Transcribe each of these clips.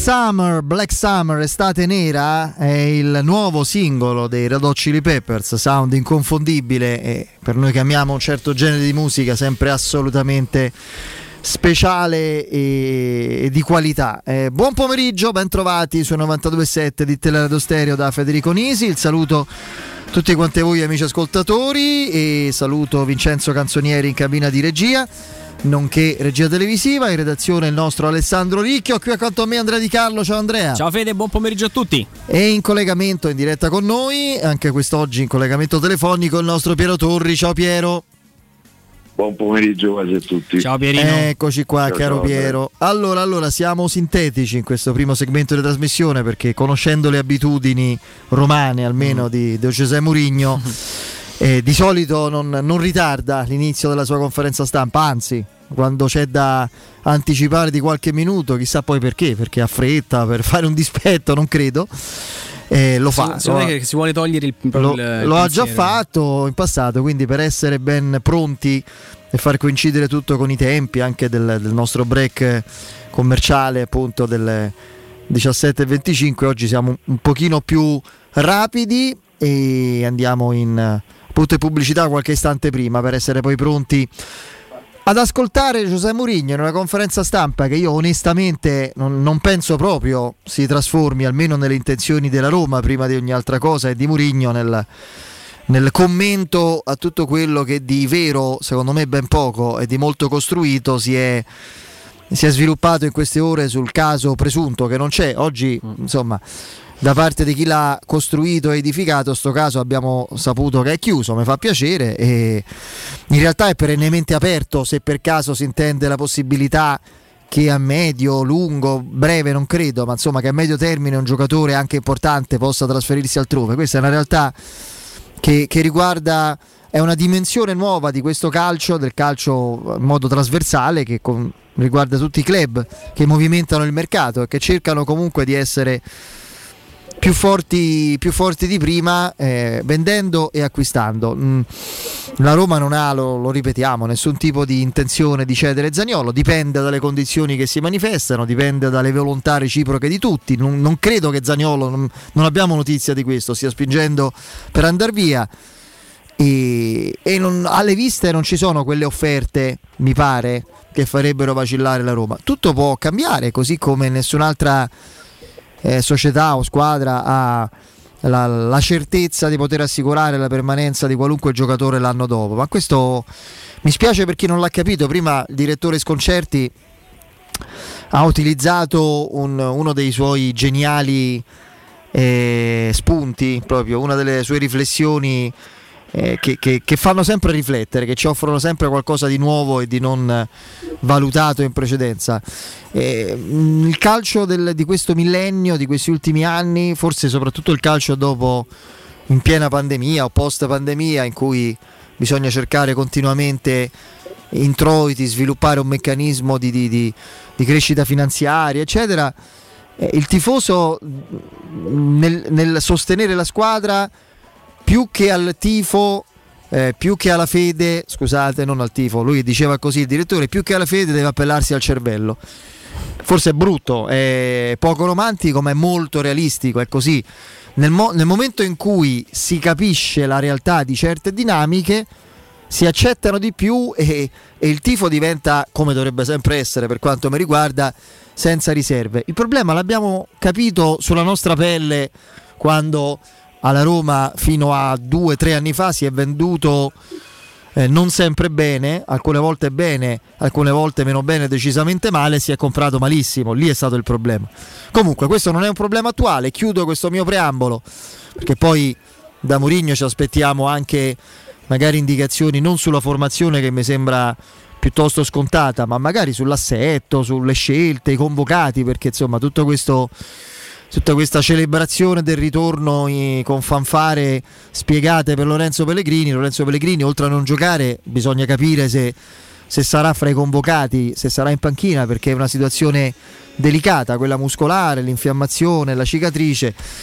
Black Summer, Estate Nera è il nuovo singolo dei Red Hot Chili Peppers, sound inconfondibile e per noi che amiamo un certo genere di musica sempre assolutamente speciale e di qualità. Buon pomeriggio, ben trovati su 92.7 di Teleradio Stereo da Federico Nisi. Il saluto a tutti quanti voi amici ascoltatori e saluto Vincenzo Canzonieri in cabina di regia, nonché regia televisiva. In redazione il nostro Alessandro Ricchio, qui accanto a me Andrea Di Carlo. Ciao Andrea. Ciao Fede, buon pomeriggio a tutti. E in collegamento in diretta con noi, anche quest'oggi in collegamento telefonico, il nostro Piero Torri. Ciao Piero. Buon pomeriggio quasi a tutti. Ciao Pierino. Eccoci qua, ciao, caro ciao, Piero. Allora, siamo sintetici in questo primo segmento di trasmissione perché conoscendo le abitudini romane almeno di José Mourinho, di solito non ritarda l'inizio della sua conferenza stampa, anzi quando c'è da anticipare di qualche minuto, chissà poi perché ha fretta per fare un dispetto, non credo. Lo fa, che si vuole togliere lo ha già fatto in passato, quindi per essere ben pronti e far coincidere tutto con i tempi anche del nostro break commerciale, appunto delle 17:25, oggi siamo un pochino più rapidi e andiamo in punto di pubblicità qualche istante prima per essere poi pronti ad ascoltare José Mourinho in una conferenza stampa che io onestamente non penso proprio si trasformi, almeno nelle intenzioni della Roma prima di ogni altra cosa, e di Mourinho nel commento a tutto quello che di vero, secondo me ben poco, e di molto costruito si è sviluppato in queste ore sul caso presunto che non c'è. Oggi, insomma, da parte di chi l'ha costruito e edificato, sto caso abbiamo saputo che è chiuso, mi fa piacere, e in realtà è perennemente aperto se per caso si intende la possibilità che a medio, lungo, breve non credo, ma insomma che a medio termine un giocatore anche importante possa trasferirsi altrove. Questa è una realtà che riguarda, è una dimensione nuova di questo calcio, del calcio in modo trasversale, che riguarda tutti i club che movimentano il mercato e che cercano comunque di essere più forti di prima, vendendo e acquistando. La Roma non ha, lo ripetiamo, nessun tipo di intenzione di cedere Zaniolo, dipende dalle condizioni che si manifestano, dipende dalle volontà reciproche di tutti. Non credo che Zaniolo, non abbiamo notizia di questo, stia spingendo per andar via, e alle viste non ci sono quelle offerte, mi pare, che farebbero vacillare la Roma. Tutto può cambiare, così come nessun'altra società o squadra ha la certezza di poter assicurare la permanenza di qualunque giocatore l'anno dopo. Ma questo mi spiace per chi non l'ha capito. Prima il direttore Sconcerti ha utilizzato uno dei suoi geniali spunti, proprio una delle sue riflessioni che fanno sempre riflettere, che ci offrono sempre qualcosa di nuovo e di non valutato in precedenza. Il calcio di questo millennio, di questi ultimi anni, forse soprattutto il calcio dopo, in piena pandemia o post pandemia, in cui bisogna cercare continuamente introiti, sviluppare un meccanismo di crescita finanziaria, eccetera, il tifoso nel sostenere la squadra, più che al tifo, più che alla fede, scusate, non al tifo, lui diceva così il direttore, più che alla fede deve appellarsi al cervello. Forse è brutto, è poco romantico, ma è molto realistico, è così. Nel momento in cui si capisce la realtà di certe dinamiche, si accettano di più e il tifo diventa, come dovrebbe sempre essere per quanto mi riguarda, senza riserve. Il problema l'abbiamo capito sulla nostra pelle quando alla Roma fino a 2-3 anni fa si è venduto non sempre bene, alcune volte bene, alcune volte meno bene, decisamente male, si è comprato malissimo, lì è stato il problema. Comunque questo non è un problema attuale, chiudo questo mio preambolo perché poi da Mourinho ci aspettiamo anche magari indicazioni non sulla formazione, che mi sembra piuttosto scontata, ma magari sull'assetto, sulle scelte, i convocati, perché insomma tutta questa celebrazione del ritorno con fanfare spiegate per Lorenzo Pellegrini, oltre a non giocare bisogna capire se sarà fra i convocati, se sarà in panchina, perché è una situazione delicata quella muscolare, l'infiammazione, la cicatrice,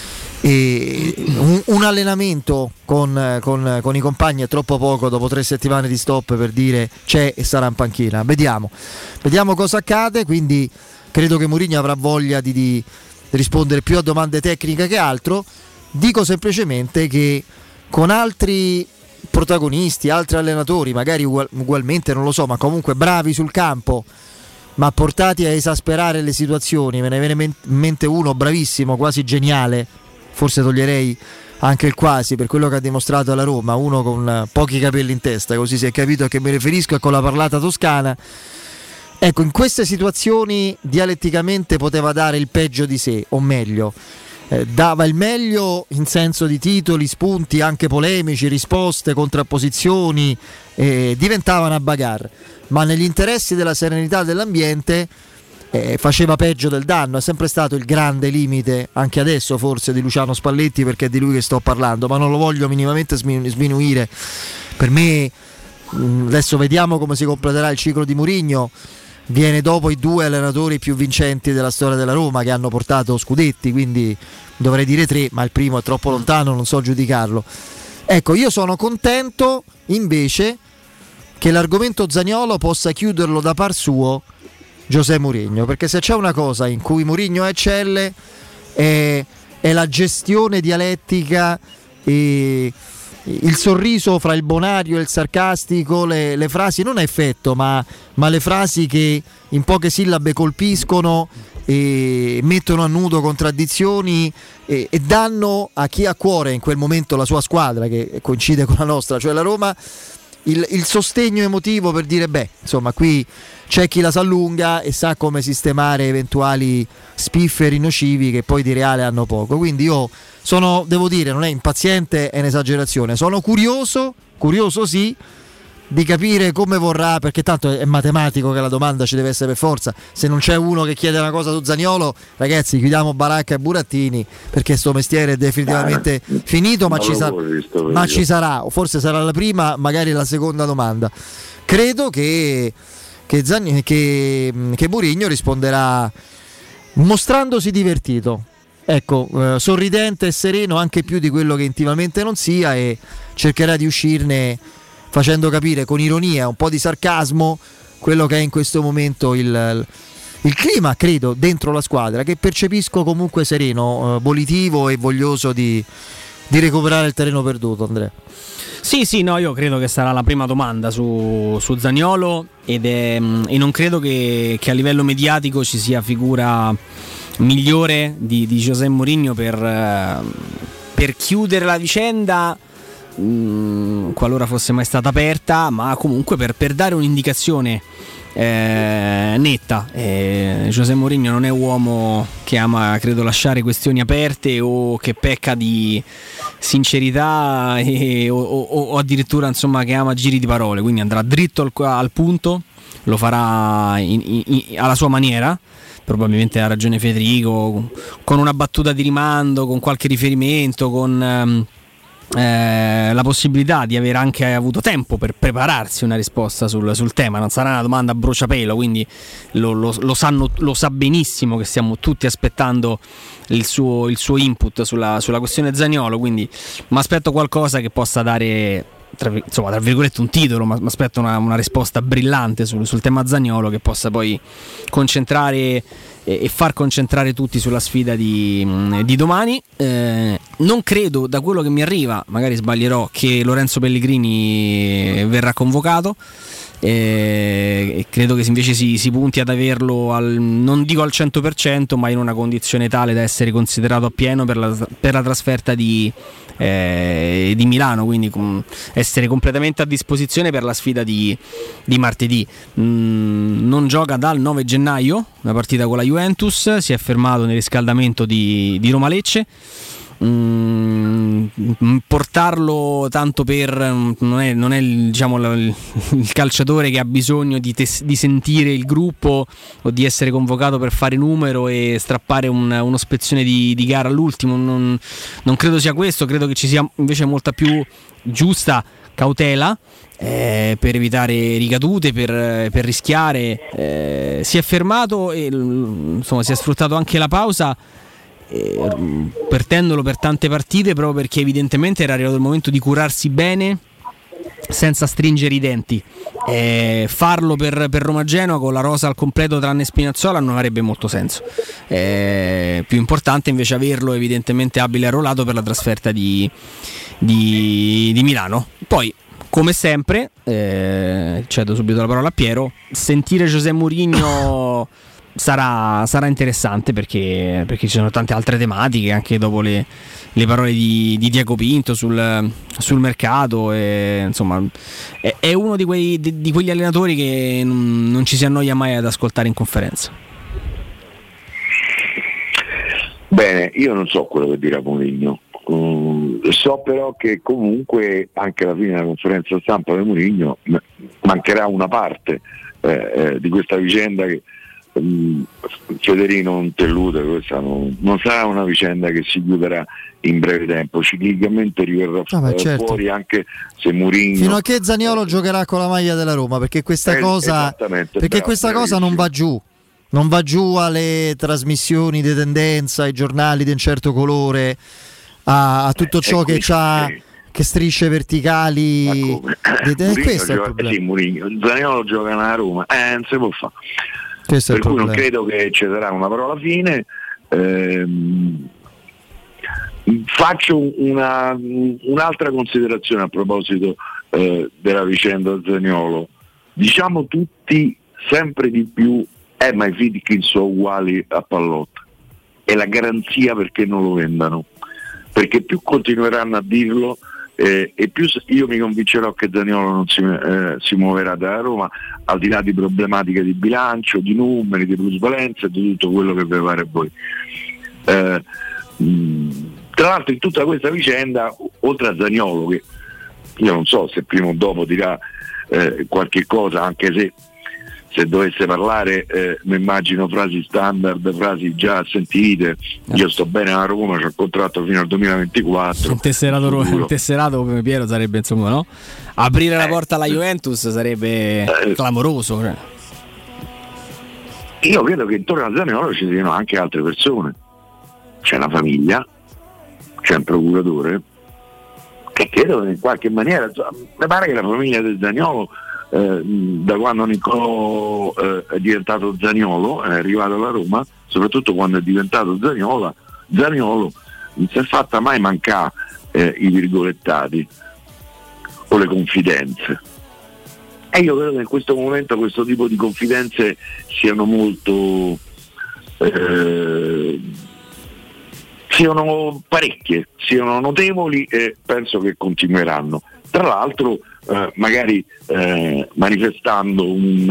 e un allenamento con i compagni è troppo poco dopo 3 settimane di stop per dire c'è e sarà in panchina. Vediamo cosa accade, quindi credo che Mourinho avrà voglia di rispondere più a domande tecniche che altro. Dico semplicemente che con altri protagonisti, altri allenatori magari ugualmente, non lo so, ma comunque bravi sul campo, ma portati a esasperare le situazioni, me ne viene in mente uno bravissimo, quasi geniale, forse toglierei anche il quasi per quello che ha dimostrato alla Roma, uno con pochi capelli in testa, così si è capito a che mi riferisco, e con la parlata toscana. Ecco, in queste situazioni dialetticamente poteva dare il peggio di sé, o meglio, dava il meglio in senso di titoli, spunti anche polemici, risposte, contrapposizioni, diventava una bagarre, ma negli interessi della serenità dell'ambiente faceva peggio del danno. È sempre stato il grande limite, anche adesso forse, di Luciano Spalletti, perché è di lui che sto parlando, ma non lo voglio minimamente sminuire. Per me adesso vediamo come si completerà il ciclo di Mourinho, viene dopo i 2 allenatori più vincenti della storia della Roma che hanno portato scudetti, quindi dovrei dire 3, ma il primo è troppo lontano, non so giudicarlo. Ecco, io sono contento invece che l'argomento Zaniolo possa chiuderlo da par suo José Mourinho, perché se c'è una cosa in cui Mourinho eccelle è la gestione dialettica e il sorriso fra il bonario e il sarcastico, le frasi non a effetto, ma le frasi che in poche sillabe colpiscono e mettono a nudo contraddizioni e danno a chi ha a cuore in quel momento la sua squadra, che coincide con la nostra, cioè la Roma, il sostegno emotivo per dire insomma qui c'è chi la sa lunga e sa come sistemare eventuali spifferi nocivi che poi di reale hanno poco. Quindi io sono, devo dire, non è impaziente, è un'esagerazione, sono curioso sì, di capire come vorrà, perché tanto è matematico che la domanda ci deve essere per forza. Se non c'è uno che chiede una cosa su Zaniolo, ragazzi, chiudiamo Baracca e Burattini, perché sto mestiere è definitivamente finito, ma ci sarà, o forse sarà la prima, magari la seconda domanda. Credo che Mourinho risponderà mostrandosi divertito, ecco, sorridente e sereno, anche più di quello che intimamente non sia, e cercherà di uscirne facendo capire con ironia, un po' di sarcasmo, quello che è in questo momento il clima, credo, dentro la squadra, che percepisco comunque sereno, volitivo e voglioso di recuperare il terreno perduto. Andrea. Sì, no, io credo che sarà la prima domanda su Zaniolo e non credo che a livello mediatico ci sia figura migliore di José Mourinho per chiudere la vicenda, qualora fosse mai stata aperta, ma comunque per dare un'indicazione netta. José Mourinho non è uomo che ama, credo, lasciare questioni aperte o che pecca di sincerità o addirittura, insomma, che ama giri di parole, quindi andrà dritto al punto, lo farà alla sua maniera. Probabilmente ha ragione Federico, con una battuta di rimando, con qualche riferimento, con la possibilità di aver anche avuto tempo per prepararsi una risposta sul tema. Non sarà una domanda a bruciapelo, quindi lo sa benissimo che stiamo tutti aspettando il suo input sulla questione Zaniolo, quindi mi aspetto qualcosa che possa dare, tra virgolette, un titolo, ma aspetto una risposta brillante sul tema Zaniolo, che possa poi concentrare e far concentrare tutti sulla sfida di domani. Non credo, da quello che mi arriva, magari sbaglierò, che Lorenzo Pellegrini verrà convocato. Credo che invece si punti ad averlo non dico al 100%, ma in una condizione tale da essere considerato appieno per la trasferta di Milano, quindi essere completamente a disposizione per la sfida di martedì. Non gioca dal 9 gennaio, una partita con la Juventus, si è fermato nel riscaldamento di Roma-Lecce. Portarlo tanto per non è il calciatore che ha bisogno di sentire il gruppo o di essere convocato per fare numero e strappare uno spezzone di gara all'ultimo. Non credo sia questo, credo che ci sia invece molta più giusta cautela per evitare ricadute, per rischiare. Si è fermato e insomma si è sfruttato anche la pausa. perdendolo per tante partite, proprio perché evidentemente era arrivato il momento di curarsi bene senza stringere i denti. Farlo per Roma-Genoa con la rosa al completo tranne Spinazzola non avrebbe molto senso. Più importante invece averlo evidentemente abile e arruolato per la trasferta di Milano. Poi, come sempre, cedo subito la parola a Piero, sentire José Mourinho sarà interessante perché ci sono tante altre tematiche, anche dopo le parole di Diego Pinto sul mercato, insomma è uno di quegli allenatori che non ci si annoia mai ad ascoltare in conferenza. Bene, io non so quello che dirà Mourinho. So però che comunque anche alla fine della conferenza stampa di Mourinho mancherà una parte di questa vicenda che Federino non tellude, questa non sarà una vicenda che si chiuderà in breve tempo, ciclicamente riverrà certo. fuori, anche se Mourinho fino a che Zaniolo giocherà con la maglia della Roma, perché questa cosa non va giù. Non va giù alle trasmissioni di tendenza, ai giornali di un certo colore, a tutto ciò che c'ha, che strisce verticali. Questo è il problema. Sì, Mourinho, Zaniolo gioca nella Roma, non si può fare. Per cui non credo che ci sarà una parola fine. Faccio un'altra considerazione a proposito della vicenda Zaniolo. Diciamo tutti sempre di più ma i Friedkin sono uguali a Pallotta, è la garanzia perché non lo vendano, perché più continueranno a dirlo e più io mi convincerò che Zaniolo non si muoverà dalla Roma, al di là di problematiche di bilancio, di numeri, di plusvalenza e di tutto quello che vi pare a voi. Tra l'altro in tutta questa vicenda, oltre a Zaniolo, che io non so se prima o dopo dirà qualche cosa, anche se dovesse parlare mi immagino frasi standard, frasi già sentite, io sto bene a Roma, c'ho il contratto fino al 2024. Un tesserato come Piero sarebbe, insomma, no? Aprire la porta alla Juventus sarebbe clamoroso. Io credo che intorno a Zaniolo ci siano anche altre persone, c'è la famiglia, c'è un procuratore che credo che in qualche maniera, mi pare che la famiglia del Zaniolo da quando Niccolò è diventato Zaniolo, è arrivato alla Roma, soprattutto quando è diventato Zaniolo non si è fatta mai mancare i virgolettati o le confidenze, e io credo che in questo momento questo tipo di confidenze siano molto siano parecchie, siano notevoli e penso che continueranno. Tra l'altro magari manifestando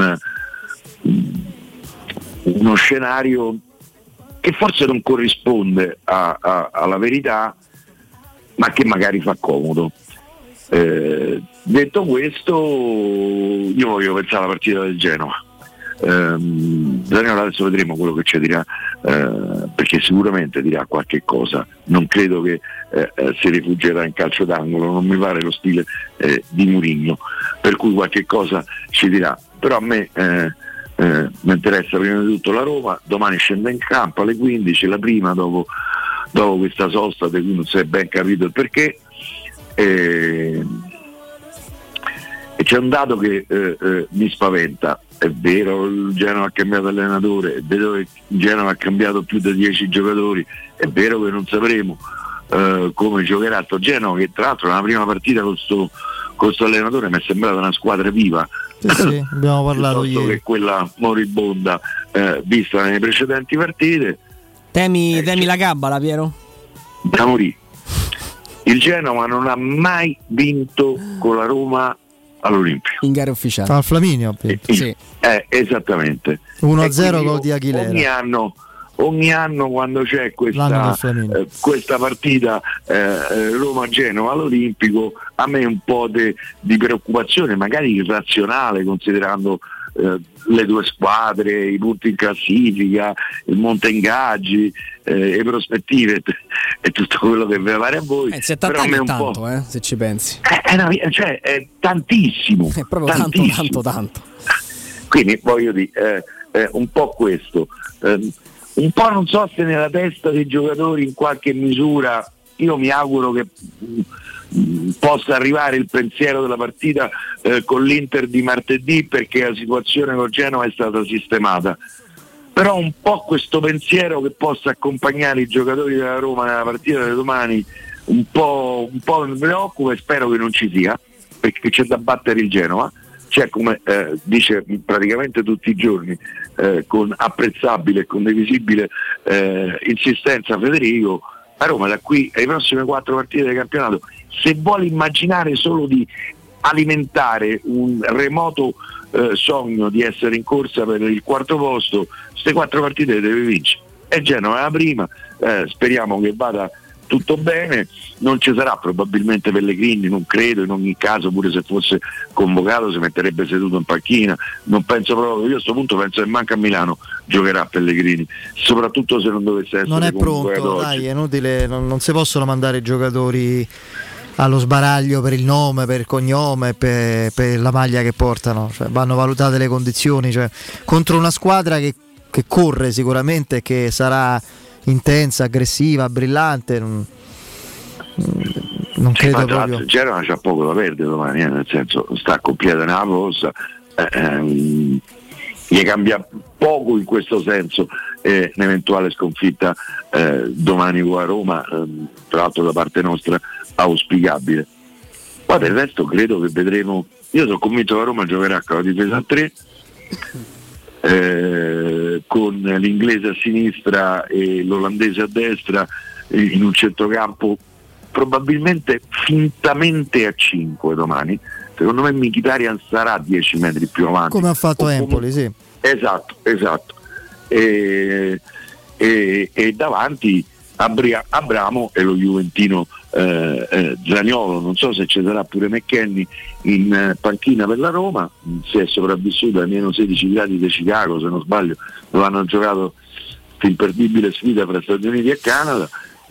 uno scenario che forse non corrisponde alla verità, ma che magari fa comodo. Detto questo, io voglio pensare alla partita del Genoa. Zaniolo adesso vedremo quello che ci dirà, perché sicuramente dirà qualche cosa. Non credo che si rifuggerà in calcio d'angolo, non mi pare lo stile di Mourinho, per cui qualche cosa ci dirà. Però a me mi interessa prima di tutto la Roma. Domani scende in campo alle 15, la prima dopo questa sosta di cui non si è ben capito il perché, e c'è un dato che mi spaventa. È vero, il Genoa ha cambiato allenatore, è vero che il Genoa ha cambiato più di 10 giocatori, è vero che non sapremo come giocherà sto Genoa, che tra l'altro nella prima partita con sto allenatore mi è sembrata una squadra viva, sì, abbiamo parlato ieri, che quella moribonda vista nelle precedenti partite. Temi la gabbala, Piero? Da morì. Il Genoa non ha mai vinto con la Roma all'Olimpico in gare ufficiali. Al Flaminio, sì. Esattamente. 1-0 gol di Aguilera. Ogni anno quando c'è questa partita Roma-Genoa all'Olimpico, a me un po' di preoccupazione, magari irrazionale, considerando le due squadre, i punti in classifica, il monte ingaggi, le prospettive e tutto quello che vi pare a voi. 70 anni è tanto, se ci pensi. È tantissimo. È proprio tantissimo. tanto. Quindi voglio dire, un po' questo. un po' non so se nella testa dei giocatori in qualche misura, io mi auguro che possa arrivare il pensiero della partita con l'Inter di martedì, perché la situazione con Genova è stata sistemata, però un po' questo pensiero che possa accompagnare i giocatori della Roma nella partita di domani un po' mi preoccupa, e spero che non ci sia, perché c'è da battere il Genova. C'è, come dice praticamente tutti i giorni con apprezzabile e condivisibile insistenza Federico, a Roma da qui ai prossime 4 partite del campionato, se vuole immaginare solo di alimentare un remoto sogno di essere in corsa per il 4º posto, queste 4 partite le deve vincere. E Genova è la prima, speriamo che vada tutto bene. Non ci sarà probabilmente Pellegrini, non credo, in ogni caso pure se fosse convocato si metterebbe seduto in panchina, non penso proprio, io a questo punto penso che manca a Milano giocherà Pellegrini, soprattutto se non dovesse essere non è pronto, dai, è inutile, non si possono mandare i giocatori allo sbaraglio per il nome, per il cognome, per la maglia che portano, cioè, vanno valutate le condizioni, cioè, contro una squadra che corre sicuramente, che sarà intensa, aggressiva, brillante, non credo proprio. Genova c'ha poco da perdere domani, nel senso sta con piede nella fossa, gli cambia poco in questo senso un'eventuale sconfitta domani con la Roma, tra l'altro da parte nostra auspicabile. Poi del resto credo che vedremo, io sono convinto che la Roma giocherà con la difesa a 3, con l'inglese a sinistra e l'olandese a destra, in un centrocampo probabilmente fintamente a 5 domani. Secondo me Mkhitaryan sarà 10 metri più avanti, come ha fatto Empoli, sì. Esatto. E davanti Abramo e lo juventino Zaniolo. Non so se ci sarà pure McKennie in panchina per la Roma, si è sopravvissuto ai meno 16 gradi di Chicago, se non sbaglio, dove hanno giocato questa imperdibile sfida fra Stati Uniti e Canada,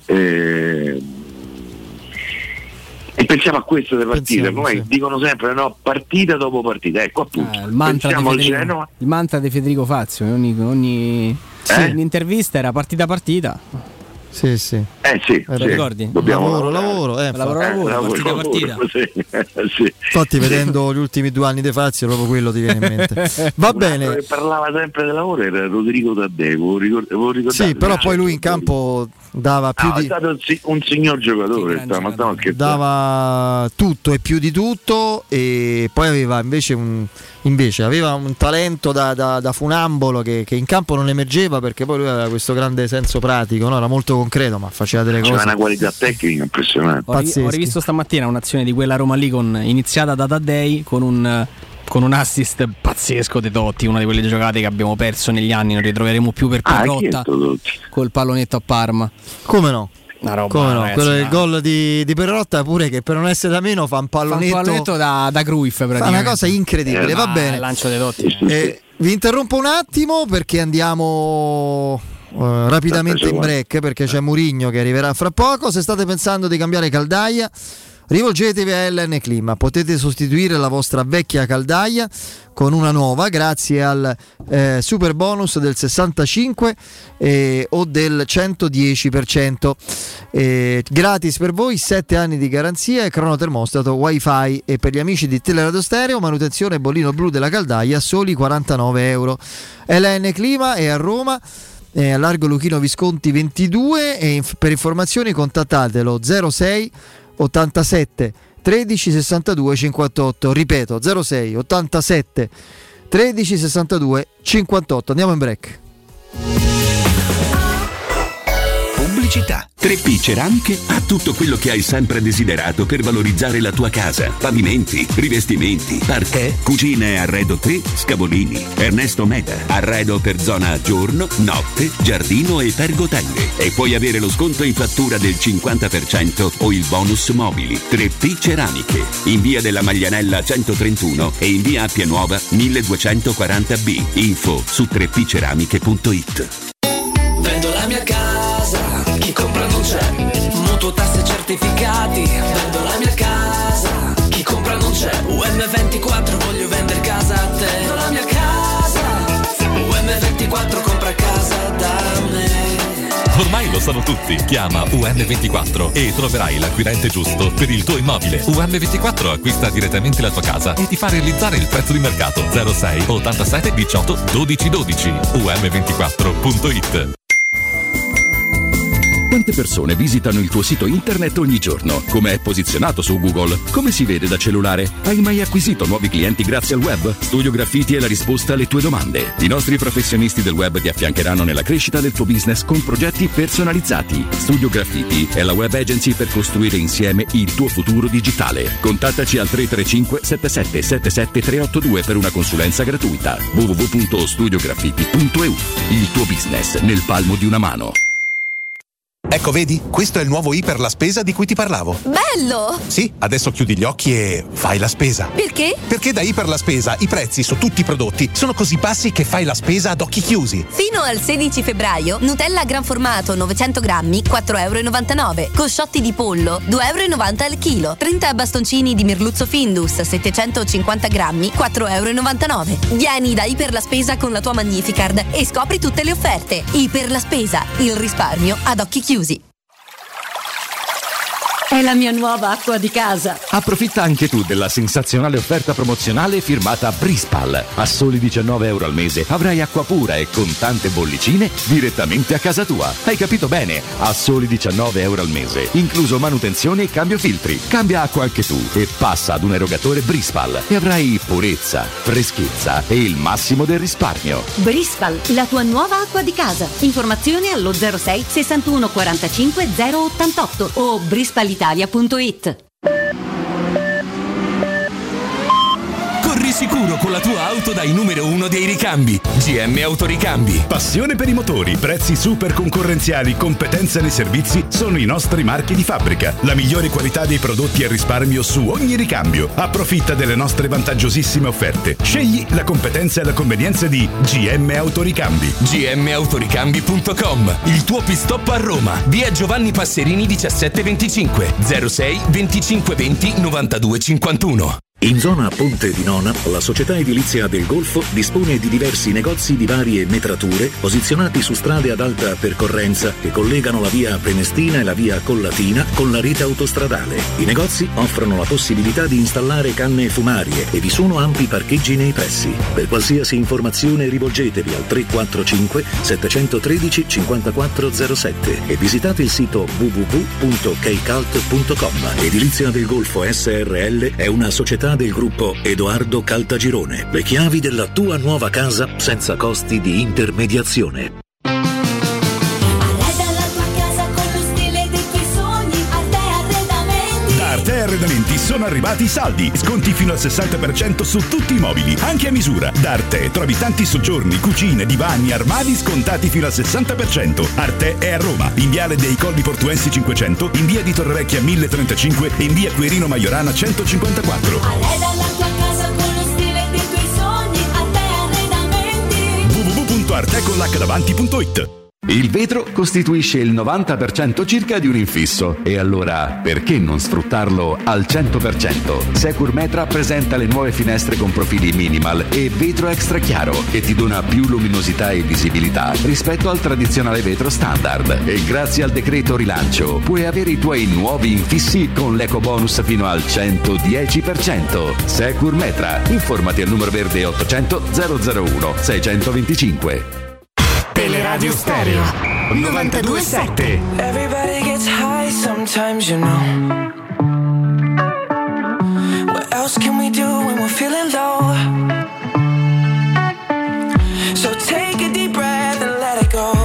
e pensiamo a queste le partite. Noi dicono sempre no, partita dopo partita, ecco appunto il mantra di Federico Fazio, ogni intervista era partita. Sì. Sì. Ricordi? Lavoro. Partita. Sì. Infatti, vedendo gli ultimi 2 anni di Fazio, proprio quello ti viene in mente. Va bene. Che parlava sempre del lavoro era Rodrigo Taddeo, sì, però poi lui in campo dava più è stato un signor giocatore, dava tutto e più di tutto, e poi aveva invece un talento da funambolo che in campo non emergeva, perché poi lui aveva questo grande senso pratico, no? Era molto concreto, ma faceva delle cose. C'era una qualità tecnica impressionante. Ho rivisto stamattina un'azione di quella Roma lì iniziata da Taddei con un assist pazzesco di Totti, una di quelle giocate che abbiamo perso negli anni, non ritroveremo più per Perrotta col pallonetto a Parma. Come no? Ragazzi, quello del gol di Perrotta, pure, che per non essere da meno fa un pallonetto da Cruyff, praticamente. Fa una cosa incredibile, va bene. Lancio dei Totti. Vi interrompo un attimo perché andiamo rapidamente in break, perché c'è Mourinho che arriverà fra poco. Se state pensando di cambiare caldaia, rivolgetevi a LN Clima, potete sostituire la vostra vecchia caldaia con una nuova grazie al super bonus del 65 o del 110%, gratis per voi, 7 anni di garanzia e cronotermostato wifi, e per gli amici di Teleradio Stereo manutenzione e bollino blu della caldaia soli €49. LN Clima è a Roma, a largo Luchino Visconti 22, e per informazioni contattatelo 06 87 13 62 58, ripeto 06 87 13 62 58. Andiamo in break. Pubblicità. 3P Ceramiche ha tutto quello che hai sempre desiderato per valorizzare la tua casa: pavimenti, rivestimenti, parquet, cucina e arredo 3 Scavolini. Ernesto Meda, arredo per zona giorno, notte, giardino e pergotelle, e puoi avere lo sconto in fattura del 50% o il bonus mobili. 3P Ceramiche, in via della Maglianella 131 e in via Appia Nuova 1240B. Info su 3pceramiche.it. Vendo la mia casa, chi compra non c'è, mutuo, tasse, certificati. Vendo la mia casa, chi compra non c'è, UM24 voglio vendere casa a te. Vendo la mia casa, UM24 compra casa da me. lo sanno tutti. Chiama UM24 e troverai l'acquirente giusto per il tuo immobile. UM24 acquista direttamente la tua casa e ti fa realizzare il prezzo di mercato. 06 87 18 12 12. UM24.it. Quante persone visitano il tuo sito internet ogni giorno? Come è posizionato su Google? Come si vede da cellulare? Hai mai acquisito nuovi clienti grazie al web? Studio Graffiti è la risposta alle tue domande. I nostri professionisti del web ti affiancheranno nella crescita del tuo business con progetti personalizzati. Studio Graffiti è la web agency per costruire insieme il tuo futuro digitale. Contattaci al 335 77 77 382 per una consulenza gratuita. www.studiograffiti.eu. Il tuo business nel palmo di una mano. Ecco, vedi? Questo è il nuovo Iper la Spesa di cui ti parlavo. Bello! Sì, adesso chiudi gli occhi e fai la spesa. Perché? Perché da Iper la Spesa i prezzi su tutti i prodotti sono così bassi che fai la spesa ad occhi chiusi. Fino al 16 febbraio, Nutella gran formato 900 grammi, 4,99 €. Cosciotti di pollo, 2,90 € al chilo. 30 bastoncini di merluzzo Findus, 750 grammi, 4,99 €. Vieni da Iper la Spesa con la tua Magnificard e scopri tutte le offerte. Iper la Spesa, il risparmio ad occhi chiusi. È la mia nuova acqua di casa. Approfitta anche tu della sensazionale offerta promozionale firmata Brispal. A soli 19 € al mese avrai acqua pura e con tante bollicine direttamente a casa tua. Hai capito bene? A soli 19 € al mese, incluso manutenzione e cambio filtri. Cambia acqua anche tu e passa ad un erogatore Brispal e avrai purezza, freschezza e il massimo del risparmio. Brispal, la tua nuova acqua di casa. Informazioni allo 06 61 45 088 o brispalitalia.it. Corri sicuro con la tua auto dai numero 1 dei ricambi. GM Autoricambi. Passione per i motori, prezzi super concorrenziali, competenza nei servizi sono i nostri marchi di fabbrica. La migliore qualità dei prodotti e risparmio su ogni ricambio. Approfitta delle nostre vantaggiosissime offerte. Scegli la competenza e la convenienza di GM Autoricambi. gmautoricambi.com. Il tuo pit-stop a Roma. Via Giovanni Passerini 1725 06 25 20 92 51. In zona Ponte di Nona, la società edilizia del Golfo dispone di diversi negozi di varie metrature posizionati su strade ad alta percorrenza che collegano la via Prenestina e la via Collatina con la rete autostradale. I negozi offrono la possibilità di installare canne fumarie e vi sono ampi parcheggi nei pressi. Per qualsiasi informazione rivolgetevi al 345 713 5407 e visitate il sito www.keicalt.com. Edilizia del Golfo SRL è una società del gruppo Edoardo Caltagirone. Le chiavi della tua nuova casa senza costi di intermediazione. Da Arte Arredamenti sono arrivati i saldi. Sconti fino al 60% su tutti i mobili, anche a misura. Da Arte trovi tanti soggiorni, cucine, divani, armadi scontati fino al 60%. Arte è a Roma, in viale dei Colli Portuensi 500, in via di Torrevecchia 1035 e in via Quirino Maiorana 154. Arreda la tua casa con lo stile dei tuoi sogni. Arte Arredamenti. www.arteconlacdavanti.it. Il vetro costituisce il 90% circa di un infisso e allora perché non sfruttarlo al 100%? Securmetra presenta le nuove finestre con profili minimal e vetro extra chiaro che ti dona più luminosità e visibilità rispetto al tradizionale vetro standard e grazie al decreto rilancio puoi avere i tuoi nuovi infissi con l'eco bonus fino al 110%. Securmetra, informati al numero verde 800 001 625. Teleradio Stereo 92.7. Everybody gets high sometimes, you know. What else can we do when we're feeling low? So take a deep breath and let it go.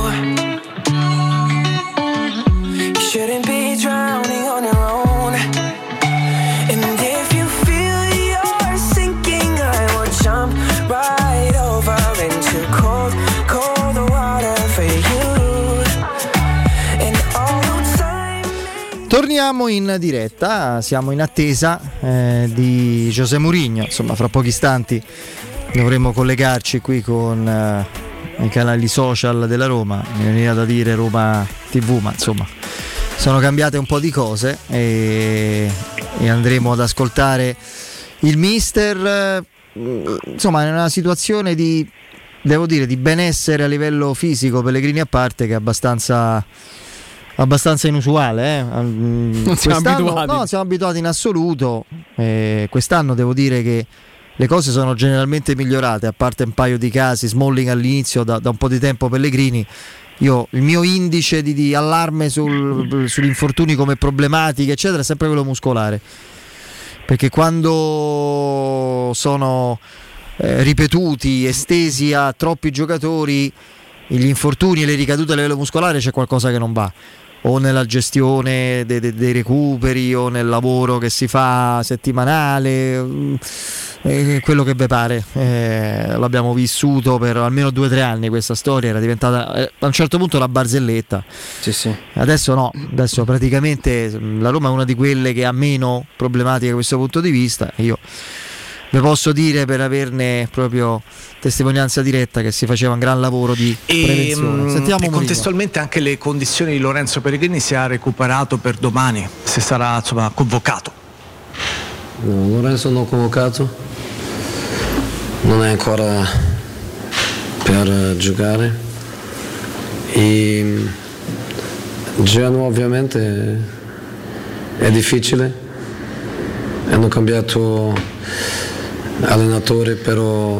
You shouldn't be drowning on your own. And if you feel you're sinking, I will jump right over into cold, cold water for you. And all time. Torniamo in diretta, siamo in attesa di José Mourinho, insomma fra pochi istanti dovremo collegarci qui con i canali social della Roma, mi veniva da dire Roma TV, ma insomma sono cambiate un po' di cose e andremo ad ascoltare il mister, insomma in una situazione di, devo dire, di benessere a livello fisico, Pellegrini a parte, che è abbastanza abbastanza inusuale. Non siamo abituati. No, siamo abituati in assoluto. Quest'anno devo dire che le cose sono generalmente migliorate, a parte un paio di casi, Smalling all'inizio, da un po' di tempo Pellegrini. Il mio indice di allarme sugli infortuni come problematiche eccetera è sempre quello muscolare, perché quando sono ripetuti, estesi a troppi giocatori, gli infortuni e le ricadute a livello muscolare, c'è qualcosa che non va, o nella gestione dei recuperi o nel lavoro che si fa settimanale, quello che vi pare. L'abbiamo vissuto per almeno 2 o 3 anni, questa storia era diventata a un certo punto la barzelletta. Sì. Adesso no, adesso praticamente la Roma è una di quelle che ha meno problematiche da questo punto di vista. Io vi posso dire, per averne proprio testimonianza diretta, che si faceva un gran lavoro di prevenzione. Sentiamo e contestualmente anche le condizioni di Lorenzo Pellegrini, si ha recuperato per domani, se sarà convocato. No, Lorenzo non convocato, non è ancora per giocare, e Genoa ovviamente è difficile, hanno cambiato allenatore, però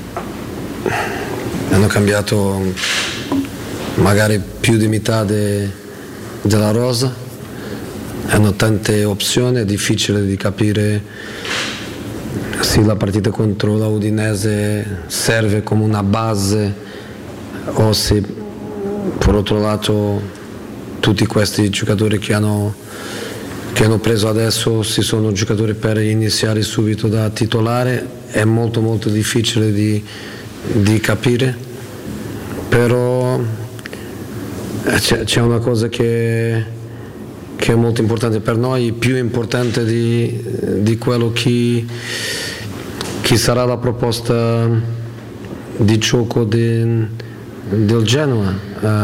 hanno cambiato magari più di metà della rosa, hanno tante opzioni, è difficile di capire se la partita contro la Udinese serve come una base o se per altro lato tutti questi giocatori che hanno preso adesso si sono giocatori per iniziare subito da titolare. È molto molto difficile di capire, però c'è una cosa che è molto importante per noi, più importante di quello che sarà la proposta di gioco del Genoa,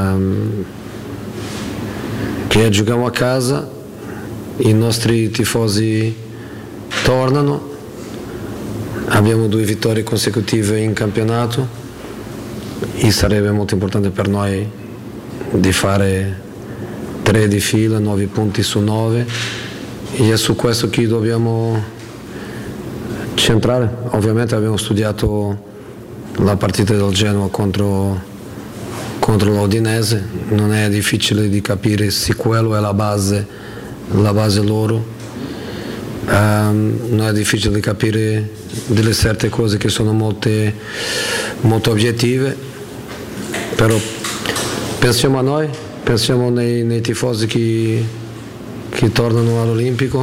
che giochiamo a casa, i nostri tifosi tornano, abbiamo 2 vittorie consecutive in campionato e sarebbe molto importante per noi di fare 3 di fila, 9 punti su 9, e è su questo che dobbiamo centrare. Ovviamente abbiamo studiato la partita del Genoa contro l'Udinese, non è difficile di capire se quello è la base loro, non è difficile di capire delle certe cose che sono molto obiettive, però pensiamo a noi, pensiamo nei tifosi che tornano all'Olimpico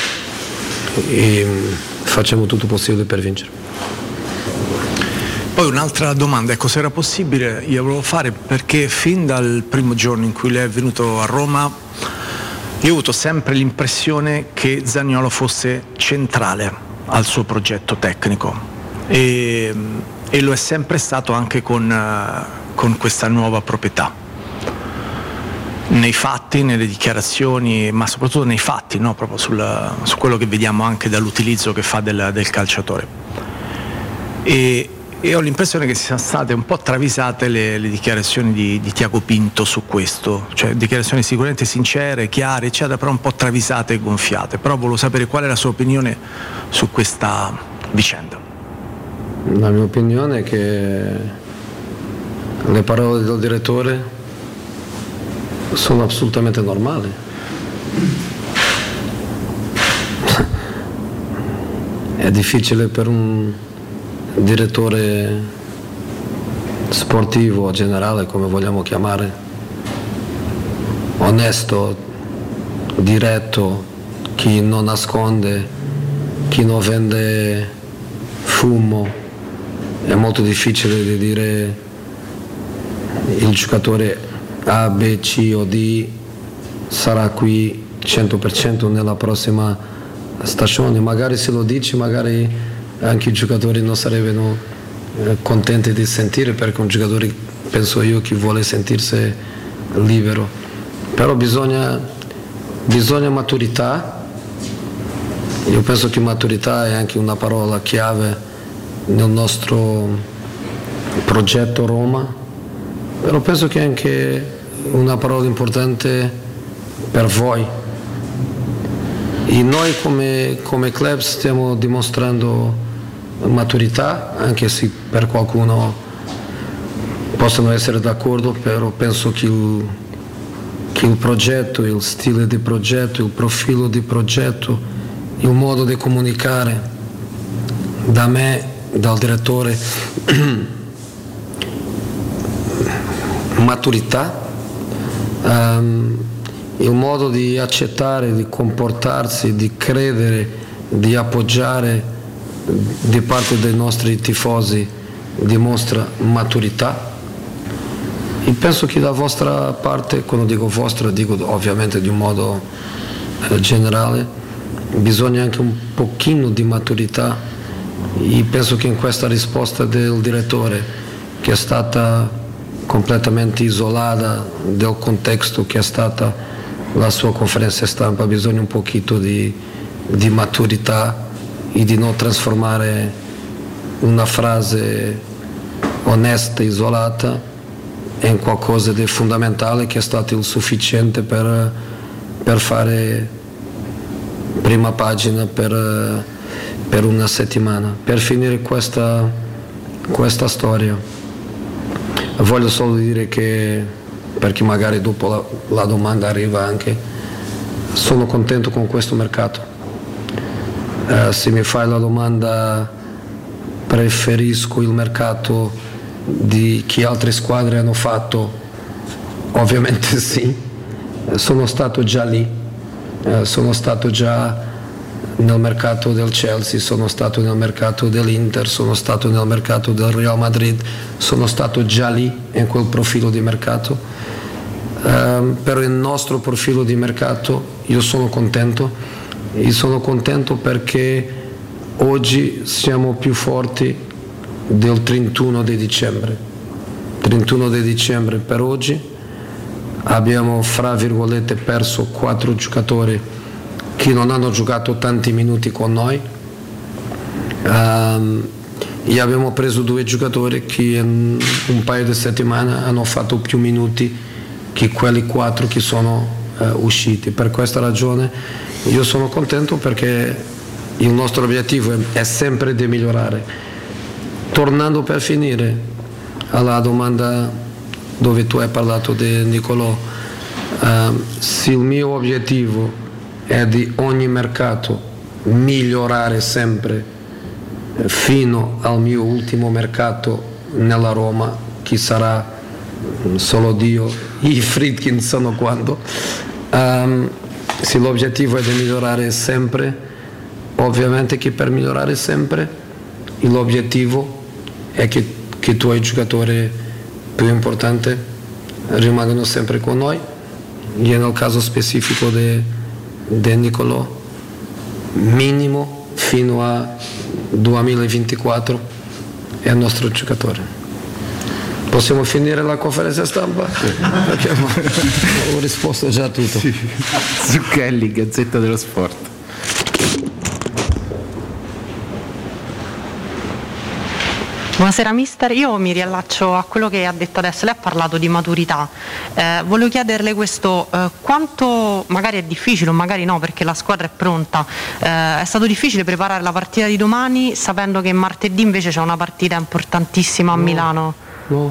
e facciamo tutto possibile per vincere. Poi un'altra domanda, ecco, se era possibile io volevo fare, perché fin dal primo giorno in cui lei è venuto a Roma io ho avuto sempre l'impressione che Zaniolo fosse centrale al suo progetto tecnico e lo è sempre stato anche con questa nuova proprietà, nei fatti, nelle dichiarazioni, ma soprattutto nei fatti, no? Proprio su quello che vediamo anche dall'utilizzo che fa del calciatore. E ho l'impressione che siano state un po' travisate le dichiarazioni di Tiago Pinto su questo, cioè dichiarazioni sicuramente sincere, chiare, eccetera, però un po' travisate e gonfiate. Però volevo sapere qual è la sua opinione su questa vicenda. La mia opinione è che le parole del direttore sono assolutamente normali. È difficile per un direttore sportivo generale, come vogliamo chiamare, onesto, diretto, chi non nasconde, chi non vende fumo, è molto difficile di dire il giocatore A, B, C o D sarà qui 100% nella prossima stagione. Magari se lo dici, magari anche i giocatori non sarebbero contenti di sentire, perché un giocatore, penso io, che vuole sentirsi libero, però bisogna maturità. Io penso che maturità è anche una parola chiave nel nostro progetto Roma, però penso che è anche una parola importante per voi. E noi come club stiamo dimostrando maturità, anche se per qualcuno possono essere d'accordo, però penso che il progetto, il stile di progetto, il profilo di progetto, il modo di comunicare da me, dal direttore, maturità, il modo di accettare, di comportarsi, di credere, di appoggiare di parte dei nostri tifosi dimostra maturità. E penso che da vostra parte, quando dico vostra, dico ovviamente di un modo generale, bisogna anche un pochino di maturità, e penso che in questa risposta del direttore, che è stata completamente isolata del contesto che è stata la sua conferenza stampa, bisogna un pochino di maturità e di non trasformare una frase onesta, isolata, in qualcosa di fondamentale che è stato il sufficiente per fare prima pagina per una settimana, per finire questa storia. Voglio solo dire che, perché magari dopo la domanda arriva anche, sono contento con questo mercato. Se mi fai la domanda, preferisco il mercato che altre squadre hanno fatto? Ovviamente sì, sono stato già lì, sono stato già nel mercato del Chelsea, sono stato nel mercato dell'Inter, sono stato nel mercato del Real Madrid, sono stato già lì in quel profilo di mercato, per il nostro profilo di mercato io sono contento, e sono contento perché oggi siamo più forti del 31 di dicembre. 31 di dicembre per oggi abbiamo, fra virgolette, perso 4 giocatori che non hanno giocato tanti minuti con noi, e abbiamo preso 2 giocatori che in un paio di settimane hanno fatto più minuti che quelli 4 che sono usciti. Per questa ragione io sono contento, perché il nostro obiettivo è sempre di migliorare. Tornando per finire alla domanda dove tu hai parlato di Nicolò, se il mio obiettivo è di ogni mercato migliorare sempre fino al mio ultimo mercato nella Roma, chi sarà solo Dio, i Friedkin sono quando, se l'obiettivo è di migliorare sempre, ovviamente che per migliorare sempre l'obiettivo è che i tuoi giocatori più importanti rimangano sempre con noi, e nel caso specifico di Nicolò minimo fino a 2024 è il nostro giocatore. Possiamo finire la conferenza stampa? Perché ho risposto già a tutto. Sì. Zucchelli, Gazzetta dello Sport. Buonasera mister, io mi riallaccio a quello che ha detto adesso. Lei ha parlato di maturità, volevo chiederle questo, quanto magari è difficile o magari no, perché la squadra è pronta, è stato difficile preparare la partita di domani sapendo che martedì invece c'è una partita importantissima a Milano? No,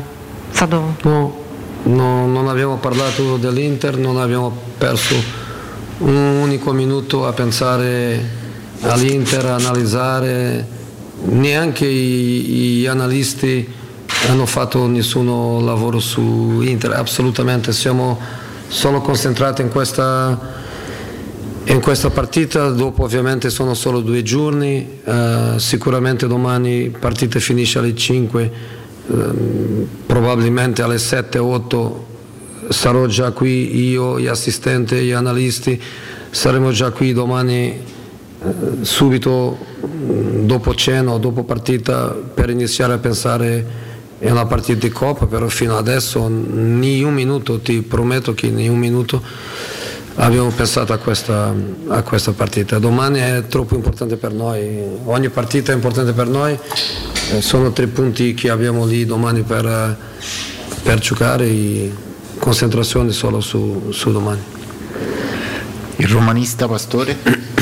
non abbiamo parlato dell'Inter, non abbiamo perso un unico minuto a pensare all'Inter, a analizzare. Neanche gli analisti hanno fatto nessun lavoro su Inter, assolutamente, siamo solo concentrati in questa partita. Dopo ovviamente sono solo 2 giorni, sicuramente domani partita finisce alle 5, probabilmente alle 7-8 sarò già qui, io, gli assistenti, gli analisti saremo già qui domani subito dopo cena o dopo partita per iniziare a pensare alla partita di Coppa, però fino adesso né un minuto, ti prometto che né un minuto abbiamo pensato a questa partita. Domani è troppo importante per noi, ogni partita è importante per noi, sono 3 punti che abbiamo lì domani per giocare, e concentrazione solo su domani. Il romanista Pastore.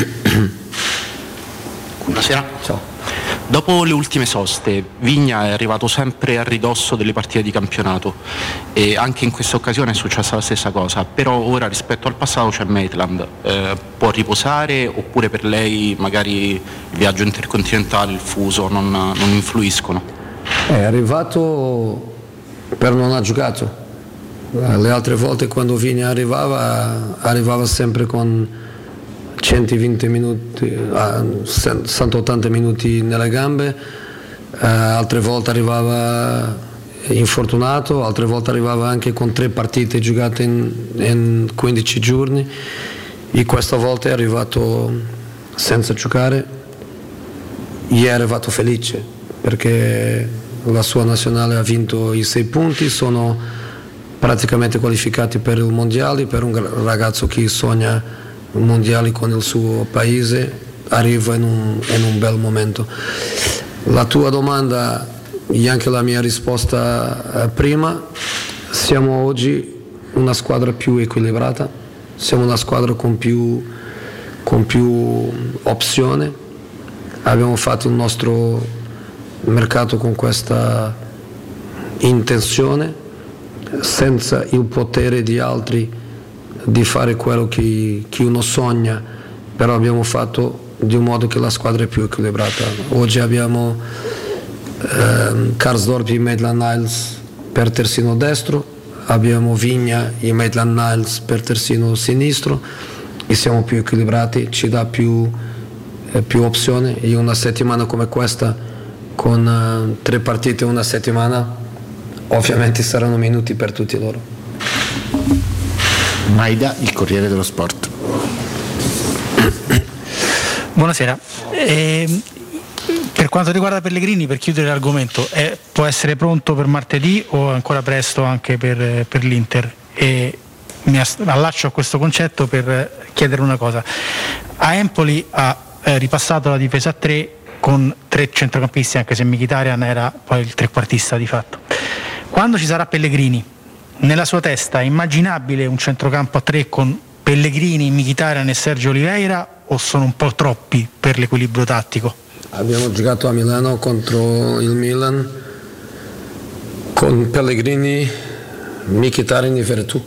Buonasera. Ciao. Dopo le ultime soste, Vigna è arrivato sempre a ridosso delle partite di campionato e anche in questa occasione è successa la stessa cosa, però ora rispetto al passato c'è Maitland, può riposare oppure per lei magari il viaggio intercontinentale, il fuso non influiscono? È arrivato per non ha giocato, le altre volte quando Vigna arrivava sempre con 120 minuti, 180 minuti nelle gambe, altre volte arrivava infortunato, altre volte arrivava anche con 3 partite giocate in 15 giorni e questa volta è arrivato senza giocare. Ieri è arrivato felice perché la sua nazionale ha vinto i 6 punti, sono praticamente qualificati per il mondiale, per un ragazzo che sogna mondiali con il suo paese, arriva in un bel momento. La tua domanda e anche la mia risposta prima, siamo oggi una squadra più equilibrata, siamo una squadra con più opzione, abbiamo fatto il nostro mercato con questa intenzione, senza il potere di altri di fare quello che uno sogna, però abbiamo fatto di un modo che la squadra è più equilibrata. Oggi abbiamo Karsdorp e Maitland-Niles per terzino destro, abbiamo Vigna e Maitland-Niles per terzino sinistro e siamo più equilibrati, ci dà più opzioni. In una settimana come questa, con 3 partite in una settimana, ovviamente saranno minuti per tutti loro. Maida, il Corriere dello Sport. Buonasera. Per quanto riguarda Pellegrini, per chiudere l'argomento, può essere pronto per martedì o ancora presto anche per l'Inter? E mi allaccio a questo concetto per chiedere una cosa. A Empoli ha ripassato la difesa a 3 con 3 centrocampisti, anche se Mkhitaryan era poi il trequartista di fatto. Quando ci sarà Pellegrini, nella sua testa è immaginabile un centrocampo a 3 con Pellegrini, Mkhitaryan e Sergio Oliveira, o sono un po' troppi per l'equilibrio tattico? Abbiamo giocato a Milano contro il Milan con Pellegrini, Mkhitaryan e Veretout.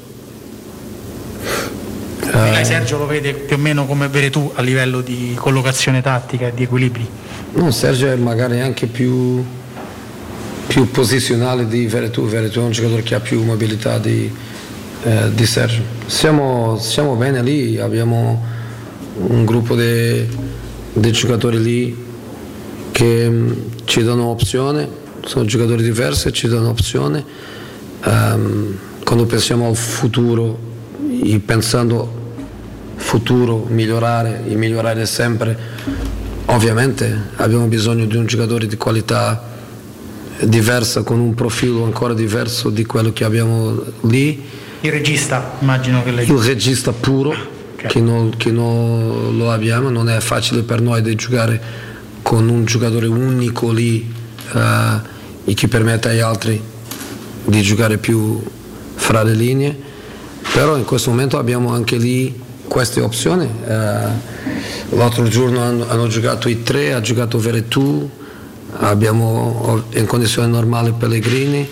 Lei Sergio lo vede più o meno come Veretout a livello di collocazione tattica e di equilibri? No, Sergio è magari anche più posizionale di Veretout. Veretout è un giocatore che ha più mobilità di Sergio. Siamo bene lì, abbiamo un gruppo di giocatori lì che ci danno opzione, sono giocatori diversi, ci danno opzione. Quando pensiamo al futuro e pensando futuro, migliorare sempre, ovviamente abbiamo bisogno di un giocatore di qualità diversa, con un profilo ancora diverso di quello che abbiamo lì. Il regista, immagino che lei... Il regista puro, okay. che non lo abbiamo, non è facile per noi di giocare con un giocatore unico lì e che permette agli altri di giocare più fra le linee, però in questo momento abbiamo anche lì queste opzioni. L'altro giorno hanno giocato i 3, ha giocato Veretout, abbiamo in condizioni normali Pellegrini,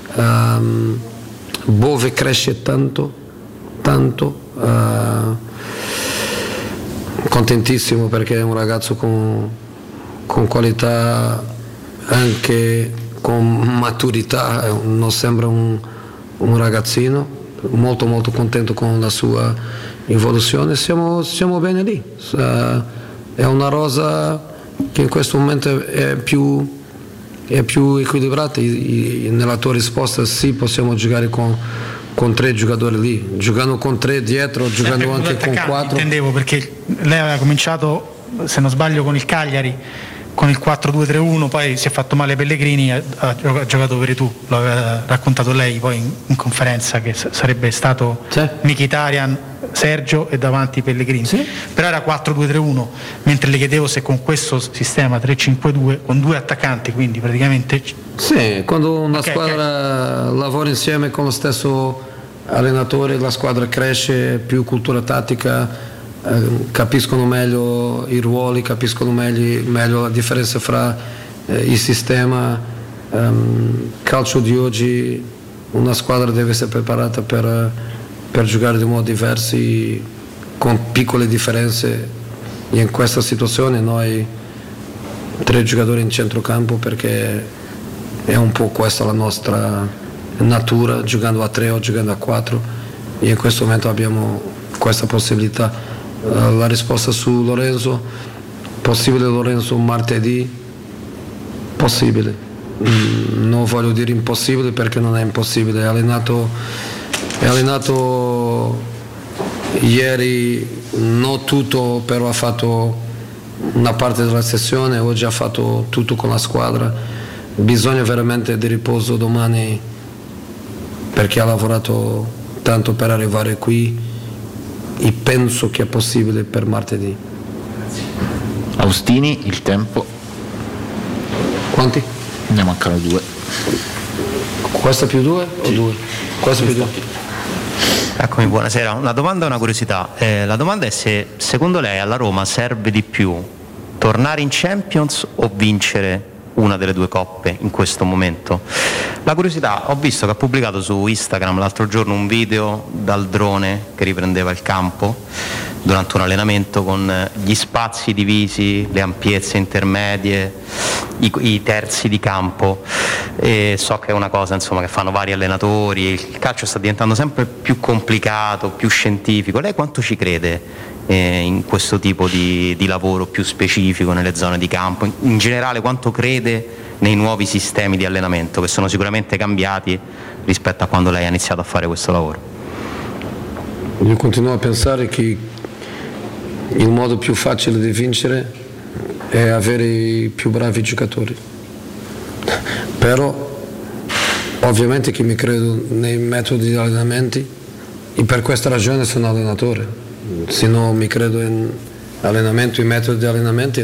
Bove cresce tanto, contentissimo perché è un ragazzo con qualità, anche con maturità, non sembra un ragazzino, molto contento con la sua evoluzione. Siamo bene lì, è una rosa che in questo momento è più equilibrata. Nella tua risposta sì, possiamo giocare con 3 giocatori lì, giocando con 3 dietro, giocando anche con 4. Intendevo perché lei aveva cominciato, se non sbaglio, con il Cagliari con il 4-2-3-1, poi si è fatto male Pellegrini, ha giocato Veretout, lo aveva raccontato lei poi in conferenza che sarebbe stato Mkhitaryan, Sergio e davanti Pellegrini, però era 4-2-3-1, mentre le chiedevo se con questo sistema 3-5-2 con 2 attaccanti, quindi praticamente sì, quando una squadra lavora insieme con lo stesso allenatore, la squadra cresce, più cultura tattica, capiscono meglio i ruoli, capiscono meglio la differenza fra il sistema. Calcio di oggi, una squadra deve essere preparata per giocare di modi diversi, con piccole differenze. E in questa situazione noi 3 giocatori in centrocampo, perché è un po' questa la nostra natura, giocando a 3 o giocando a 4, e in questo momento abbiamo questa possibilità. La risposta su Lorenzo: possibile Lorenzo martedì? Possibile. Non voglio dire impossibile, perché non è impossibile. È allenato ieri, non tutto, però ha fatto una parte della sessione, oggi ha fatto tutto con la squadra. Bisogna veramente di riposo domani, perché ha lavorato tanto per arrivare qui, e penso che è possibile per martedì. Austini, il tempo. Quanti? Ne mancano 2. Questa più 2 o 2? Questa più 2. Eccomi, buonasera. Una domanda e una curiosità. La domanda è se secondo lei alla Roma serve di più tornare in Champions o vincere una delle 2 coppe in questo momento. La curiosità: ho visto che ha pubblicato su Instagram l'altro giorno un video dal drone che riprendeva il campo durante un allenamento, con gli spazi divisi, le ampiezze intermedie, i terzi di campo, e so che è una cosa, insomma, che fanno vari allenatori. Il calcio sta diventando sempre più complicato, più scientifico. Lei quanto ci crede in questo tipo di lavoro più specifico nelle zone di campo? In generale, quanto crede nei nuovi sistemi di allenamento, che sono sicuramente cambiati rispetto a quando lei ha iniziato a fare questo lavoro? Io continuo a pensare che il modo più facile di vincere è avere i più bravi giocatori, però ovviamente che mi credo nei metodi di allenamenti, e per questa ragione sono allenatore. Se no mi credo in allenamento, in metodi di allenamento,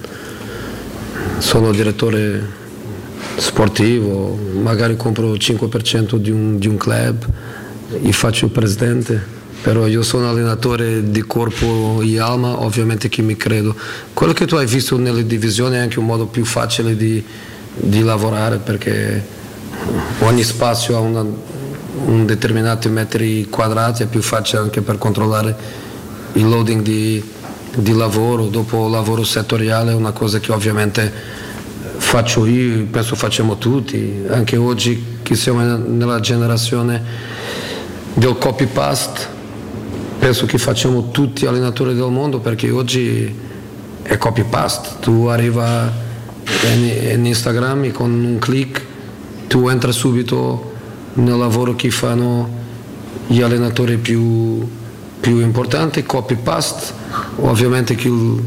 sono direttore sportivo, magari compro il 5% di un club e faccio il presidente, però io sono allenatore di corpo e alma, ovviamente che mi credo. Quello che tu hai visto nelle divisioni è anche un modo più facile di lavorare, perché ogni spazio ha un determinato metri quadrati, è più facile anche per controllare il loading di lavoro. Dopo lavoro settoriale è una cosa che ovviamente faccio io, penso facciamo tutti, anche oggi che siamo nella generazione del copy paste, penso che facciamo tutti allenatori del mondo, perché oggi è copy paste. Tu arriva in Instagram e con un click tu entri subito nel lavoro che fanno gli allenatori più importanti, copy paste. Ovviamente che il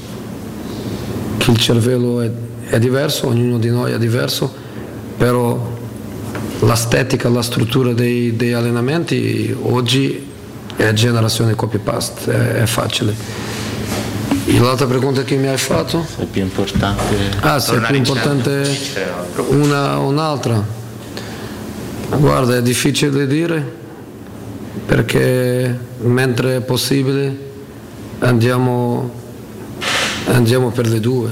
cervello è diverso, ognuno di noi è diverso, però l'estetica, la struttura dei allenamenti oggi è generazione copy paste, è facile. E l'altra pregunta che mi hai fatto? Se è più importante se è più importante una o un'altra. Guarda, è difficile dire, perché mentre è possibile andiamo per le 2.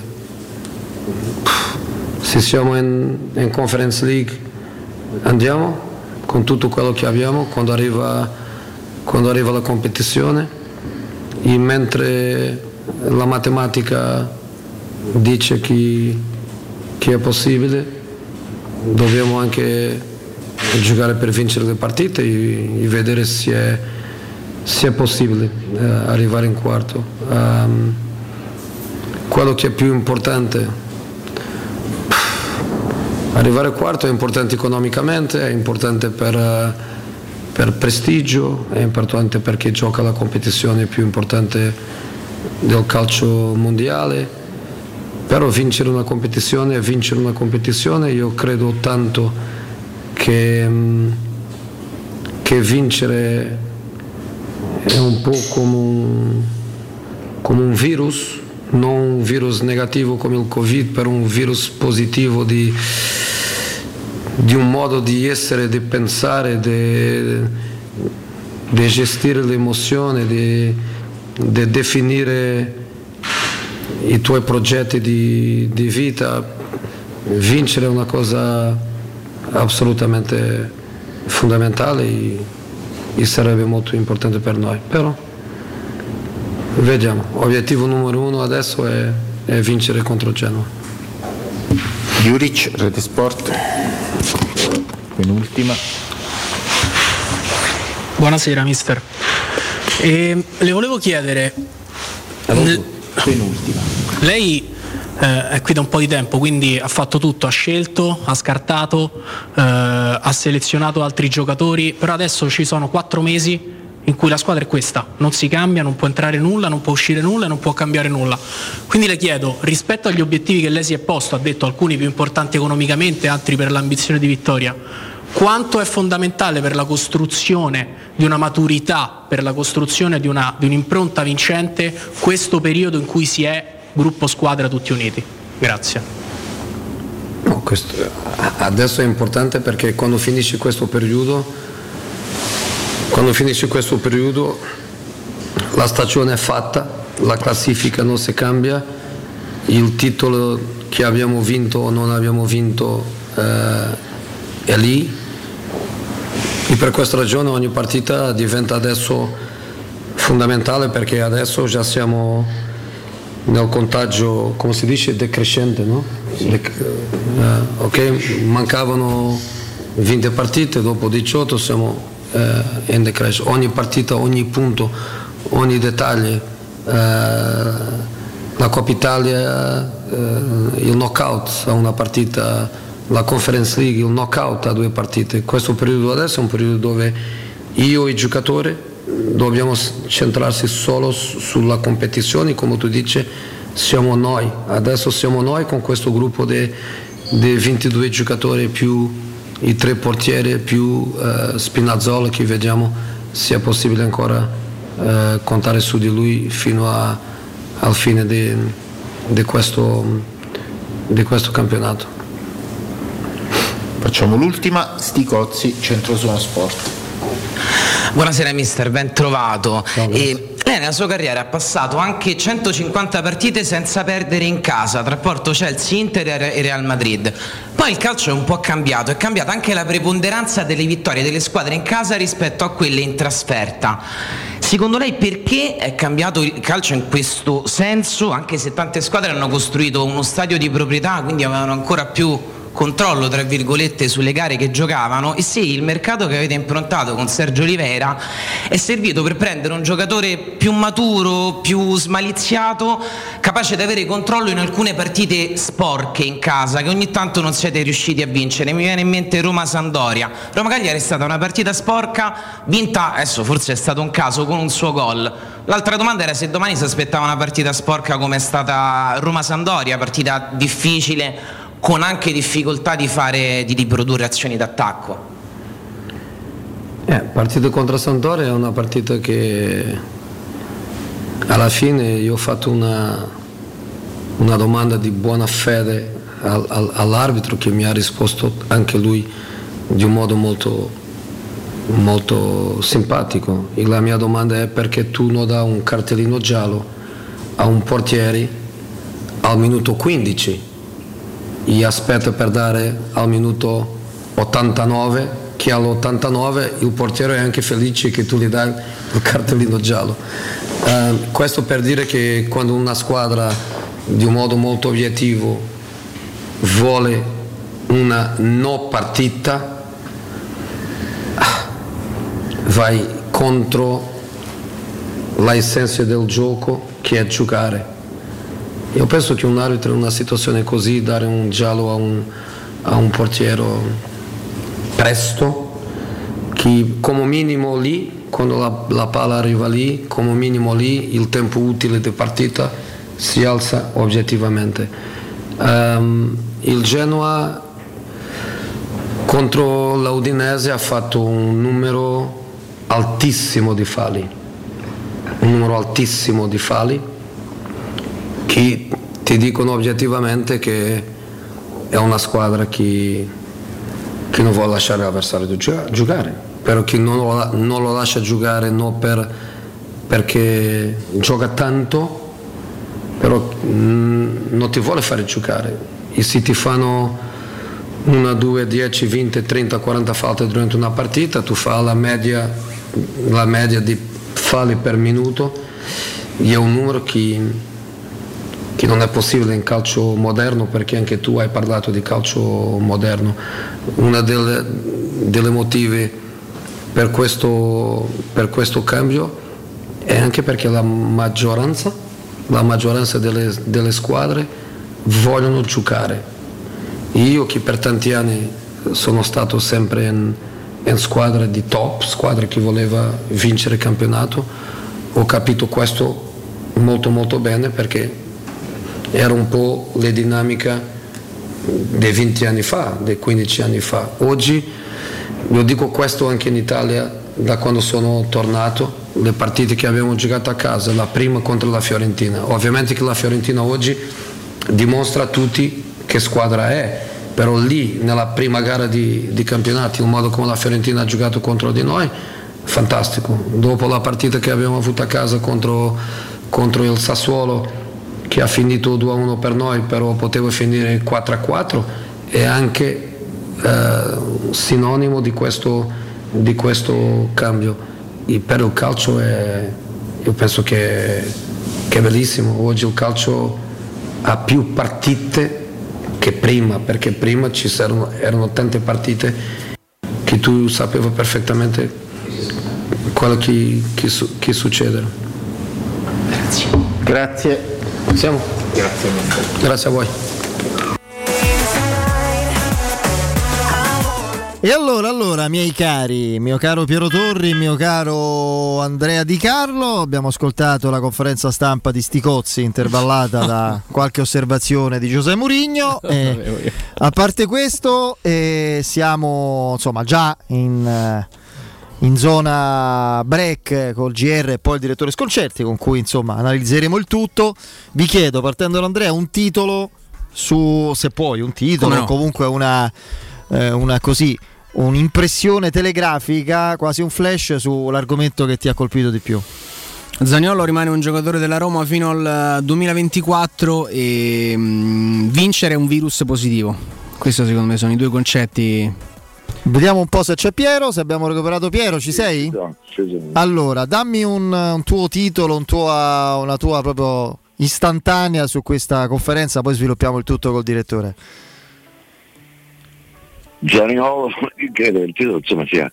Se siamo in Conference League andiamo con tutto quello che abbiamo quando arriva la competizione, e mentre la matematica dice che è possibile, dobbiamo anche giocare per vincere le partite e vedere se è possibile arrivare in quarto. Quello che è più importante, arrivare quarto è importante economicamente, è importante per prestigio, è importante perché gioca la competizione più importante del calcio mondiale, però vincere una competizione è vincere una competizione. Io credo tanto che vincere è un po' come un virus, non un virus negativo come il Covid, però un virus positivo di un modo di essere, di pensare, di gestire l'emozione, definire i tuoi progetti di vita, vincere è una cosa assolutamente fondamentale e sarebbe molto importante per noi, però vediamo, obiettivo numero 1 adesso è vincere contro Genoa. Juric, Rete Sport, penultima. Buonasera mister, le volevo chiedere, penultima. Lei è qui da un po' di tempo, quindi ha fatto tutto, ha scelto, ha scartato, ha selezionato altri giocatori, però adesso ci sono 4 mesi in cui la squadra è questa, non si cambia, non può entrare nulla, non può uscire nulla, non può cambiare nulla. Quindi le chiedo, rispetto agli obiettivi che lei si è posto, ha detto alcuni più importanti economicamente, altri per l'ambizione di vittoria, quanto è fondamentale per la costruzione di una maturità, per la costruzione di un'impronta vincente, questo periodo in cui si è gruppo squadra tutti uniti? Grazie. No, adesso è importante perché quando finisce questo periodo la stagione è fatta, la classifica non si cambia, il titolo che abbiamo vinto o non abbiamo vinto è lì, e per questa ragione ogni partita diventa adesso fondamentale, perché adesso già siamo nel contagio, come si dice, decrescente, no? Ok, mancavano 20 partite, dopo 18 siamo in decrescita. Ogni partita, ogni punto, ogni dettaglio, la Coppa Italia, il knockout a una partita, la Conference League, il knockout a 2 partite. Questo periodo adesso è un periodo dove io e i giocatori dobbiamo centrarsi solo sulla competizione, come tu dici, siamo noi, adesso siamo noi con questo gruppo di 22 giocatori più i 3 portieri più Spinazzola, che vediamo sia possibile ancora contare su di lui fino al fine di questo campionato. Facciamo l'ultima, Sticozzi, Centrosuono Sport. Buonasera mister, ben trovato. Lei nella sua carriera ha passato anche 150 partite senza perdere in casa, tra Porto, Chelsea, Inter e Real Madrid. Poi il calcio è un po' cambiato, è cambiata anche la preponderanza delle vittorie delle squadre in casa rispetto a quelle in trasferta. Secondo lei perché è cambiato il calcio in questo senso, anche se tante squadre hanno costruito uno stadio di proprietà, quindi avevano ancora più controllo tra virgolette sulle gare che giocavano, e se il mercato che avete improntato con Sergio Oliveira è servito per prendere un giocatore più maturo, più smaliziato, capace di avere controllo in alcune partite sporche in casa che ogni tanto non siete riusciti a vincere. Mi viene in mente Roma-Sampdoria. Roma-Cagliari è stata una partita sporca vinta, adesso forse è stato un caso, con un suo gol. L'altra domanda era se domani si aspettava una partita sporca come è stata Roma-Sampdoria, partita difficile con anche difficoltà di produrre azioni d'attacco. Partita contro Sampdoria è una partita che alla fine io ho fatto una domanda di buona fede all'arbitro, che mi ha risposto anche lui di un modo molto, molto simpatico. E la mia domanda è: perché tu non dai un cartellino giallo a un portiere al minuto 15 e aspetta per dare al minuto 89, che all'89 il portiere è anche felice che tu gli dai il cartellino giallo. Questo per dire che quando una squadra di un modo molto obiettivo vuole una no partita, vai contro l'essenza del gioco, che è giocare. Io penso che un arbitro in una situazione così, dare un giallo a un portiere presto, che come minimo lì, quando la palla arriva lì, come minimo lì il tempo utile di partita si alza oggettivamente. Il Genoa contro l'Udinese ha fatto un numero altissimo di falli, che ti dicono oggettivamente che è una squadra che non vuole lasciare l'avversario giocare, però che non lo lascia giocare non per perché gioca tanto, però non ti vuole fare giocare. E se ti fanno 1, 2, 10, 20, 30, 40 falte durante una partita, tu fai la media di falli per minuto, e è un numero che non è possibile in calcio moderno, perché anche tu hai parlato di calcio moderno. Una delle motivi per questo cambio è anche perché la maggioranza delle squadre vogliono giocare. Io che per tanti anni sono stato sempre in squadre di top, squadre che voleva vincere il campionato, ho capito questo molto molto bene, perché era un po' le dinamica dei 20 anni fa, dei 15 anni fa. Oggi, lo dico questo anche in Italia, da quando sono tornato, le partite che abbiamo giocato a casa, la prima contro la Fiorentina, ovviamente che la Fiorentina oggi dimostra a tutti che squadra è, però lì nella prima gara di campionato, il modo come la Fiorentina ha giocato contro di noi, fantastico. Dopo la partita che abbiamo avuto a casa contro il Sassuolo, che ha finito 2-1 per noi, però poteva finire 4-4, è anche sinonimo di questo cambio. E per il calcio io penso che è bellissimo. Oggi il calcio ha più partite che prima, perché prima erano tante partite che tu sapevi perfettamente quello che succede. Grazie. Siamo? Grazie. Grazie a voi. E allora, miei cari, mio caro Piero Torri, mio caro Andrea Di Carlo, abbiamo ascoltato la conferenza stampa di Sticozzi intervallata da qualche osservazione di José Mourinho. A parte questo, siamo insomma già in zona break col GR e poi il direttore Sconcerti, con cui insomma analizzeremo il tutto. Vi chiedo, partendo da Andrea, un titolo se puoi, un titolo, no, comunque una così, un'impressione telegrafica, quasi un flash sull'argomento che ti ha colpito di più. Zaniolo rimane un giocatore della Roma fino al 2024 e vincere è un virus positivo. Questo secondo me sono i due concetti. Vediamo un po' se c'è Piero, se abbiamo recuperato Piero, ci sei? Sì. Allora, dammi un tuo titolo, una tua proprio istantanea su questa conferenza, poi sviluppiamo il tutto col direttore. Zaniolo, credo il titolo insomma sia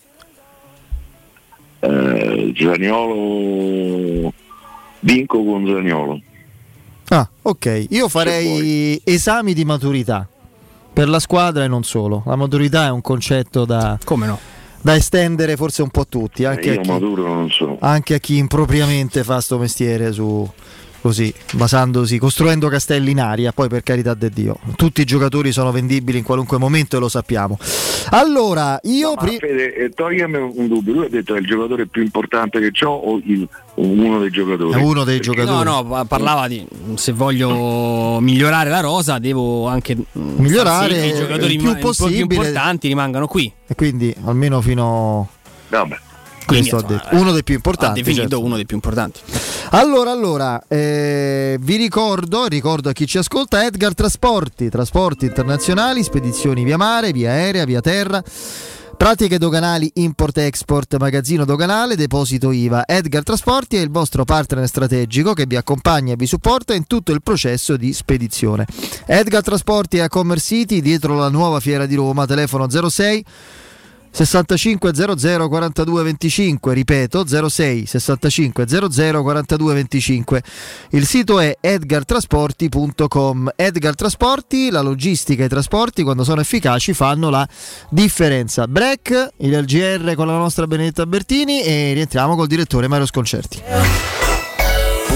Zaniolo, vinco con Zaniolo. Ah, ok, io farei esami di maturità per la squadra e non solo. La maturità è un concetto da estendere forse un po' a tutti, anche a chi impropriamente fa sto mestiere così, basandosi, costruendo castelli in aria. Poi, per carità di Dio, tutti i giocatori sono vendibili in qualunque momento e lo sappiamo. Allora, Fede, togliami un dubbio, lui ha detto è il giocatore più importante che c'ho o uno dei giocatori? È uno dei giocatori. No, parlava di se voglio migliorare la rosa devo anche migliorare, sì, i giocatori il più possibile, più importanti rimangano qui. E quindi almeno fino questo ha detto. Uno dei più importanti. Ha definito uno dei più importanti. Allora, vi ricordo a chi ci ascolta, Edgar Trasporti internazionali, spedizioni via mare, via aerea, via terra, pratiche doganali, import-export, magazzino doganale, deposito IVA. Edgar Trasporti è il vostro partner strategico che vi accompagna e vi supporta in tutto il processo di spedizione. Edgar Trasporti è a Commerce City, dietro la nuova fiera di Roma, telefono 06 65 00 42 25, ripeto 06 65 00 42 25. Il sito è edgartrasporti.com. Edgar Trasporti, la logistica e i trasporti quando sono efficaci fanno la differenza. Break, il LGR con la nostra Benedetta Bertini e rientriamo col direttore Mario Sconcerti.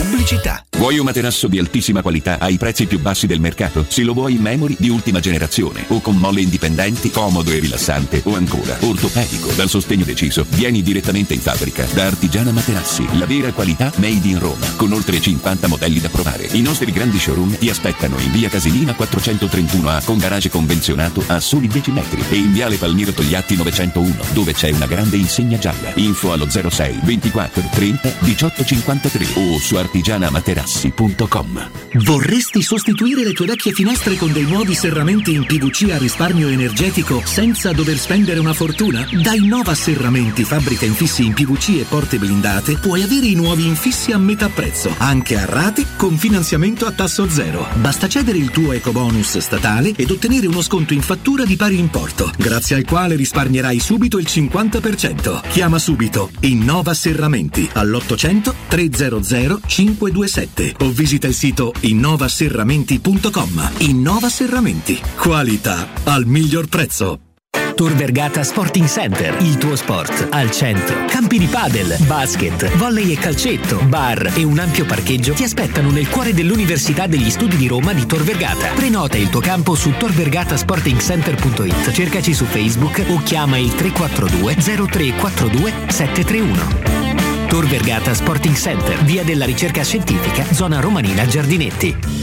Pubblicità. Vuoi un materasso di altissima qualità ai prezzi più bassi del mercato? Se lo vuoi in memory di ultima generazione o con molle indipendenti, comodo e rilassante, o ancora ortopedico dal sostegno deciso, vieni direttamente in fabbrica da Artigiana Materassi, la vera qualità made in Roma, con oltre 50 modelli da provare. I nostri grandi showroom ti aspettano in via Casilina 431A con garage convenzionato a soli 10 metri e in viale Palmiro Togliatti 901 dove c'è una grande insegna gialla. Info allo 06 24 30 18 53 o su artigianamaterassi.com. Vorresti sostituire le tue vecchie finestre con dei nuovi serramenti in PVC a risparmio energetico senza dover spendere una fortuna? Da Innova Serramenti, fabbrica infissi in PVC e porte blindate, puoi avere i nuovi infissi a metà prezzo, anche a rate con finanziamento a tasso zero. Basta cedere il tuo ecobonus statale ed ottenere uno sconto in fattura di pari importo, grazie al quale risparmierai subito il 50%. Chiama subito Innova Serramenti all'800 300 527 o visita il sito innovaserramenti.com. Innova Serramenti, qualità al miglior prezzo. Tor Vergata Sporting Center, il tuo sport al centro. Campi di padel, basket, volley e calcetto, bar e un ampio parcheggio ti aspettano nel cuore dell'Università degli Studi di Roma di Tor Vergata. Prenota il tuo campo su torvergatasportingcenter.it, cercaci su Facebook o chiama il 342 0342 731. Tor Vergata Sporting Center, via della Ricerca Scientifica, zona Romanina Giardinetti.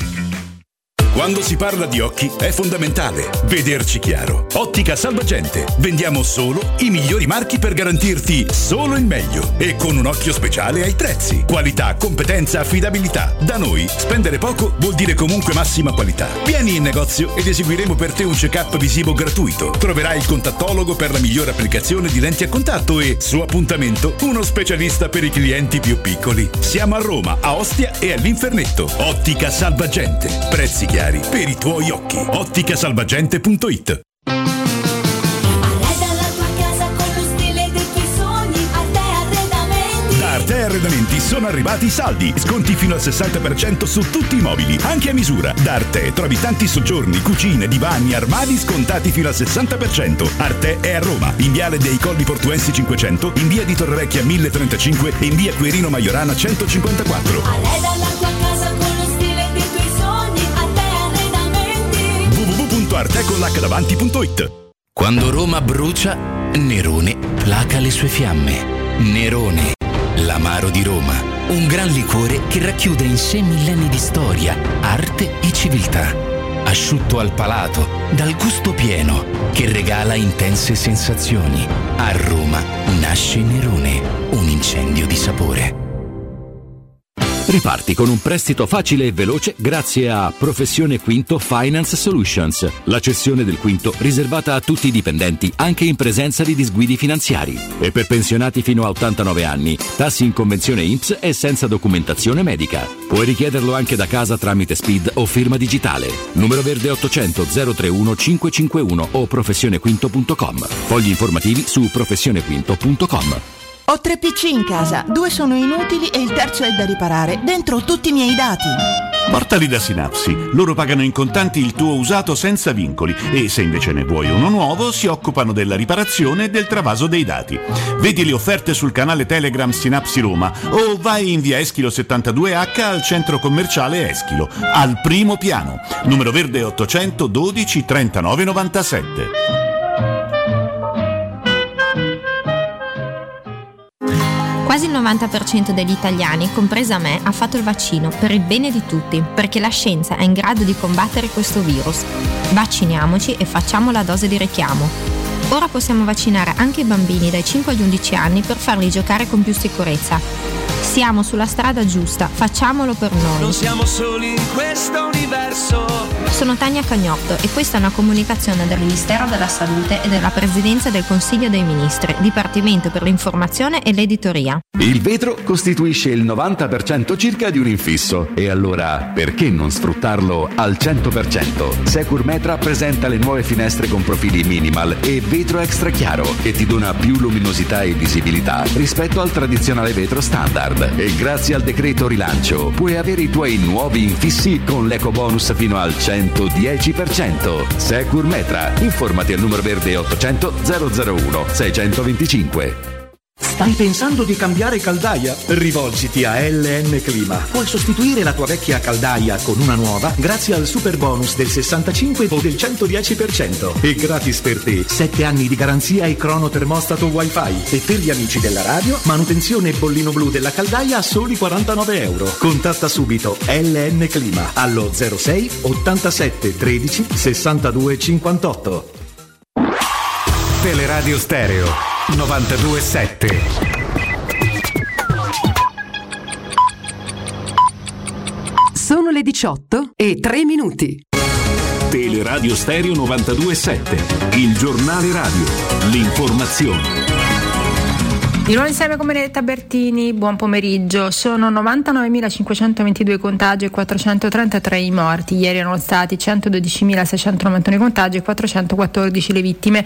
Quando si parla di occhi è fondamentale vederci chiaro. Ottica Salvagente. Vendiamo solo i migliori marchi per garantirti solo il meglio e con un occhio speciale ai prezzi. Qualità, competenza, affidabilità. Da noi spendere poco vuol dire comunque massima qualità. Vieni in negozio ed eseguiremo per te un check-up visivo gratuito. Troverai il contattologo per la migliore applicazione di lenti a contatto e, su appuntamento, uno specialista per i clienti più piccoli. Siamo a Roma, a Ostia e all'Infernetto. Ottica Salvagente. Prezzi chiari per i tuoi occhi. Otticasalvagente.it. Da Arte Arredamenti sono arrivati i saldi, sconti fino al 60% su tutti i mobili, anche a misura. Da Arte trovi tanti soggiorni, cucine, divani, armadi scontati fino al 60%. Arte è a Roma, in viale dei Colli Portuensi 500, in via di Torrevecchia 1035 e in via Quirino Maiorana 154. www.artecollacdavanti.it. Quando Roma brucia, Nerone placa le sue fiamme. Nerone, l'amaro di Roma. Un gran liquore che racchiude in sé millenni di storia, arte e civiltà. Asciutto al palato, dal gusto pieno, che regala intense sensazioni. A Roma nasce Nerone, un incendio di sapore. Riparti con un prestito facile e veloce grazie a Professione Quinto Finance Solutions, la cessione del quinto riservata a tutti i dipendenti anche in presenza di disguidi finanziari. E per pensionati fino a 89 anni, tassi in convenzione INPS e senza documentazione medica. Puoi richiederlo anche da casa tramite SPID o firma digitale. Numero verde 800 031 551 o professionequinto.com. Fogli informativi su professionequinto.com. Ho 3 PC in casa, 2 sono inutili e il terzo è da riparare. Dentro ho tutti i miei dati. Portali da Synapsi. Loro pagano in contanti il tuo usato senza vincoli e se invece ne vuoi uno nuovo si occupano della riparazione e del travaso dei dati. Vedi le offerte sul canale Telegram Synapsi Roma o vai in via Eschilo 72H al centro commerciale Eschilo, al primo piano. Numero verde 812 39 97. Quasi il 90% degli italiani, compresa me, ha fatto il vaccino per il bene di tutti, perché la scienza è in grado di combattere questo virus. Vacciniamoci e facciamo la dose di richiamo. Ora possiamo vaccinare anche i bambini dai 5 agli 11 anni per farli giocare con più sicurezza. Siamo sulla strada giusta, facciamolo per noi. Non siamo soli in questo universo. Sono Tania Cagnotto e questa è una comunicazione del Ministero della Salute e della Presidenza del Consiglio dei Ministri, Dipartimento per l'Informazione e l'Editoria. Il vetro costituisce il 90% circa di un infisso e allora perché non sfruttarlo al 100%? Securmetra presenta le nuove finestre con profili minimal e vetro extra chiaro che ti dona più luminosità e visibilità rispetto al tradizionale vetro standard. E grazie al decreto rilancio puoi avere i tuoi nuovi infissi con l'ecobonus fino al 110%. Securmetra, informati al numero verde 800 001 625. Stai pensando di cambiare caldaia? Rivolgiti a LN Clima. Puoi sostituire la tua vecchia caldaia con una nuova grazie al super bonus del 65 o del 110%. E gratis per te 7 anni di garanzia e crono termostato wifi. E per gli amici della radio, manutenzione bollino blu della caldaia a soli €49. Contatta subito LN Clima allo 06 87 13 62 58. Teleradio Stereo 92.7. Sono le 18:03. Teleradio Stereo 92.7, il giornale radio, l'informazione. Di nuovo insieme con Benedetta Bertini, buon pomeriggio. Sono 99.522 contagi e 433 i morti. Ieri erano stati 112.691 i contagi e 414 le vittime.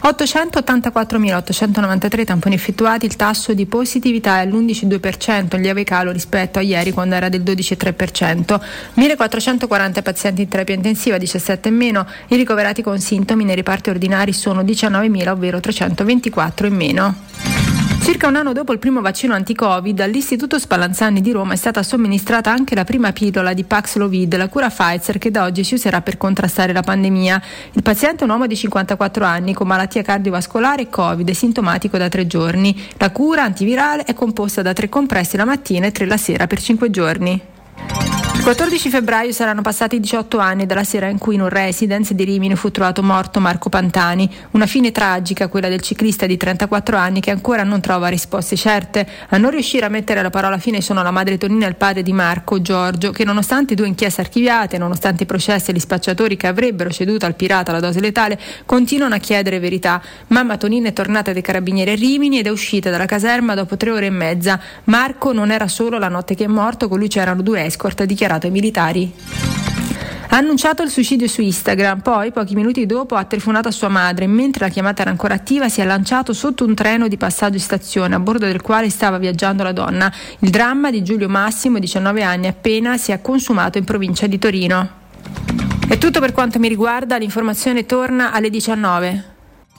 884.893 tamponi effettuati, il tasso di positività è all'11,2%, in lieve calo rispetto a ieri quando era del 12,3%. 1.440 pazienti in terapia intensiva, 17 in meno. I ricoverati con sintomi nei reparti ordinari sono 19.000, ovvero 324 in meno. Circa un anno dopo il primo vaccino anti-Covid, all'Istituto Spallanzani di Roma è stata somministrata anche la prima pillola di Paxlovid, la cura Pfizer che da oggi si userà per contrastare la pandemia. Il paziente è un uomo di 54 anni con malattia cardiovascolare e Covid, sintomatico da 3 giorni. La cura antivirale è composta da 3 compressi la mattina e 3 la sera per 5 giorni. Il 14 febbraio saranno passati 18 anni dalla sera in cui in un residence di Rimini fu trovato morto Marco Pantani. Una fine tragica, quella del ciclista di 34 anni che ancora non trova risposte certe. A non riuscire a mettere la parola fine sono la madre Tonina e il padre di Marco, Giorgio, che nonostante 2 inchieste archiviate, nonostante i processi e gli spacciatori che avrebbero ceduto al pirata la dose letale, continuano a chiedere verità. Mamma Tonina è tornata dai carabinieri a Rimini ed è uscita dalla caserma dopo 3 ore e mezza. Marco non era solo la notte che è morto, con lui c'erano 2 escort dichiarato ai militari. Ha annunciato il suicidio su Instagram, poi pochi minuti dopo ha telefonato a sua madre. Mentre la chiamata era ancora attiva si è lanciato sotto un treno di passaggio in stazione a bordo del quale stava viaggiando la donna. Il dramma di Giulio Massimo, 19 anni appena, si è consumato in provincia di Torino. È tutto per quanto mi riguarda, l'informazione torna alle 19.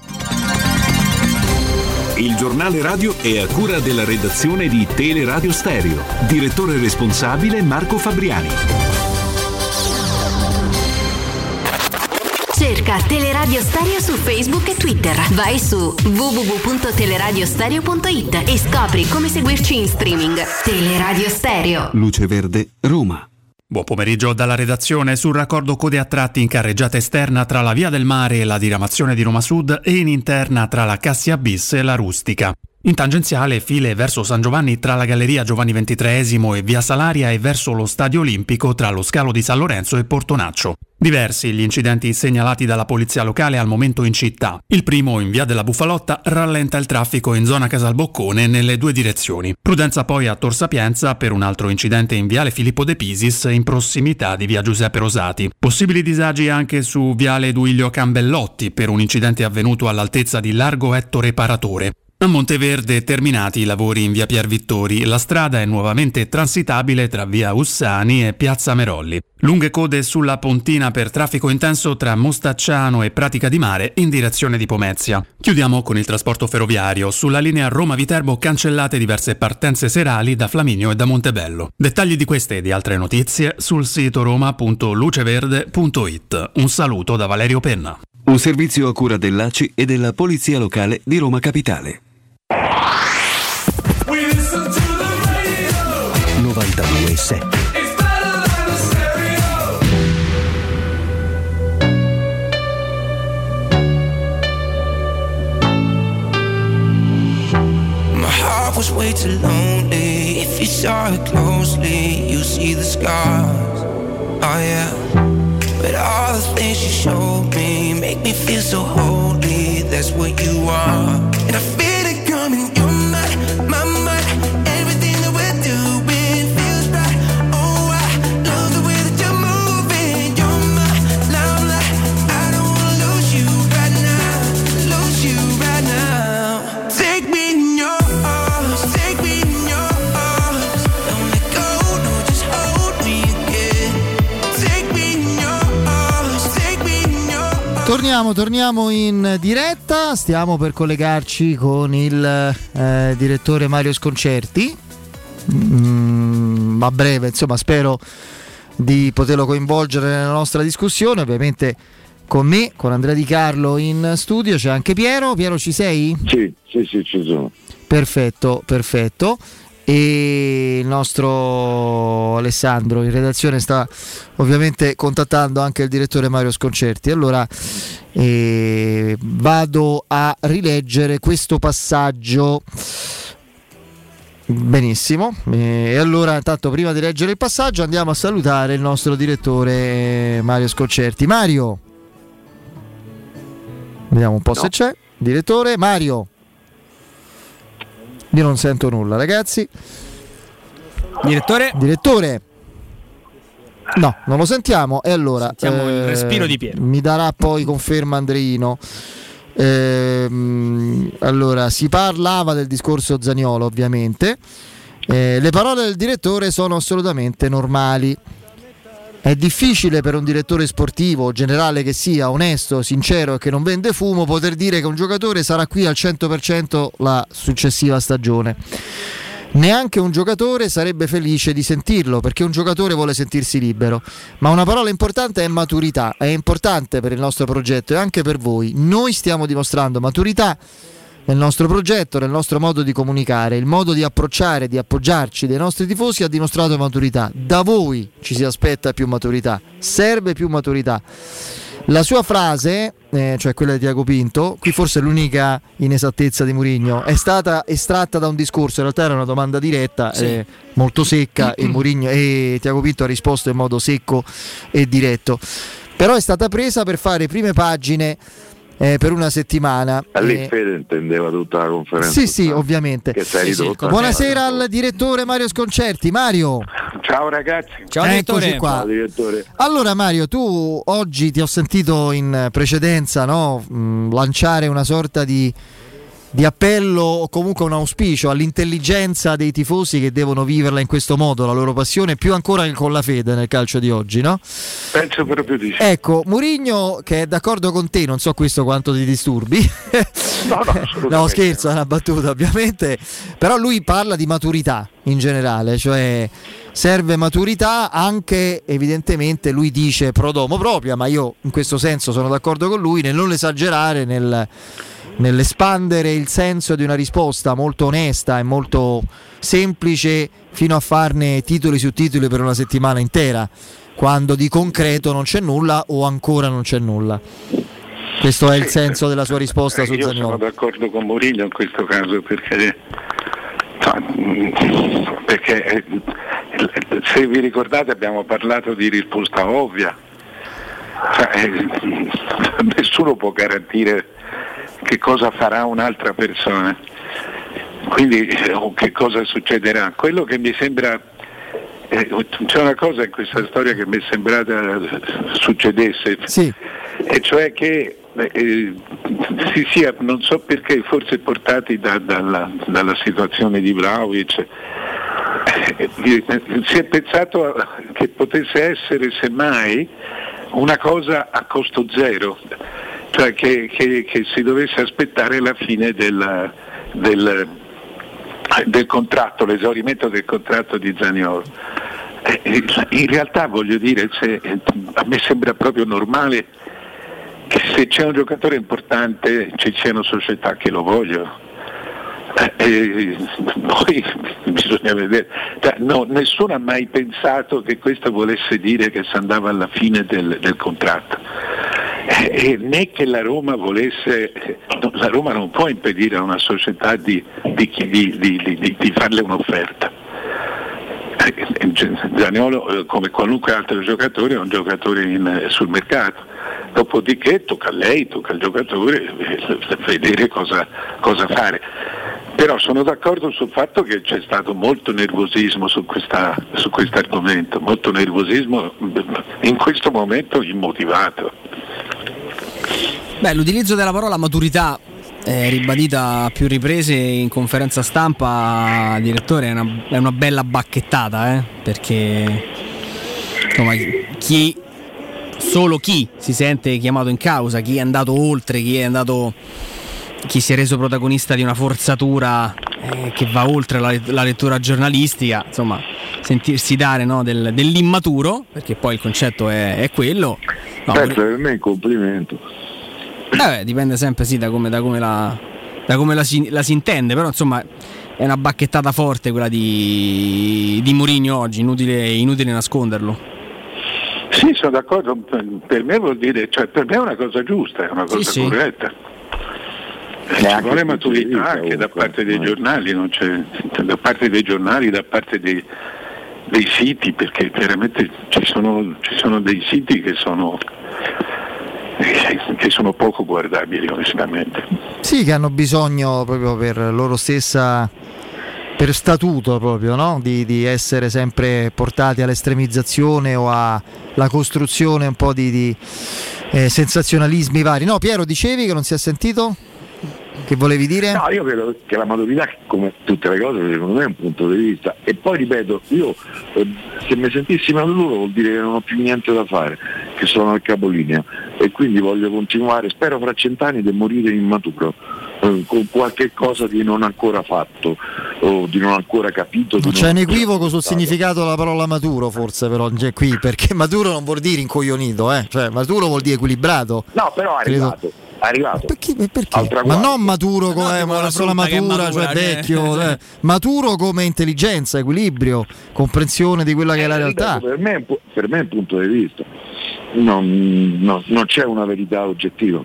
Il giornale radio è a cura della redazione di Teleradio Stereo. Direttore responsabile Marco Fabriani. Cerca Teleradio Stereo su Facebook e Twitter. Vai su www.teleradiostereo.it e scopri come seguirci in streaming. Teleradio Stereo. Luce Verde, Roma. Buon pomeriggio dalla redazione. Sul raccordo code a tratti in carreggiata esterna tra la Via del Mare e la diramazione di Roma Sud e in interna tra la Cassia Bis e la Rustica. In tangenziale file verso San Giovanni tra la Galleria Giovanni XXIII e Via Salaria e verso lo Stadio Olimpico tra lo scalo di San Lorenzo e Portonaccio. Diversi gli incidenti segnalati dalla polizia locale al momento in città. Il primo, in Via della Bufalotta, rallenta il traffico in zona Casalboccone nelle 2 direzioni. Prudenza poi a Tor Sapienza per un altro incidente in Viale Filippo De Pisis in prossimità di Via Giuseppe Rosati. Possibili disagi anche su Viale Duilio Cambellotti per un incidente avvenuto all'altezza di Largo Ettore Paratore. A Monteverde terminati i lavori in via Pier Vittori, la strada è nuovamente transitabile tra via Ussani e piazza Merolli. Lunghe code sulla Pontina per traffico intenso tra Mostacciano e Pratica di Mare in direzione di Pomezia. Chiudiamo con il trasporto ferroviario. Sulla linea Roma-Viterbo cancellate diverse partenze serali da Flaminio e da Montebello. Dettagli di queste e di altre notizie sul sito roma.luceverde.it. Un saluto da Valerio Penna. Un servizio a cura dell'ACI e della Polizia Locale di Roma Capitale. 92.7. Was way too lonely. If you saw it closely, you see the scars. Oh yeah. But all the things you showed me make me feel so holy. That's what you are. And I feel it coming. You're my mind. Everything that we're doing feels right. Oh, I love the way that you're moving. You're my limelight. I don't wanna lose you right now. Lose you right now. Take me in your Torniamo in diretta, stiamo per collegarci con il direttore Mario Sconcerti, a breve, insomma, spero di poterlo coinvolgere nella nostra discussione. Ovviamente con me, con Andrea Di Carlo in studio, c'è anche Piero. Piero, ci sei? Sì, ci sono. Perfetto. E il nostro Alessandro in redazione sta ovviamente contattando anche il direttore Mario Sconcerti. Allora vado a rileggere questo passaggio. Benissimo, e allora intanto, prima di leggere il passaggio, andiamo a salutare il nostro direttore Mario Sconcerti. Mario, vediamo un po' se c'è. Direttore Mario, io non sento nulla, ragazzi. Direttore, no, non lo sentiamo. E allora sentiamo il respiro di Piero. Mi darà poi conferma Andreino. Allora, si parlava del discorso Zaniolo, ovviamente. Le parole del direttore sono assolutamente normali. È difficile per un direttore sportivo, generale che sia, onesto, sincero e che non vende fumo, poter dire che un giocatore sarà qui al 100% la successiva stagione. Neanche un giocatore sarebbe felice di sentirlo, perché un giocatore vuole sentirsi libero. Ma una parola importante è maturità. È importante per il nostro progetto e anche per voi. Noi stiamo dimostrando maturità nel nostro progetto, nel nostro modo di comunicare. Il modo di approcciare, di appoggiarci dei nostri tifosi ha dimostrato maturità. Da voi ci si aspetta più maturità. Serve più maturità. La sua frase, cioè quella di Tiago Pinto, qui forse è l'unica inesattezza di Mourinho, è stata estratta da un discorso, in realtà era una domanda diretta, sì, molto secca, e Tiago Pinto ha risposto in modo secco e diretto, però è stata presa per fare prime pagine per una settimana. Lì Fede intendeva tutta la conferenza. Sì, ovviamente. Che sei ridotta. Buonasera al direttore Mario Sconcerti. Mario. Ciao ragazzi. Ciao Eccoci qua. Ciao direttore. Allora Mario, tu oggi ti ho sentito in precedenza, no? Lanciare una sorta di appello o comunque un auspicio all'intelligenza dei tifosi che devono viverla in questo modo, la loro passione, più ancora che con la fede nel calcio di oggi, no? Penso proprio di sì. Ecco, Mourinho, che è d'accordo con te, non so questo quanto ti disturbi. No, scherzo, è una battuta ovviamente, però lui parla di maturità in generale, cioè serve maturità anche, evidentemente lui dice pro domo propria, ma io in questo senso sono d'accordo con lui nel non esagerare, nell'espandere il senso di una risposta molto onesta e molto semplice fino a farne titoli su titoli per una settimana intera, quando di concreto non c'è nulla o ancora non c'è nulla. Questo è il senso della sua risposta su Zaniolo. Io sono d'accordo con Mourinho in questo caso, perché se vi ricordate abbiamo parlato di risposta ovvia, nessuno può garantire che cosa farà un'altra persona, quindi o che cosa succederà. Quello che mi sembra, c'è una cosa in questa storia che mi è sembrata succedesse, sì, e cioè che si sia, non so perché, forse portati dalla situazione di Vlahovic, si è pensato che potesse essere semmai una cosa a costo zero, cioè che si dovesse aspettare la fine del contratto, l'esaurimento del contratto di Zaniolo. In realtà, voglio dire, a me sembra proprio normale che se c'è un giocatore importante ci siano società che lo vogliono. Poi bisogna vedere, nessuno ha mai pensato che questo volesse dire che si andava alla fine del contratto, né che la Roma la Roma non può impedire a una società di farle un'offerta. Zaniolo, come qualunque altro giocatore, è un giocatore sul mercato. Dopodiché tocca a lei, tocca al giocatore vedere cosa fare. Però sono d'accordo sul fatto che c'è stato molto nervosismo su questo argomento, molto nervosismo in questo momento immotivato. L'utilizzo della parola maturità è ribadita a più riprese in conferenza stampa, direttore, è una bella bacchettata, perché insomma, chi solo chi si sente chiamato in causa, chi è andato oltre, chi si è reso protagonista di una forzatura che va oltre la lettura giornalistica, insomma, sentirsi dare, no, dell'immaturo, perché poi il concetto è quello. No, per me è un complimento. Dipende sempre da come la si intende, però insomma è una bacchettata forte quella di Mourinho oggi, inutile nasconderlo. Sì, sono d'accordo, per me vuol dire, cioè per me è una cosa giusta, è una cosa corretta. Ci vuole maturità anche da parte dei giornali, non c'è, da parte dei giornali, da parte dei siti, perché veramente ci sono dei siti che sono poco guardabili, onestamente. Sì, che hanno bisogno proprio per loro stessa, per statuto proprio, no? Di essere sempre portati all'estremizzazione o alla costruzione un po' di sensazionalismi vari. No, Piero, dicevi che non si è sentito? Che volevi dire? No, io credo che la maturità, come tutte le cose, secondo me è un punto di vista. E poi ripeto, io se mi sentissi maturo vuol dire che non ho più niente da fare, che sono al capolinea, e quindi voglio continuare, spero fra 100 anni di morire immaturo, con qualche cosa di non ancora fatto o di non ancora capito. C'è un equivoco sul significato della parola maturo, forse, però c'è qui, perché maturo non vuol dire incoglionito, cioè maturo vuol dire equilibrato. No, però arrivato. Perché? Ma non maturo come una sola matura, cioè vecchio, maturo come intelligenza, equilibrio, comprensione di quella che è la realtà. Per me è un punto di vista, non c'è una verità oggettiva.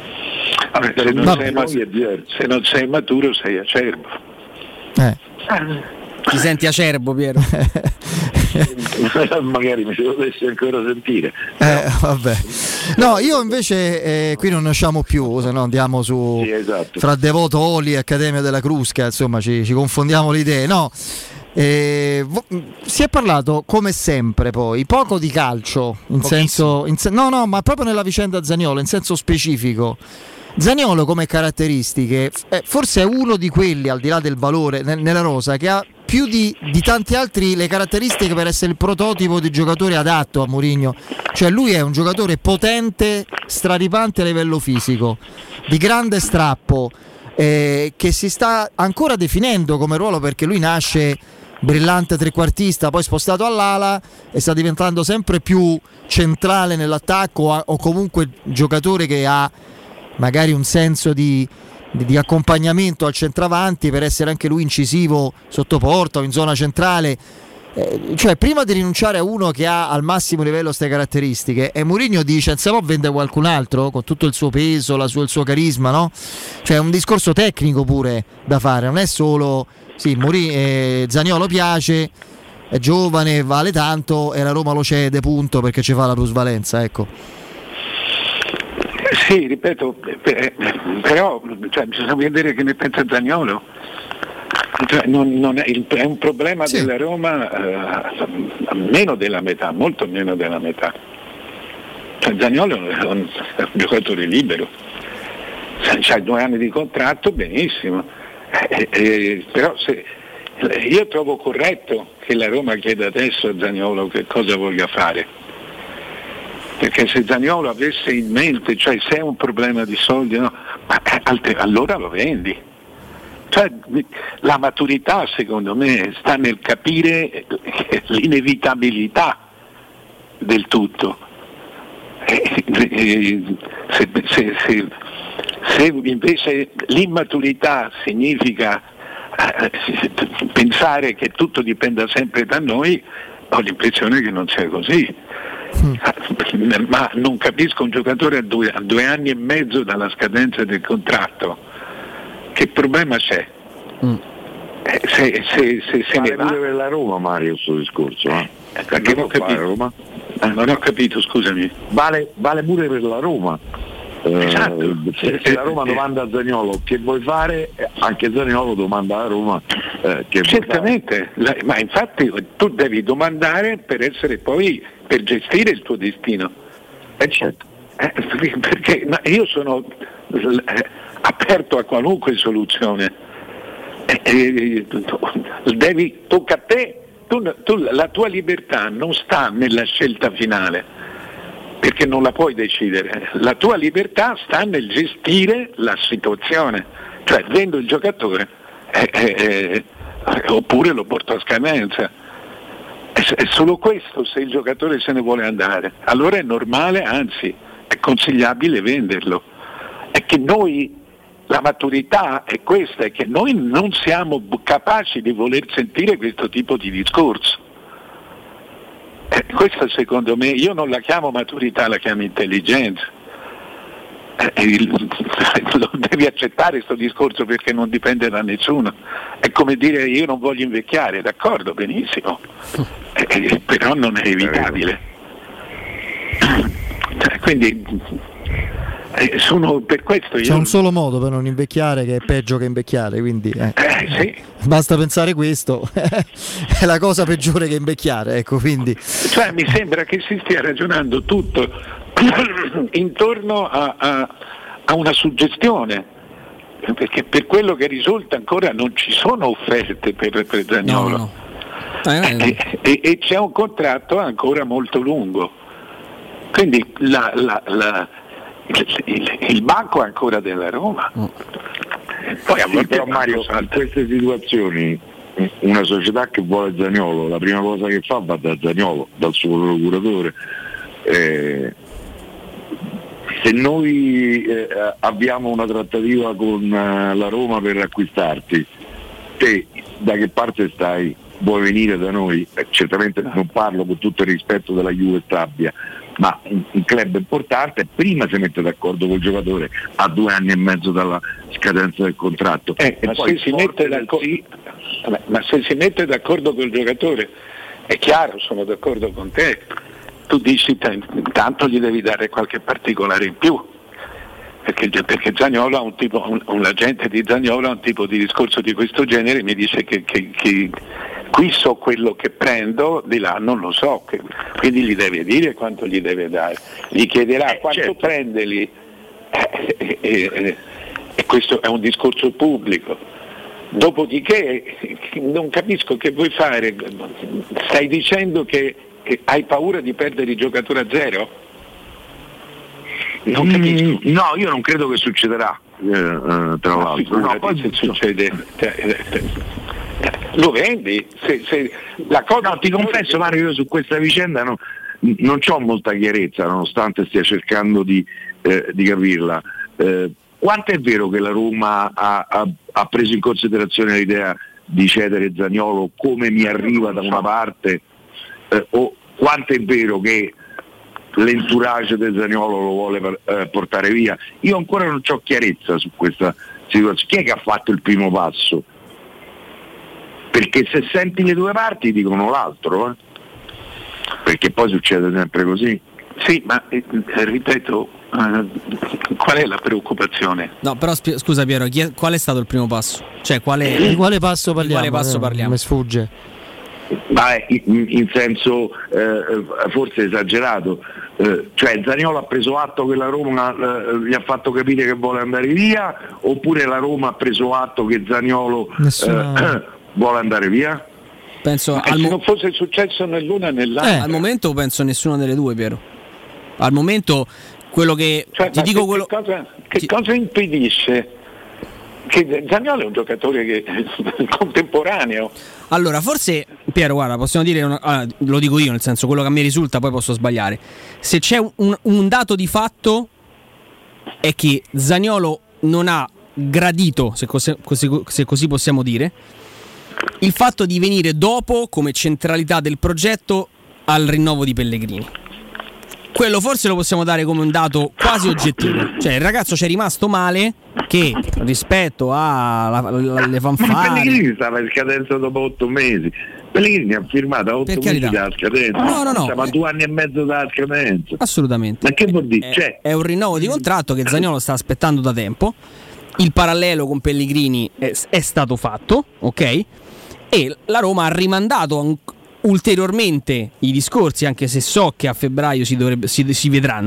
Se non sei maturo sei acerbo. Ti senti acerbo, Piero? Magari mi dovessi ancora sentire. Vabbè. No, io invece qui non ne usciamo più, se no andiamo su fra Devoto Oli e Accademia della Crusca, insomma ci confondiamo le idee. No, si è parlato come sempre poi poco di calcio, ma proprio nella vicenda Zaniolo, in senso specifico. Zaniolo come caratteristiche forse è uno di quelli, al di là del valore nella rosa, che ha più di tanti altri le caratteristiche per essere il prototipo di giocatore adatto a Mourinho. Cioè lui è un giocatore potente, straripante a livello fisico, di grande strappo, che si sta ancora definendo come ruolo, perché lui nasce brillante trequartista, poi spostato all'ala e sta diventando sempre più centrale nell'attacco, o comunque giocatore che ha magari un senso di accompagnamento al centravanti per essere anche lui incisivo sotto porta o in zona centrale. Cioè prima di rinunciare a uno che ha al massimo livello queste caratteristiche, e Mourinho dice anziché vende qualcun altro con tutto il suo peso, il suo carisma, no? Cioè è un discorso tecnico pure da fare, non è solo Zaniolo piace, è giovane, vale tanto e la Roma lo cede, punto, perché ci fa la plusvalenza, ecco. Sì, ripeto, però bisogna vedere che ne pensa Zaniolo. Cioè, non è un problema della Roma meno della metà, molto meno della metà. Cioè, Zaniolo è un giocatore libero, c'ha 2 anni di contratto, benissimo, però io trovo corretto che la Roma chieda adesso a Zaniolo che cosa voglia fare. Perché se Zaniolo avesse in mente, cioè se è un problema di soldi, no, allora lo vendi. Cioè, la maturità secondo me sta nel capire l'inevitabilità del tutto. Se invece l'immaturità significa pensare che tutto dipenda sempre da noi, ho l'impressione che non sia così. Ma non capisco un giocatore a 2 anni e mezzo dalla scadenza del contratto, che problema c'è? Se ne va per la Roma, Mario, questo discorso, perché non ho capito. Non ho capito, scusami. Vale pure per la Roma. Esatto. Se la Roma domanda a Zaniolo che vuoi fare, anche Zaniolo domanda alla Roma che certamente vuoi fare. Ma infatti tu devi domandare per essere poi, per gestire il tuo destino. Certo. Perché io sono aperto a qualunque soluzione. Tocca a te, la tua libertà non sta nella scelta finale, perché non la puoi decidere. La tua libertà sta nel gestire la situazione, cioè vendo il giocatore oppure lo porto a scadenza. È solo questo, se il giocatore se ne vuole andare. Allora è normale, anzi è consigliabile venderlo. È che noi, la maturità è questa, è che noi non siamo capaci di voler sentire questo tipo di discorso. Questa secondo me, io non la chiamo maturità, la chiamo intelligenza. Lo devi accettare questo discorso perché non dipende da nessuno. È come dire io non voglio invecchiare, d'accordo, benissimo, però non è evitabile. Quindi sono per questo c'è un solo modo per non invecchiare, che è peggio che invecchiare, quindi sì. Basta pensare questo. È la cosa peggiore che invecchiare, ecco, quindi cioè mi sembra che si stia ragionando tutto intorno a una suggestione, perché per quello che risulta ancora non ci sono offerte per Zaniolo. No. E c'è un contratto ancora molto lungo, quindi il banco è ancora della Roma. Poi a volte però Mario, in queste situazioni una società che vuole Zaniolo, la prima cosa che fa va da Zaniolo, dal suo procuratore. Se noi abbiamo una trattativa con la Roma per acquistarti, te da che parte stai? Vuoi venire da noi? Certamente non parlo con tutto il rispetto della Juve Stabia, ma un club importante prima si mette d'accordo col giocatore a 2 anni e mezzo dalla scadenza del contratto. Ma se si mette d'accordo col giocatore, è chiaro, sono d'accordo con te, tu dici intanto gli devi dare qualche particolare in più, perché Zaniolo ha un agente di Zaniolo ha un tipo di discorso di questo genere, mi dice che qui so quello che prendo, di là non lo so, quindi gli deve dire quanto gli deve dare, gli chiederà quanto certo. Prende lì, e questo è un discorso pubblico. Dopodiché non capisco che vuoi fare, stai dicendo che hai paura di perdere i giocatori a zero? Non capisco. No, io non credo che succederà, tra l'altro. No, poi se succede lo vendi. Se la cosa no, ti confesso Mario, io su questa vicenda non c'ho molta chiarezza, nonostante stia cercando di capirla. Quanto è vero che la Roma ha preso in considerazione l'idea di cedere Zaniolo come mi arriva da una parte, o quanto è vero che l'entourage del Zaniolo lo vuole portare via? Io ancora non ho chiarezza su questa situazione. Chi è che ha fatto il primo passo? Perché se senti le due parti dicono l'altro, perché poi succede sempre così. Sì, ma ripeto, qual è la preoccupazione? No, però scusa Piero, qual è stato il primo passo? Cioè di quale passo parliamo? Di quale passo parliamo? Mi sfugge. In senso forse esagerato, cioè Zaniolo ha preso atto che la Roma gli ha fatto capire che vuole andare via, oppure la Roma ha preso atto che Zaniolo vuole andare via? Penso se non fosse successo né l'una né l'altra. Al momento penso nessuna delle due, Piero. Al momento quello che ti dico quello cosa impedisce? Che Zaniolo è un giocatore contemporaneo. Allora, forse Piero, guarda, possiamo dire lo dico io, nel senso, quello che a me risulta, poi posso sbagliare. Se c'è un dato di fatto è che Zaniolo non ha gradito, se così possiamo dire, il fatto di venire dopo come centralità del progetto al rinnovo di Pellegrini. Quello forse lo possiamo dare come un dato quasi oggettivo. Cioè il ragazzo ci è rimasto male che rispetto alle fanfare. Ma Pellegrini stava in scadenza dopo 8 mesi. Pellegrini ha firmato a 8 mesi dalla scadenza. No. Stava 2 anni e mezzo dalla scadenza. Assolutamente. Ma che vuol dire? È un rinnovo di contratto che Zaniolo sta aspettando da tempo. Il parallelo con Pellegrini è stato fatto, ok? E la Roma ha rimandato ulteriormente i discorsi, anche se so che a febbraio si vedranno,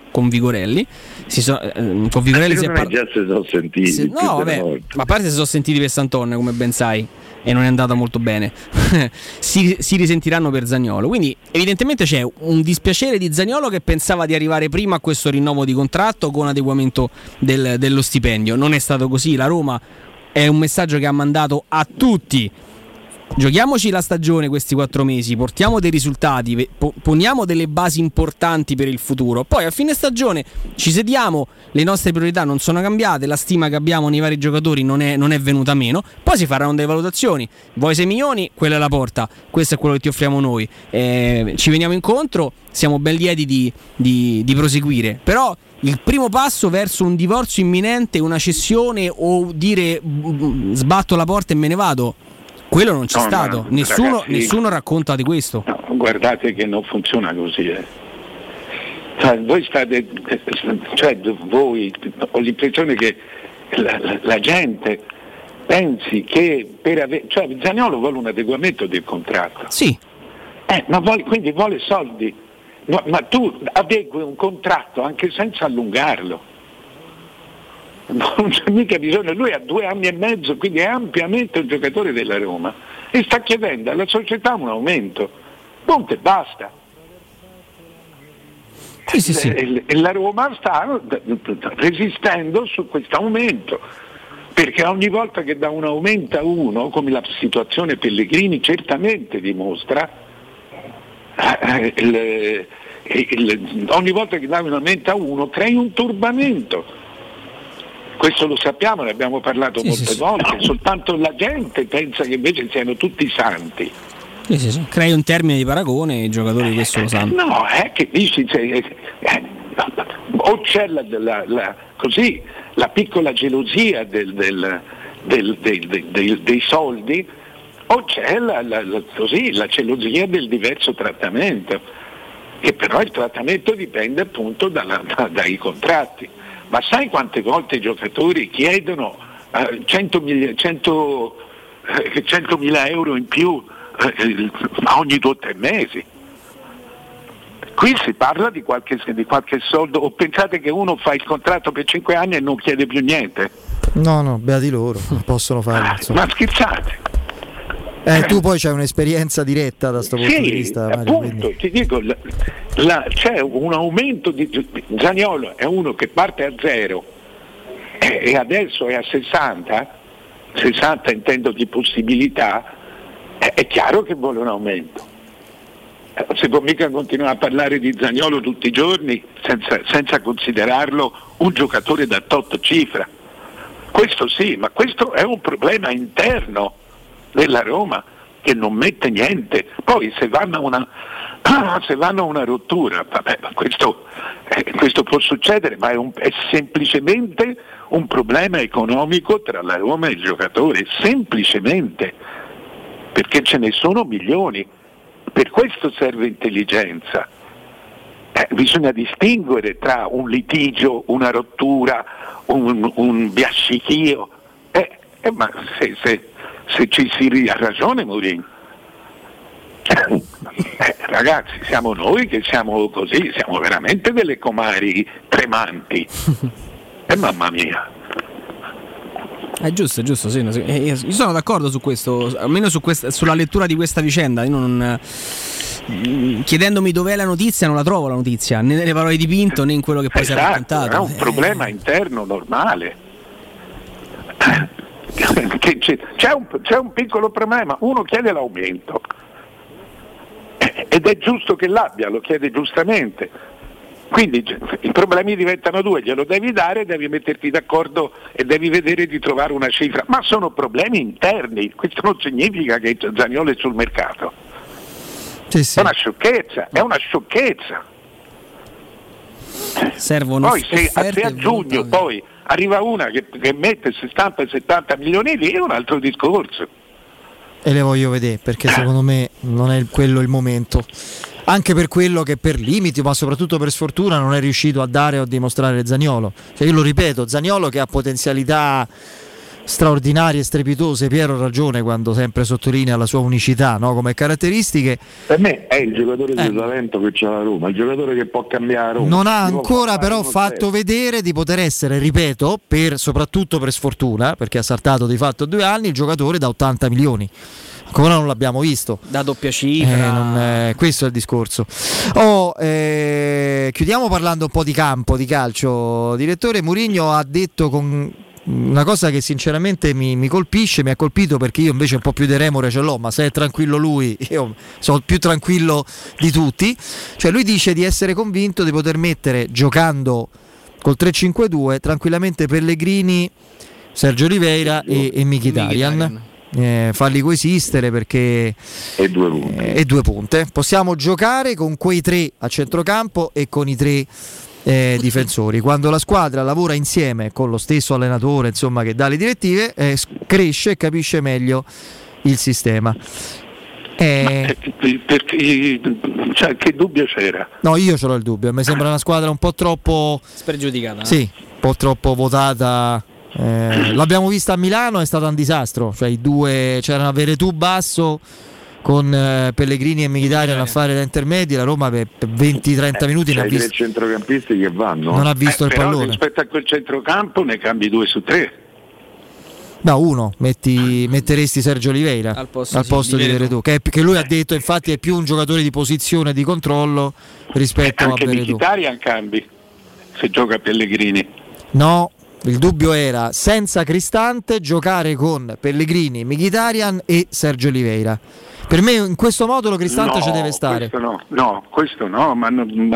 con Vigorelli. Con Vigorelli si è già si sono sentiti. No, vabbè, ma a parte si sono sentiti per Santon, come ben sai, e non è andata molto bene. si risentiranno per Zaniolo. Quindi evidentemente c'è un dispiacere di Zaniolo, che pensava di arrivare prima a questo rinnovo di contratto con adeguamento dello stipendio. Non è stato così. La Roma è un messaggio che ha mandato a tutti: giochiamoci la stagione questi 4 mesi, portiamo dei risultati, poniamo delle basi importanti per il futuro, poi a fine stagione ci sediamo, le nostre priorità non sono cambiate, la stima che abbiamo nei vari giocatori non è venuta meno, poi si faranno delle valutazioni. Vuoi 6 milioni? Quella è la porta, questo è quello che ti offriamo noi, ci veniamo incontro, siamo ben lieti di proseguire. Però il primo passo verso un divorzio imminente, una cessione, o dire sbatto la porta e me ne vado, quello non c'è stato. Nessuno racconta di questo. No, guardate che non funziona così. Voi state, voi, ho l'impressione che la gente pensi che Zaniolo vuole un adeguamento del contratto. Sì. Quindi vuole soldi. Ma tu adegui un contratto anche senza allungarlo. Non c'è mica bisogno, lui ha 2 anni e mezzo, quindi è ampiamente un giocatore della Roma e sta chiedendo alla società un aumento, punto e basta. Sì. E la Roma sta resistendo su questo aumento, perché ogni volta che dà un aumento a uno, come la situazione Pellegrini certamente dimostra, ogni volta che dà un aumento a uno crei un turbamento. Questo lo sappiamo, ne abbiamo parlato molte volte, soltanto la gente pensa che invece siano tutti santi. Sì. Crei un termine di paragone e i giocatori questo lo sanno. No, che dici, o c'è la piccola gelosia dei soldi, o c'è la gelosia del diverso trattamento, che però il trattamento dipende appunto dai contratti. Ma sai quante volte i giocatori chiedono 100.000 euro in più ogni 2 o 3 mesi? Qui si parla di qualche soldo, o pensate che uno fa il contratto per 5 anni e non chiede più niente? No, beati loro, non possono farlo. Ma scherzate? Tu poi c'hai un'esperienza diretta da questo punto di vista, Mario, appunto, quindi ti dico, c'è un aumento di Zaniolo, è uno che parte a 0 e adesso è a 60 intendo di possibilità, è chiaro che vuole un aumento. Non si può mica continuare a parlare di Zaniolo tutti i giorni senza considerarlo un giocatore da tot cifra. Questo sì, ma questo è un problema interno della Roma, che non mette niente. Poi se vanno a una rottura, vabbè, questo può succedere, ma è semplicemente un problema economico tra la Roma e il giocatore, semplicemente, perché ce ne sono milioni. Per questo serve intelligenza. Bisogna distinguere tra un litigio, una rottura, un biascichio, ma se ci si ha ragione Mourinho. Ragazzi, siamo noi che siamo così, siamo veramente delle comari tremanti. Mamma mia. È giusto, sì. Io sono d'accordo su questo, almeno sulla lettura di questa vicenda. Io chiedendomi dov'è la notizia, non la trovo la notizia, né nelle parole di Pinto né in quello che poi si è raccontato. È un problema interno normale. C'è un piccolo problema, uno chiede l'aumento ed è giusto che l'abbia, lo chiede giustamente, quindi i problemi diventano 2, glielo devi dare, devi metterti d'accordo e devi vedere di trovare una cifra, ma sono problemi interni, questo non significa che Zaniolo è sul mercato. Sì. È una sciocchezza. Servono poi se a giugno poi arriva una che mette 60-70 milioni lì, è un altro discorso. E le voglio vedere, perché secondo me non è quello il momento, anche per quello che per limiti, ma soprattutto per sfortuna, non è riuscito a dare o a dimostrare Zaniolo. Cioè, io lo ripeto, Zaniolo che ha potenzialità straordinarie, strepitose. Piero ha ragione quando sempre sottolinea la sua unicità, no? Come caratteristiche. Per me è il giocatore di talento che c'ha la Roma, il giocatore che può cambiare Roma. Non ha ancora però fatto vedere di poter essere, ripeto, soprattutto per sfortuna, perché ha saltato di fatto 2 anni, il giocatore da 80 milioni. Ancora non l'abbiamo visto. Da doppia cifra. Questo è il discorso. Chiudiamo parlando un po' di campo, di calcio. Direttore, Mourinho ha detto con una cosa che sinceramente mi colpisce, mi ha colpito, perché io invece un po' più di remore ce l'ho, ma se è tranquillo lui, io sono più tranquillo di tutti. Cioè lui dice di essere convinto di poter mettere, giocando col 3-5-2, tranquillamente Pellegrini, Sergio Oliveira e Mkhitaryan. Farli coesistere perché e 2 punte. E 2 punte. Possiamo giocare con quei 3 a centrocampo e con i 3 difensori. Quando la squadra lavora insieme con lo stesso allenatore, insomma, che dà le direttive, cresce e capisce meglio il sistema. Perché, cioè, che dubbio c'era? No, io ce l'ho il dubbio. Mi sembra una squadra un po' troppo spregiudicata. Sì, un po' troppo votata. L'abbiamo vista a Milano, è stato un disastro. Cioè i due, c'era Veretù basso con Pellegrini e Mkhitaryan a fare da intermedi. La Roma per 20-30 minuti non ha visto 3 centrocampisti che vanno. Non ha visto il pallone. Rispetto a quel centrocampo ne cambi 2 su 3. No, uno metteresti Sergio Oliveira al posto di Veretù, che lui ha detto infatti è più un giocatore di posizione, di controllo rispetto a Veretù. Anche Mkhitaryan cambi se gioca Pellegrini. No, il dubbio era senza Cristante giocare con Pellegrini, Mkhitaryan e Sergio Oliveira. Per me in questo modulo Cristante ci deve stare. Questo no, ma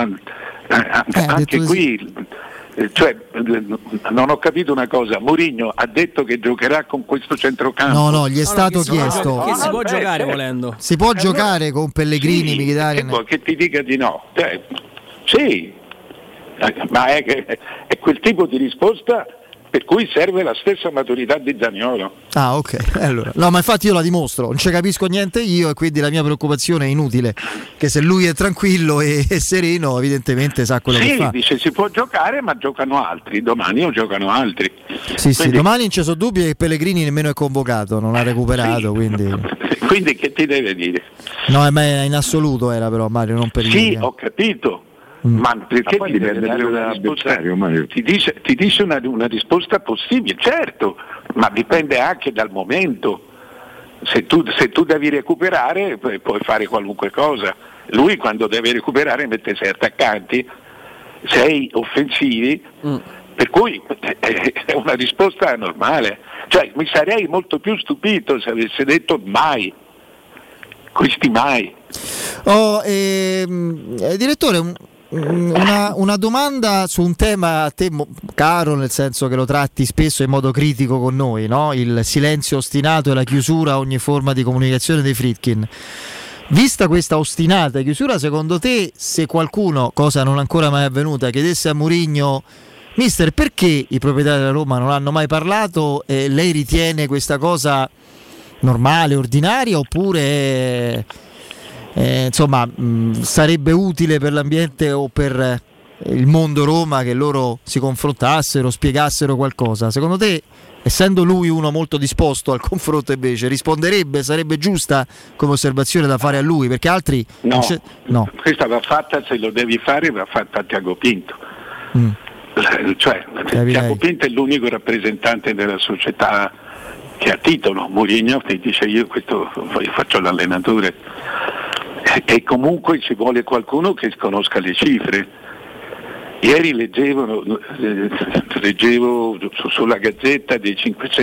anche qui cioè, non ho capito una cosa. Mourinho ha detto che giocherà con questo centrocampo. No, gli è stato chiesto che si può giocare volendo. Si può giocare con Pellegrini, Mkhitaryan. Che ti dica di no. Sì, ma è quel tipo di risposta per cui serve la stessa maturità di Zaniolo. Ah, ok. Allora, no, ma infatti io la dimostro, non ci capisco niente io e quindi la mia preoccupazione è inutile, che se lui è tranquillo e sereno evidentemente sa quello che fa. Sì, dice si può giocare ma giocano altri, domani o giocano altri. Sì, domani non ci sono dubbi che Pellegrini nemmeno è convocato, non ha recuperato, quindi che ti deve dire? No, ma in assoluto era però Mario, non per Sì, ho capito. Ma perché ti deve dare una risposta? Ti dice una risposta possibile, certo, ma dipende anche dal momento. Se tu devi recuperare puoi fare qualunque cosa. Lui quando deve recuperare mette 6 attaccanti, 6 offensivi, per cui è una risposta normale. Cioè mi sarei molto più stupito se avesse detto mai. Questi mai. Direttore, una domanda su un tema a te caro, nel senso che lo tratti spesso in modo critico con noi, no? Il silenzio ostinato e la chiusura a ogni forma di comunicazione dei Friedkin. Vista questa ostinata chiusura, secondo te, se qualcuno, cosa non ancora mai avvenuta, chiedesse a Mourinho: mister, perché i proprietari della Roma non hanno mai parlato, lei ritiene questa cosa normale, ordinaria, oppure insomma sarebbe utile per l'ambiente o per il mondo Roma che loro si confrontassero, spiegassero qualcosa? Secondo te, essendo lui uno molto disposto al confronto, invece risponderebbe? Sarebbe giusta come osservazione da fare a lui? Perché altri no. Questa va fatta, se lo devi fare va fatta a Tiago Pinto. Cioè Tiago Pinto è l'unico rappresentante della società che ha titolo. Mourinho ti dice io questo faccio l'allenatore. E comunque ci vuole qualcuno che conosca le cifre. Ieri leggevo sulla Gazzetta dei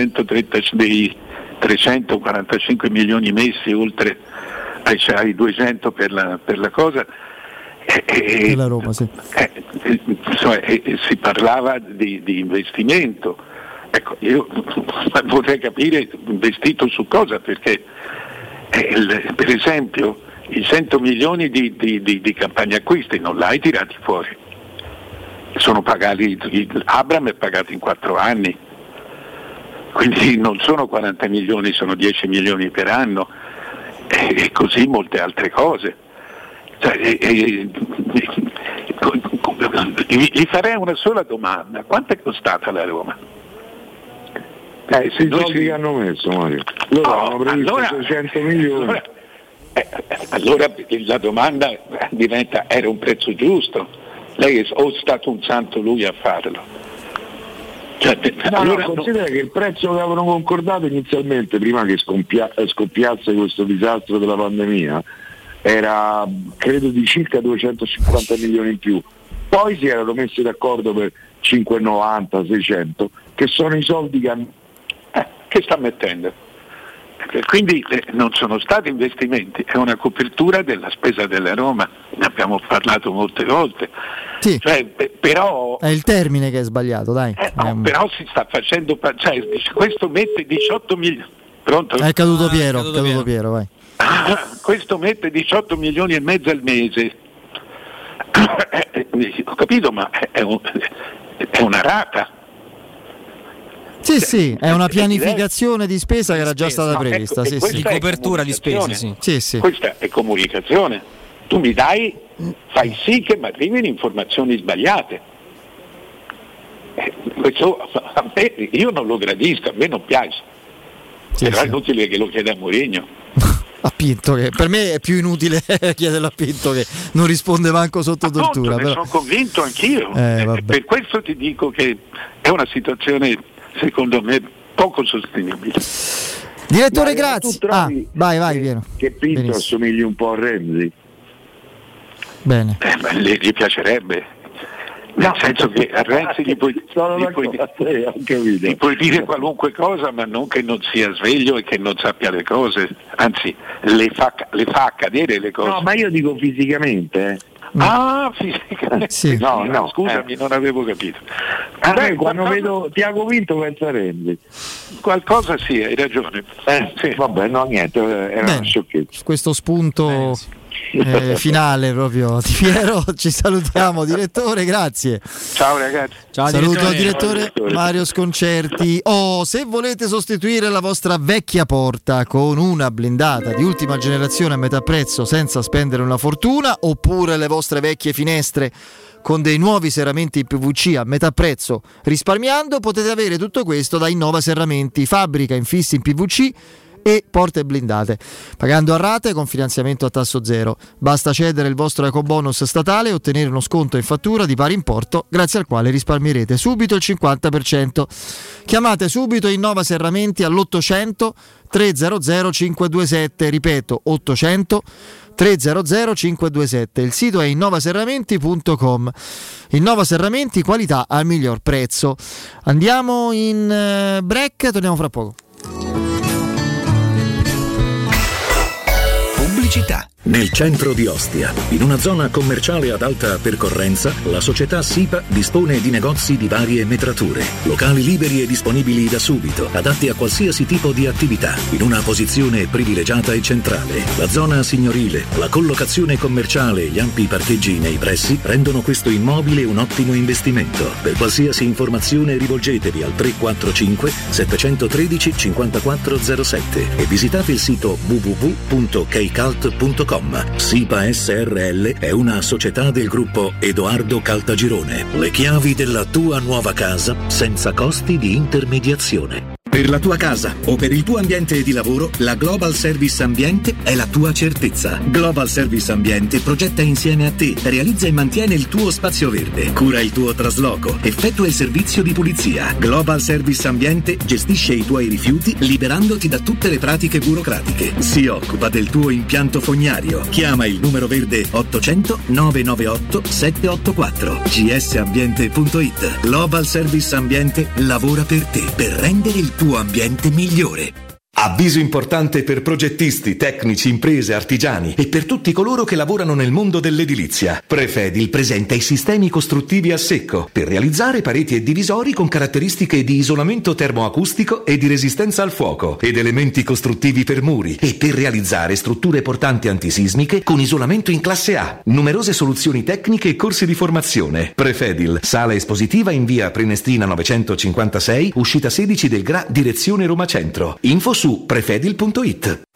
345 milioni messi oltre ai 200 per la cosa. Per la Roma, sì. Si parlava di investimento. Ecco, io vorrei capire investito su cosa, perché per esempio i 100 milioni di campagna acquisti non l'hai tirati fuori, sono pagati, Abraham è pagato in 4 anni, quindi non sono 40 milioni, sono 10 milioni per anno, e così molte altre cose. Gli farei una sola domanda: quanto è costata la Roma? Sì, soldi che hanno messo, Mario. Loro hanno previsto 600 milioni. Allora la domanda diventa: era un prezzo giusto? Lei è stato un santo lui a farlo? Considera che il prezzo che avevano concordato inizialmente, prima che scoppiasse questo disastro della pandemia, era credo di circa 250 milioni in più. Poi si erano messi d'accordo per 5,90, 600, che sono i soldi che sta mettendo. Quindi non sono stati investimenti, è una copertura della spesa della Roma, ne abbiamo parlato molte volte. Sì. Però è il termine che è sbagliato, dai. Però si sta facendo, questo mette 18 milioni. Pronto? È caduto Piero, vai. Questo mette 18 milioni e mezzo al mese. Ho capito, ma è una rata. Sì, è una pianificazione di spesa che era già stata prevista. Di copertura di spesa, sì. Questa è comunicazione. Tu mi dai, fai sì che mi arrivino informazioni sbagliate. Questo io non lo gradisco, a me non piace. Però è inutile che lo chieda a Mourinho. A Pinto, che per me è più inutile chiederlo a Pinto, che non risponde manco sotto tortura. Ne sono convinto anch'io. Per questo ti dico che è una situazione, secondo me, poco sostenibile. Direttore, grazie. Vai Piero. Che Pinto assomigli un po' a Renzi. Bene. Gli piacerebbe. Nel senso che a Renzi gli puoi dire qualunque cosa, ma non che non sia sveglio e che non sappia le cose, anzi le fa accadere le cose. No, ma io dico fisicamente. Fisicamente. Sì. No, scusami, non avevo capito. Quando vedo Tiago Pinto penso a Renzi. Qualcosa sì, hai ragione. Sì. Vabbè, no, niente, era una sciocchezza. Questo spunto finale proprio di Piero, ci salutiamo. Direttore, grazie. Ciao ragazzi. Saluto al direttore Mario Sconcerti. Se volete sostituire la vostra vecchia porta con una blindata di ultima generazione a metà prezzo senza spendere una fortuna, oppure le vostre vecchie finestre con dei nuovi serramenti in PVC a metà prezzo risparmiando, potete avere tutto questo da Innova Serramenti, fabbrica infissi in PVC e porte blindate, pagando a rate con finanziamento a tasso zero. Basta cedere il vostro ecobonus statale e ottenere uno sconto in fattura di pari importo, grazie al quale risparmierete subito il 50%. Chiamate subito Innova Serramenti all'800 300 527, ripeto 800 300 527. Il sito è innovaserramenti.com. Innova Serramenti, qualità al miglior prezzo. Andiamo in break, torniamo fra poco. Pubblicità. Nel centro di Ostia, in una zona commerciale ad alta percorrenza, la società SIPA dispone di negozi di varie metrature, locali liberi e disponibili da subito, adatti a qualsiasi tipo di attività, in una posizione privilegiata e centrale. La zona signorile, la collocazione commerciale e gli ampi parcheggi nei pressi rendono questo immobile un ottimo investimento. Per qualsiasi informazione rivolgetevi al 345 713 5407 e visitate il sito www.kcalt.com. SIPA SRL è una società del gruppo Edoardo Caltagirone. Le chiavi della tua nuova casa senza costi di intermediazione. Per la tua casa o per il tuo ambiente di lavoro, la Global Service Ambiente è la tua certezza. Global Service Ambiente progetta insieme a te, realizza e mantiene il tuo spazio verde, cura il tuo trasloco, effettua il servizio di pulizia. Global Service Ambiente gestisce i tuoi rifiuti liberandoti da tutte le pratiche burocratiche. Si occupa del tuo impianto fognario. Chiama il numero verde 800 998 784. gsambiente.it. Global Service Ambiente lavora per te, per rendere il tuo ambiente migliore. Avviso importante per progettisti, tecnici, imprese, artigiani e per tutti coloro che lavorano nel mondo dell'edilizia. Prefedil presenta i sistemi costruttivi a secco per realizzare pareti e divisori con caratteristiche di isolamento termoacustico e di resistenza al fuoco ed elementi costruttivi per muri e per realizzare strutture portanti antisismiche con isolamento in classe A. Numerose soluzioni tecniche e corsi di formazione. Prefedil, sala espositiva in via Prenestina 956, uscita 16 del GRA, direzione Roma Centro. Info su prefedil.it.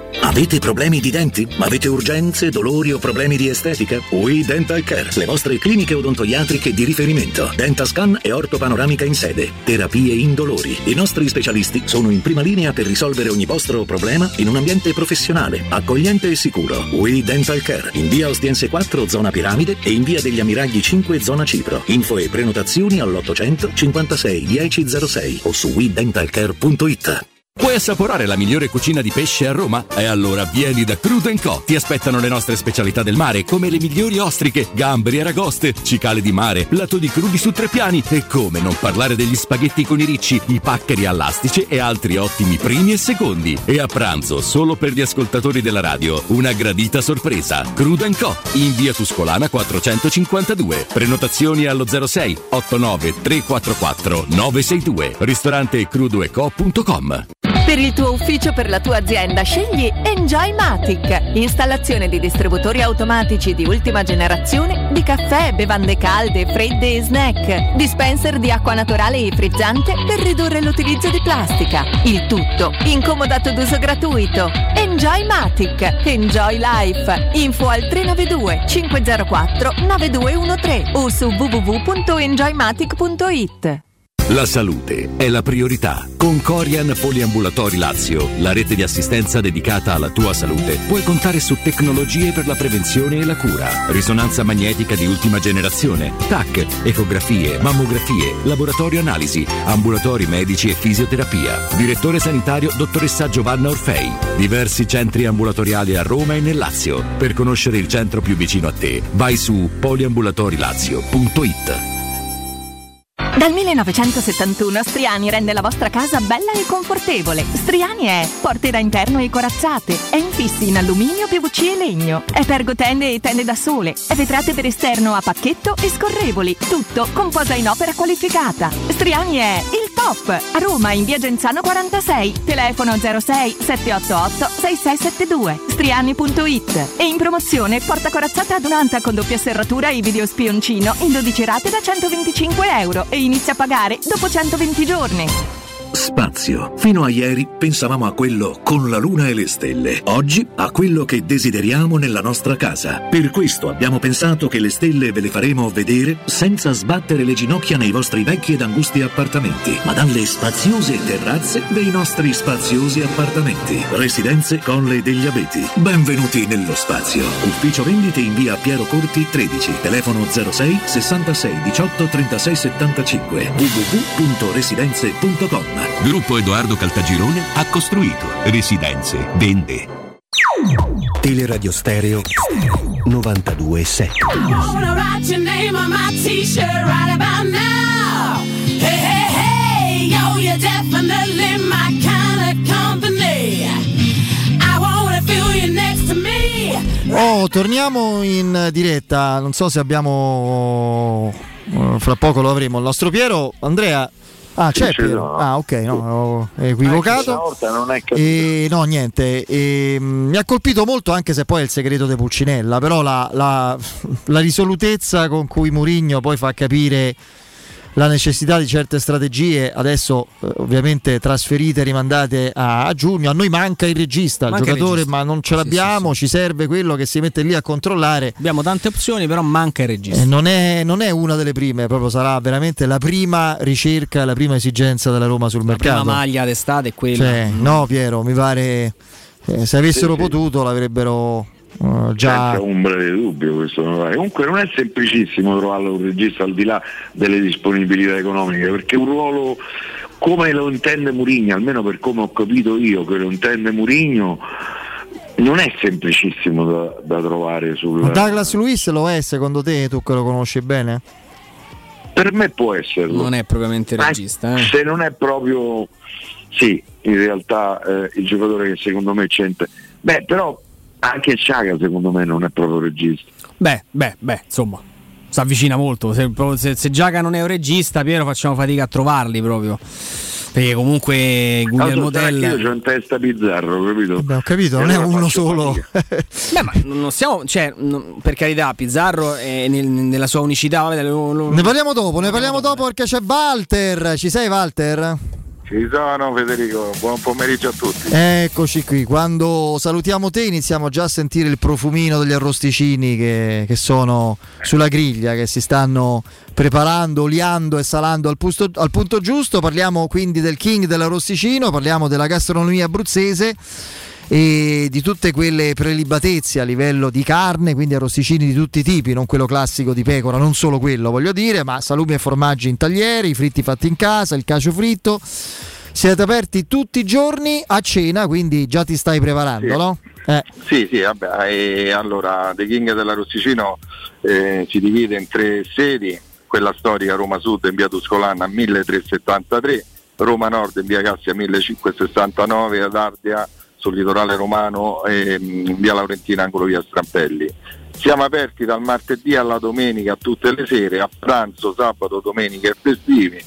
Avete problemi di denti? Avete urgenze, dolori o problemi di estetica? We Dental Care, le vostre cliniche odontoiatriche di riferimento. Dentascan e ortopanoramica in sede. Terapie indolori. I nostri specialisti sono in prima linea per risolvere ogni vostro problema in un ambiente professionale, accogliente e sicuro. We Dental Care, in via Ostiense 4, zona Piramide, e in via degli Ammiragli 5, zona Cipro. Info e prenotazioni all'800 56 1006 o su wedentalcare.it. Vuoi assaporare la migliore cucina di pesce a Roma? E allora vieni da Crudo & Co. Ti aspettano le nostre specialità del mare, come le migliori ostriche, gamberi, aragoste, cicale di mare, piatto di crudi su 3 piani e come non parlare degli spaghetti con i ricci, i paccheri all'astice e altri ottimi primi e secondi. E a pranzo, solo per gli ascoltatori della radio, una gradita sorpresa. Crudo & Co. in via Tuscolana 452. Prenotazioni allo 06 89 344 962. Ristorante crudoeco.com. Per il tuo ufficio, per la tua azienda, scegli Enjoymatic. Installazione di distributori automatici di ultima generazione di caffè, bevande calde, fredde e snack. Dispenser di acqua naturale e frizzante per ridurre l'utilizzo di plastica. Il tutto incomodato d'uso gratuito. Enjoymatic. Enjoy Life. Info al 392 504 9213 o su www.enjoymatic.it. La salute è la priorità. Con Corian Poliambulatori Lazio, la rete di assistenza dedicata alla tua salute, puoi contare su tecnologie per la prevenzione e la cura. Risonanza magnetica di ultima generazione, TAC, ecografie, mammografie, laboratorio analisi, ambulatori medici e fisioterapia. Direttore sanitario dottoressa Giovanna Orfei. Diversi centri ambulatoriali a Roma e nel Lazio. Per conoscere il centro più vicino a te, vai su poliambulatorilazio.it. Dal 1971 Striani rende la vostra casa bella e confortevole. Striani è porte da interno e corazzate, è infissi in alluminio, PVC e legno, è pergotende e tende da sole, è vetrate per esterno a pacchetto e scorrevoli, tutto con posa in opera qualificata. Striani è il top! A Roma in via Genzano 46, telefono 06 788 6672, striani.it. E in promozione porta corazzata adunata con doppia serratura e video spioncino in 12 rate da €125 e inizia a pagare dopo 120 giorni. Spazio. Fino a ieri pensavamo a quello con la luna e le stelle. Oggi a quello che desideriamo nella nostra casa. Per questo abbiamo pensato che le stelle ve le faremo vedere senza sbattere le ginocchia nei vostri vecchi ed angusti appartamenti, ma dalle spaziose terrazze dei nostri spaziosi appartamenti. Residenze Colle degli Abeti. Benvenuti nello spazio. Ufficio vendite in via Piero Corti 13. Telefono 06 66 18 36 75. www.residenze.com. Gruppo Edoardo Caltagirone ha costruito, residenze, vende. Teleradio Stereo 92.7. Oh, torniamo in diretta. Non so se abbiamo fra poco lo avremo il nostro Piero. Andrea. Ah, c'è Piero. Ah, ok, no, ho equivocato. Non è no, niente. Mi ha colpito molto, anche se poi è il segreto di Pulcinella, però la risolutezza con cui Mourinho poi fa capire la necessità di certe strategie, adesso ovviamente trasferite, rimandate a giugno. A noi manca il regista, il giocatore, ma non ce l'abbiamo, ci serve quello che si mette lì a controllare. Abbiamo tante opzioni, però manca il regista. Non è una delle prime, proprio sarà veramente la prima ricerca, la prima esigenza della Roma sul mercato. La prima maglia d'estate è quella. Cioè, no, Piero, mi pare se avessero potuto l'avrebbero già. Senza ombra di dubbio questo. Comunque non è semplicissimo trovarlo un regista al di là delle disponibilità economiche, perché un ruolo come lo intende Mourinho, almeno per come ho capito io che lo intende Mourinho, non è semplicissimo da trovare sul. Douglas Luiz lo è, secondo te, tu che lo conosci bene? Per me può esserlo. Non è propriamente regista, se non è proprio, sì, in realtà il giocatore che secondo me c'entra. Beh, però anche Sciaga secondo me non è proprio regista. Beh, insomma, si avvicina molto. Se Sciaga non è un regista, Piero, facciamo fatica a trovarli proprio. Perché comunque Guglielmo Tell. Io c'ho in testa Pizzarro, capito? Ho capito, non è uno solo. Beh, ma non stiamo, cioè, per carità, Pizzarro è nella sua unicità. Ne parliamo dopo perché c'è Walter. Ci sei, Walter? Ci sono Federico, buon pomeriggio a tutti. Eccoci qui, quando salutiamo te iniziamo già a sentire il profumino degli arrosticini che sono sulla griglia, che si stanno preparando, oliando e salando al punto giusto. Parliamo quindi del king dell'arrosticino, parliamo della gastronomia abruzzese e di tutte quelle prelibatezze a livello di carne, quindi arrosticini di tutti i tipi, non quello classico di pecora, non solo quello voglio dire, ma salumi e formaggi in taglieri, i fritti fatti in casa, il cacio fritto. Siete aperti tutti i giorni a cena, quindi già ti stai preparando, sì. No? Sì, vabbè, e allora The King dell'arrosticino si divide in 3 sedi, quella storica Roma Sud in via Tuscolana 1373, Roma Nord in via Cassia 1569, ad Ardea sul litorale romano e via Laurentina angolo via Strampelli. Siamo aperti dal martedì alla domenica tutte le sere, a pranzo, sabato, domenica e festivi,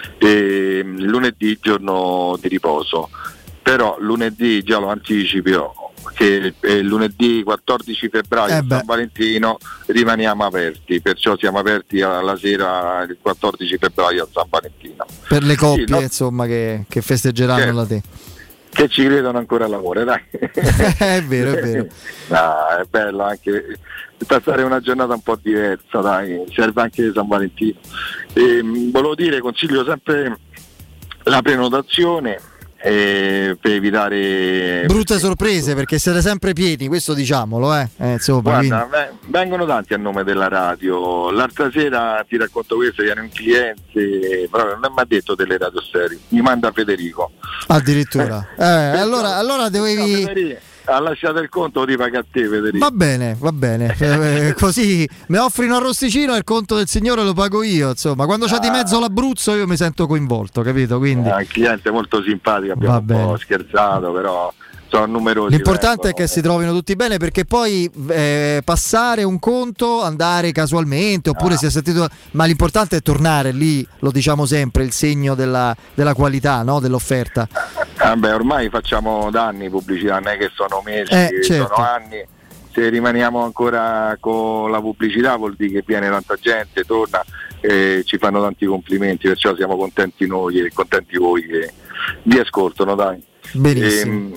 e lunedì giorno di riposo. Però lunedì, già lo anticipo, che lunedì 14 febbraio San Valentino rimaniamo aperti, perciò siamo aperti alla sera il 14 febbraio a San Valentino. Per le coppie insomma che festeggeranno la te. Che ci credono ancora all'amore, dai. È vero. È bello anche passare una giornata un po' diversa, dai, serve anche San Valentino. Volevo dire, consiglio sempre la prenotazione per evitare brutte sorprese, perché siete sempre pieni, questo diciamolo, insomma. Guarda, vengono tanti a nome della radio. L'altra sera ti racconto questo, viene un cliente, proprio non mi ha detto delle radio stereo, mi manda Federico addirittura. Allora dovevi ha lasciato il conto, lo ripaga a te Federico. Va bene. Così mi offri un arrosticino e il conto del signore lo pago io, insomma. Quando c'è di mezzo l'Abruzzo io mi sento coinvolto, capito? Quindi il cliente è molto simpatico, abbiamo un po' scherzato, però sono numerosi. L'importante è che si trovino tutti bene, perché poi passare un conto, andare casualmente oppure si è sentito, ma l'importante è tornare lì, lo diciamo sempre, il segno della qualità, no? Dell'offerta. Ormai facciamo da anni pubblicità, non è che sono mesi, certo. Sono anni. Se rimaniamo ancora con la pubblicità vuol dire che viene tanta gente, torna e ci fanno tanti complimenti, perciò siamo contenti noi e contenti voi che vi ascoltano, dai. Benissimo.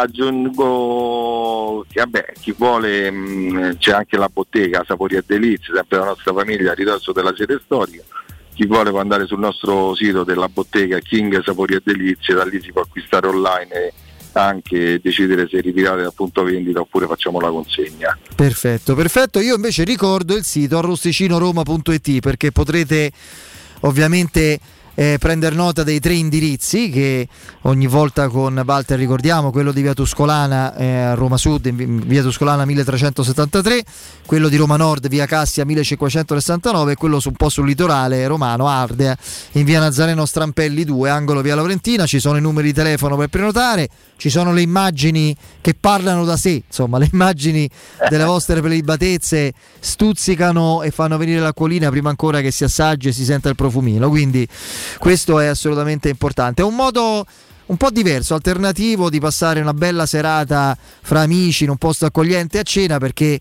Aggiungo che chi vuole c'è anche la bottega Sapori e Delizie, sempre la nostra famiglia a ridosso della sede storica. Chi vuole può andare sul nostro sito della bottega King Sapori e Delizie, da lì si può acquistare online e anche decidere se ritirare dal punto vendita oppure facciamo la consegna. Perfetto. Io invece ricordo il sito arrosticinoroma.it, perché potrete ovviamente prendere nota dei 3 indirizzi che ogni volta con Walter ricordiamo: quello di via Tuscolana a Roma Sud in via Tuscolana 1373, quello di Roma Nord via Cassia 1569 e quello un po' sul litorale romano Ardea in via Nazareno Strampelli 2 angolo via Laurentina. Ci sono i numeri di telefono per prenotare, ci sono le immagini che parlano da sé, insomma le immagini delle vostre prelibatezze stuzzicano e fanno venire l'acquolina prima ancora che si assaggi e si senta il profumino, quindi questo è assolutamente importante. È un modo un po' diverso, alternativo di passare una bella serata fra amici in un posto accogliente a cena, perché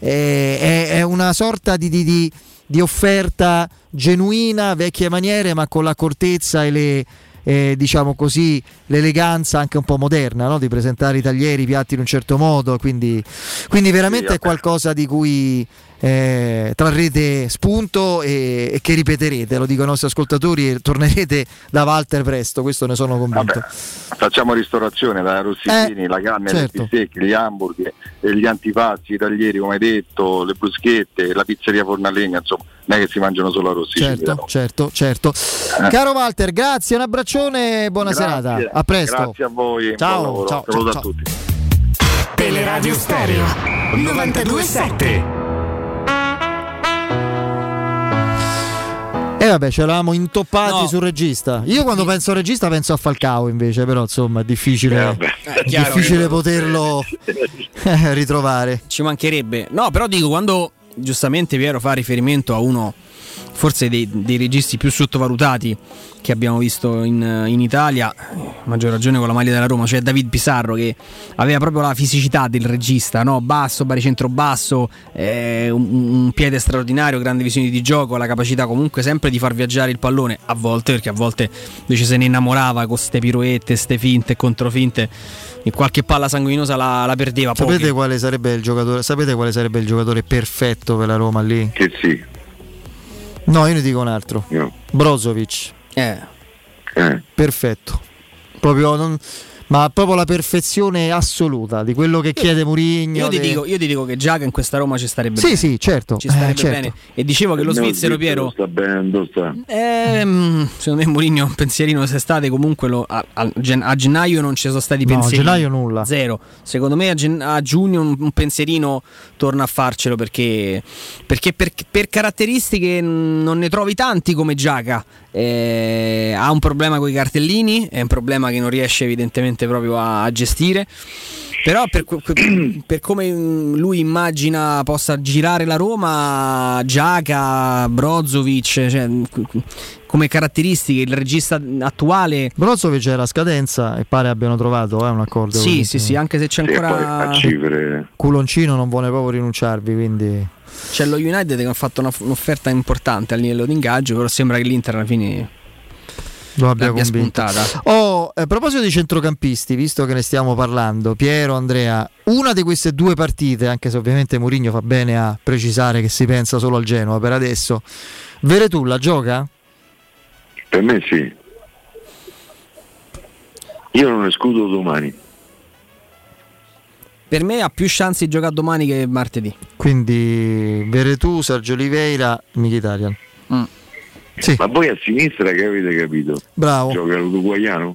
è una sorta di offerta genuina, vecchie maniere, ma con l'accortezza e diciamo così l'eleganza anche un po' moderna, no? Di presentare i taglieri, i piatti in un certo modo, quindi veramente è qualcosa di cui trarrete spunto e che ripeterete, lo dico ai nostri ascoltatori, e tornerete da Walter presto, questo ne sono convinto. Facciamo ristorazione, dai rossicini, la carne, certo. Le bistecche, gli hamburger, gli antipasti, i taglieri come hai detto, le bruschette, la pizzeria forno a legna, insomma non è che si mangiano solo a rossicini. Certo. Caro Walter, grazie, un abbraccione, buona serata, a presto. Grazie a voi, ciao. Saluto a tutti. Teleradio Stereo 92.7. Vabbè, ce l'avevamo intoppati sul regista. Io quando penso al regista penso a Falcao invece, però insomma è difficile, difficile poterlo ritrovare. Ci mancherebbe. No, però dico, quando giustamente Piero fa riferimento a uno forse dei registi più sottovalutati che abbiamo visto in Italia, maggior ragione con la maglia della Roma, cioè David Pizarro, che aveva proprio la fisicità del regista, no? Basso, baricentro basso, un piede straordinario, grande visione di gioco, la capacità comunque sempre di far viaggiare il pallone, a volte, perché a volte invece se ne innamorava con ste piroette, ste finte e controfinte, e qualche palla sanguinosa la perdeva. Sapete quale sarebbe il giocatore perfetto per la Roma lì? Che sì. No, io ne dico un altro. No. Brozovic. Perfetto. Ma proprio la perfezione assoluta di quello che chiede Mourinho. Io ti dico che Giaga in questa Roma ci starebbe bene. Sì, certo. Ci starebbe bene. E dicevo che lo svizzero, Piero, sta bene, sta. secondo me Mourinho un pensierino quest'estate comunque a gennaio non ci sono stati pensieri. A gennaio nulla. Zero. Secondo me a giugno un pensierino torna a farcelo, perché per caratteristiche non ne trovi tanti come Giaga. Ha un problema con i cartellini, è un problema che non riesce evidentemente proprio a gestire, però per come lui immagina possa girare la Roma, Giaga, Brozovic, cioè, come caratteristiche il regista attuale. Brozovic era a scadenza e pare abbiano trovato un accordo. Sì, anche se c'è ancora a cifre. Culoncino non vuole proprio rinunciarvi, quindi c'è lo United che ha fatto un'offerta importante a livello di ingaggio, però sembra che l'Inter alla fine lo abbia spuntata. A proposito di centrocampisti, visto che ne stiamo parlando, Piero, Andrea, una di queste due partite, anche se ovviamente Mourinho fa bene a precisare che si pensa solo al Genoa per adesso, Veretù la gioca? Per me sì. Io non escludo domani. Per me ha più chance di giocare domani che martedì. Quindi Veretù, Sergio Oliveira, Mkhitaryan. Sì. Ma voi a sinistra che avete capito? Bravo. Gioca l'uruguaiano?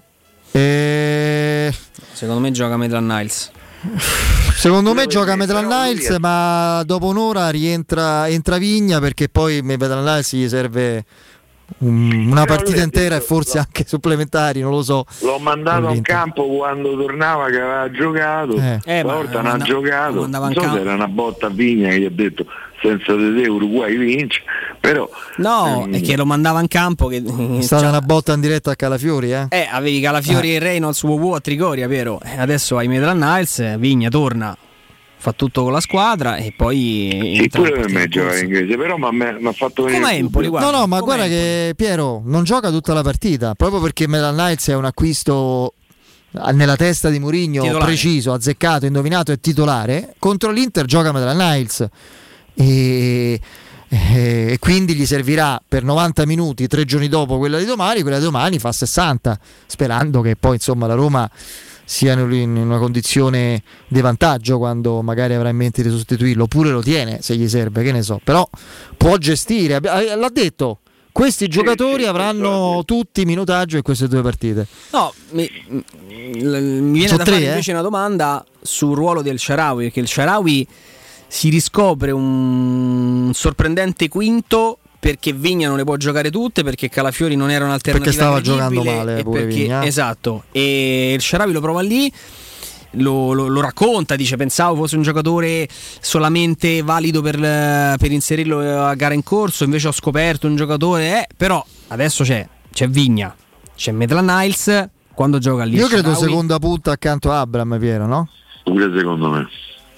Secondo me gioca Maitland-Niles. Secondo me gioca Maitland-Niles, ma dopo un'ora entra Vigna, perché poi Maitland-Niles gli serve una partita intera e forse anche supplementari, non lo so. L'ho mandato in campo quando tornava che aveva giocato, volta non ha giocato, non so se era una botta a Vigna che gli ha detto senza di te Uruguay vince, però no, è che lo mandava in campo, che è stata una botta in diretta a Calafiori, avevi Calafiori e Reynolds a Trigoria, vero? Adesso hai Maitland-Niles, Vigna torna, fa tutto con la squadra e poi sì, pure per me giocare in inglese, però mi ha fatto venire come Empoli, guarda. No, ma guarda che Piero non gioca tutta la partita, proprio perché Maitland-Niles è un acquisto nella testa di Mourinho preciso, azzeccato, indovinato e titolare. Contro l'Inter gioca Maitland-Niles e quindi gli servirà per 90 minuti 3 giorni dopo quella di domani fa 60, sperando che poi insomma la Roma sia in una condizione di vantaggio quando magari avrà in mente di sostituirlo, oppure lo tiene se gli serve, che ne so, però può gestire, l'ha detto, questi giocatori avranno tutti minutaggio in queste due partite. No, mi viene da fare invece una domanda sul ruolo del Shaarawy, perché il Shaarawy si riscopre un sorprendente quinto, perché Vigna non le può giocare tutte, perché Calafiori non era un'alternativa, perché stava giocando male pure Vigna. Esatto, e il Shaarawy lo prova lì, lo racconta, dice pensavo fosse un giocatore solamente valido per inserirlo a gara in corso, invece ho scoperto un giocatore, però adesso c'è Vigna, c'è Maitland-Niles, quando gioca lì io credo seconda punta accanto a Abraham, Piero, no? Pure secondo me.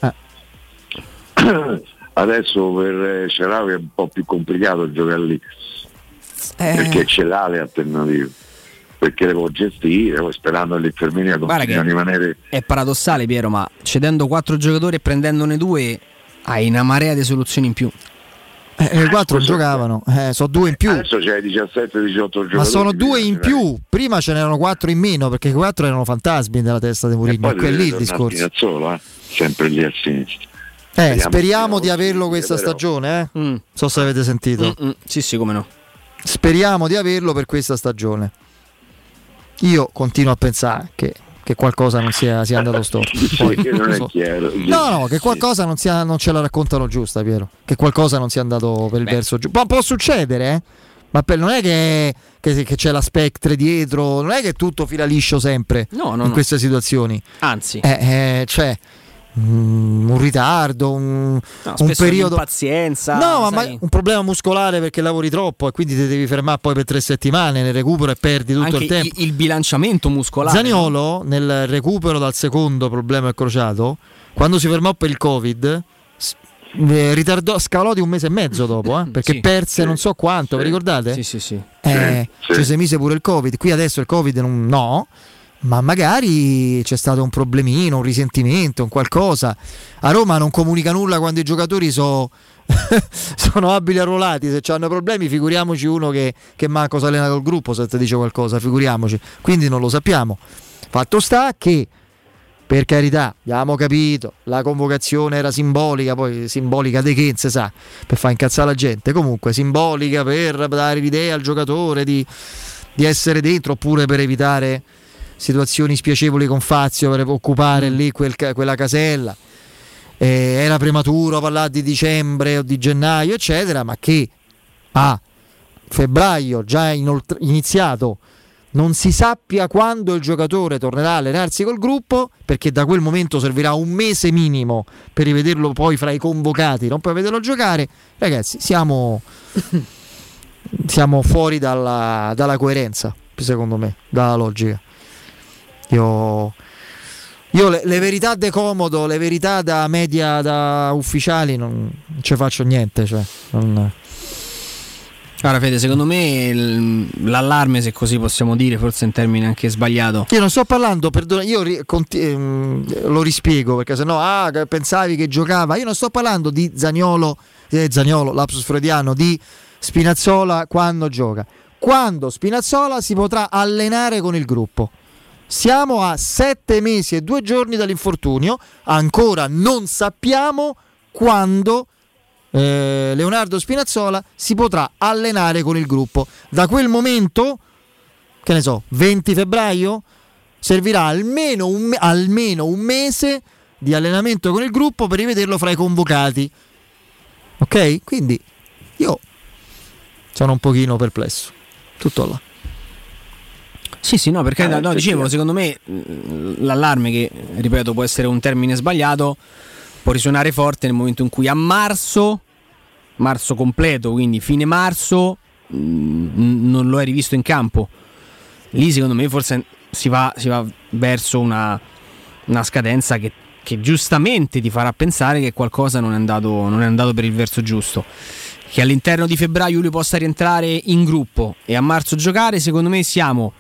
Adesso per Shaarawy è un po' più complicato giocare lì, perché ce l'ha le alternative, perché le può gestire, poi sperando che l'infermeria continui a rimanere. È paradossale, Piero, ma cedendo 4 giocatori e prendendone 2 hai una marea di soluzioni in più. Le 4 giocavano, sono 2 in più. Adesso c'è 17-18 giocatori. Ma sono 2 in più. Prima ce n'erano 4 in meno, perché 4 erano fantasmi nella testa di Mourinho. È lì il discorso. Solo, sempre lì a sinistra. Speriamo di averlo questa stagione, so se avete sentito. Sì, come no. Speriamo di averlo per questa stagione. Io continuo a pensare che qualcosa non sia andato storto. Poi, non è chiaro. No, che qualcosa non ce la raccontano giusta, Piero. Che qualcosa non sia andato per il verso giusto. Può succedere, ma non è che c'è la Spectre dietro, non è che tutto fila liscio sempre in queste situazioni. Anzi, un ritardo, un periodo di impazienza, ma un problema muscolare perché lavori troppo e quindi ti devi fermare poi per 3 settimane nel recupero e perdi tutto anche il tempo. Il bilanciamento muscolare. Zaniolo nel recupero dal secondo problema crociato, quando si fermò per il Covid, scalò di 1 mese e mezzo dopo, perché perse non so quanto, vi ricordate? Sì. Cioè si mise pure il Covid. Qui adesso il Covid no, ma magari c'è stato un problemino, un risentimento, un qualcosa. A Roma non comunica nulla quando i giocatori sono abili arruolati. Se hanno problemi, figuriamoci uno che manco si allena col gruppo, se ti dice qualcosa, figuriamoci. Quindi non lo sappiamo. Fatto sta che, per carità, abbiamo capito, la convocazione era simbolica, poi simbolica di che non si sa, per far incazzare la gente, comunque simbolica per dare l'idea al giocatore di essere dentro, oppure per evitare situazioni spiacevoli con Fazio, per occupare lì quella casella. Era prematuro parlare di dicembre o di gennaio eccetera, ma che a febbraio già iniziato non si sappia quando il giocatore tornerà a allenarsi col gruppo, perché da quel momento servirà 1 mese minimo per rivederlo poi fra i convocati, non per vederlo giocare. Ragazzi, siamo fuori dalla coerenza, secondo me, dalla logica. Io le verità de comodo, le verità da media, da ufficiali, non ci faccio niente, cioè non... Allora Fede, secondo me l'allarme, se così possiamo dire, forse in termini anche sbagliato. Io non sto parlando, perdona, io lo rispiego, perché sennò pensavi che giocava. Io non sto parlando di Zaniolo, lapsus freudiano, di Spinazzola quando gioca. Quando Spinazzola si potrà allenare con il gruppo. Siamo a 7 mesi e 2 giorni dall'infortunio, ancora non sappiamo quando Leonardo Spinazzola si potrà allenare con il gruppo. Da quel momento, che ne so, 20 febbraio, servirà almeno un mese di allenamento con il gruppo per rivederlo fra i convocati. Ok? Quindi io sono un pochino perplesso. Tutto là. Sì, no, perché dicevo, secondo me l'allarme, che ripeto può essere un termine sbagliato, può risuonare forte nel momento in cui a marzo completo, quindi fine marzo, non lo hai rivisto in campo. Lì secondo me forse si va verso una scadenza che giustamente ti farà pensare che qualcosa non è andato per il verso giusto. Che all'interno di febbraio lui possa rientrare in gruppo e a marzo giocare, secondo me siamo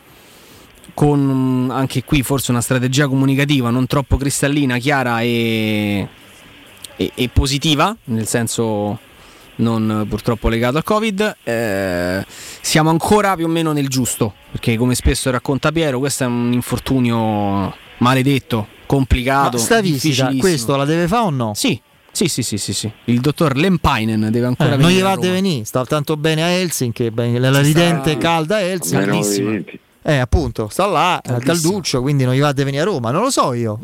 con anche qui forse una strategia comunicativa non troppo cristallina, chiara e positiva, nel senso non purtroppo legato al Covid. Siamo ancora più o meno nel giusto, perché come spesso racconta Piero, questo è un infortunio maledetto, complicato. Ma sta visita, questo la deve fare o no? Sì. Il dottor Lempainen deve ancora venire. Non gli va a venire, sta tanto bene a Helsinki, la ridente calda a Helsinki. Appunto, sta là al calduccio, quindi non gli va a venire a Roma, non lo so io.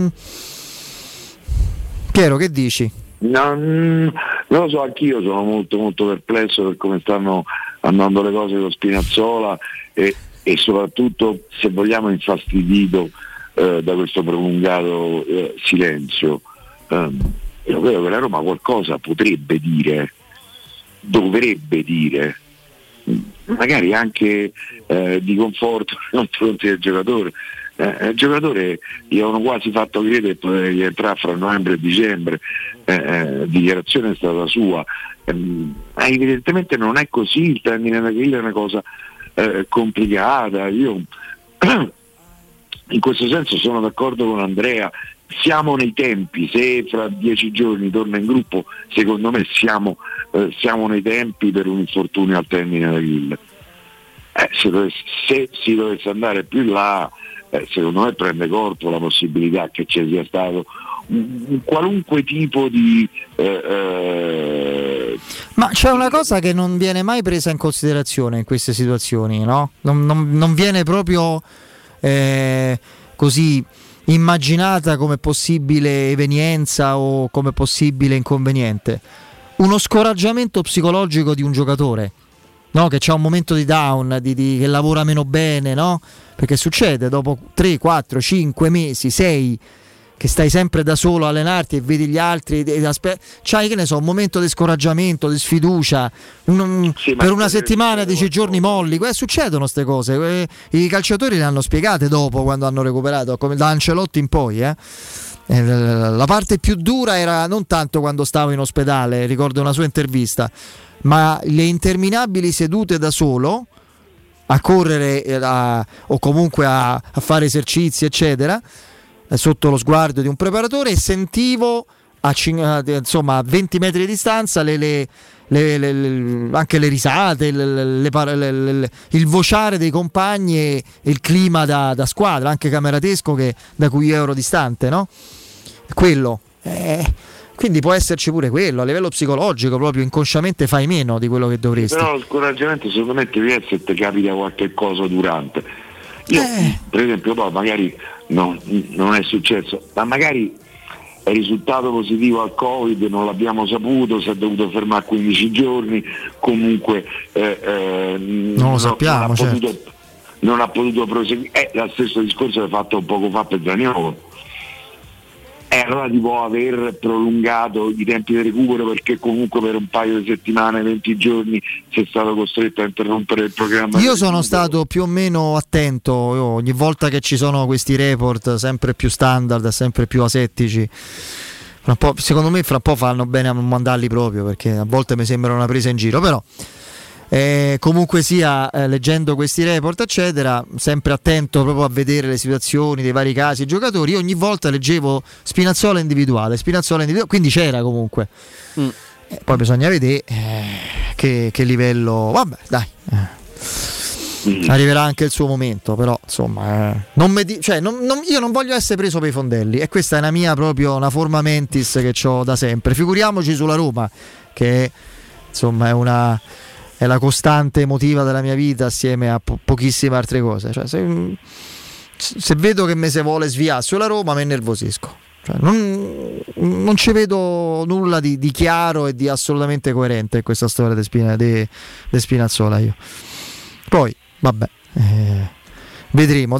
Piero, che dici? No, non lo so, anch'io sono molto molto perplesso per come stanno andando le cose con Spinazzola e soprattutto, se vogliamo, infastidito da questo prolungato silenzio. Io credo che la Roma qualcosa potrebbe dire, dovrebbe dire, magari anche di conforto nei confronti del giocatore. Il giocatore gli avevano quasi fatto credere che poteva rientrare fra novembre e dicembre, dichiarazione è stata sua, ma evidentemente non è così. Il termine da Achille è una cosa complicata. Io in questo senso sono d'accordo con Andrea, siamo nei tempi. Se fra 10 giorni torna in gruppo, secondo me siamo nei tempi per un infortunio al termine d'Achille. Se si dovesse andare più in là, secondo me prende corpo la possibilità che ci sia stato un qualunque tipo di ma c'è una cosa che non viene mai presa in considerazione in queste situazioni, no? Non viene proprio così immaginata come possibile evenienza o come possibile inconveniente. Uno scoraggiamento psicologico di un giocatore, no? Che c'ha un momento di down, che lavora meno bene, no? Perché succede dopo 3, 4, 5 mesi, 6 che stai sempre da solo a allenarti e vedi gli altri c'hai, che ne so, un momento di scoraggiamento, di sfiducia, per una settimana 10 giorni molli, succedono queste cose, i calciatori le hanno spiegate dopo, quando hanno recuperato, come da Ancelotti in poi, la parte più dura era non tanto quando stavo in ospedale, ricordo una sua intervista, ma le interminabili sedute da solo a correre o comunque a fare esercizi eccetera, sotto lo sguardo di un preparatore, e sentivo a 20 metri di distanza anche le risate, il vociare dei compagni e il clima da squadra, anche cameratesco, da cui io ero distante, no? Quello quindi può esserci pure quello, a livello psicologico proprio inconsciamente fai meno di quello che dovresti. Però lo scoraggiamento secondo me ti viene se ti capita qualche cosa durante. Io per esempio poi magari non è successo, ma magari è risultato positivo al Covid, non l'abbiamo saputo, si è dovuto fermare 15 giorni, comunque non lo sappiamo, non ha potuto proseguire. Lo stesso discorso che hai fatto poco fa per Zaniolo. Allora ti può aver prolungato i tempi di recupero, perché comunque per un paio di settimane, 20 giorni sei stato costretto a interrompere il programma. Io sono stato più o meno attento, ogni volta che ci sono questi report sempre più standard, sempre più asettici, secondo me fra un po' fanno bene a non mandarli proprio, perché a volte mi sembra una presa in giro, però comunque sia, leggendo questi report eccetera, sempre attento proprio a vedere le situazioni dei vari casi, i giocatori. Io ogni volta leggevo Spinazzola individuale, quindi c'era comunque. Poi bisogna vedere che livello, vabbè dai, arriverà anche il suo momento, però insomma io non voglio essere preso per i fondelli, e questa è una mia proprio una forma mentis che ho da sempre, figuriamoci sulla Roma, che insomma è la costante emotiva della mia vita assieme a pochissime altre cose. Cioè, se vedo che me se vuole sviare sulla Roma mi innervosisco. Cioè, non ci vedo nulla di chiaro e di assolutamente coerente in questa storia di Spinazzola io. Poi vabbè, vedremo.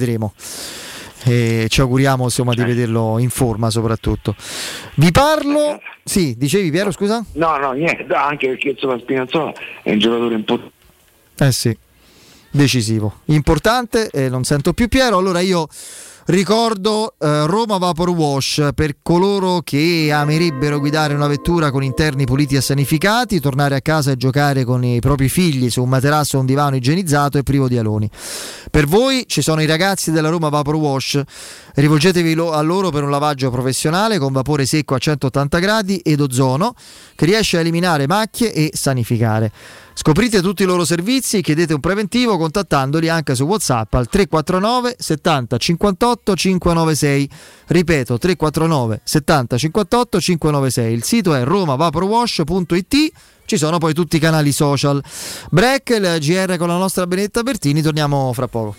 E ci auguriamo insomma di vederlo in forma soprattutto. Vi parlo. Sì, dicevi Piero, scusa? No, niente, anche perché insomma Spinazzola è un giocatore importante. Sì, decisivo, importante, non sento più Piero. Allora io ricordo Roma Vapor Wash per coloro che amerebbero guidare una vettura con interni puliti e sanificati, tornare a casa e giocare con i propri figli su un materasso o un divano igienizzato e privo di aloni. Per voi ci sono i ragazzi della Roma Vapor Wash, rivolgetevi a loro per un lavaggio professionale con vapore secco a 180 gradi ed ozono che riesce a eliminare macchie e sanificare. Scoprite tutti i loro servizi e chiedete un preventivo contattandoli anche su WhatsApp al 349 70 58 596. Ripeto, 349 70 58 596. Il sito è romavaporwash.it. Ci sono poi tutti i canali social. Break, il GR con la nostra Benedetta Bertini. Torniamo fra poco.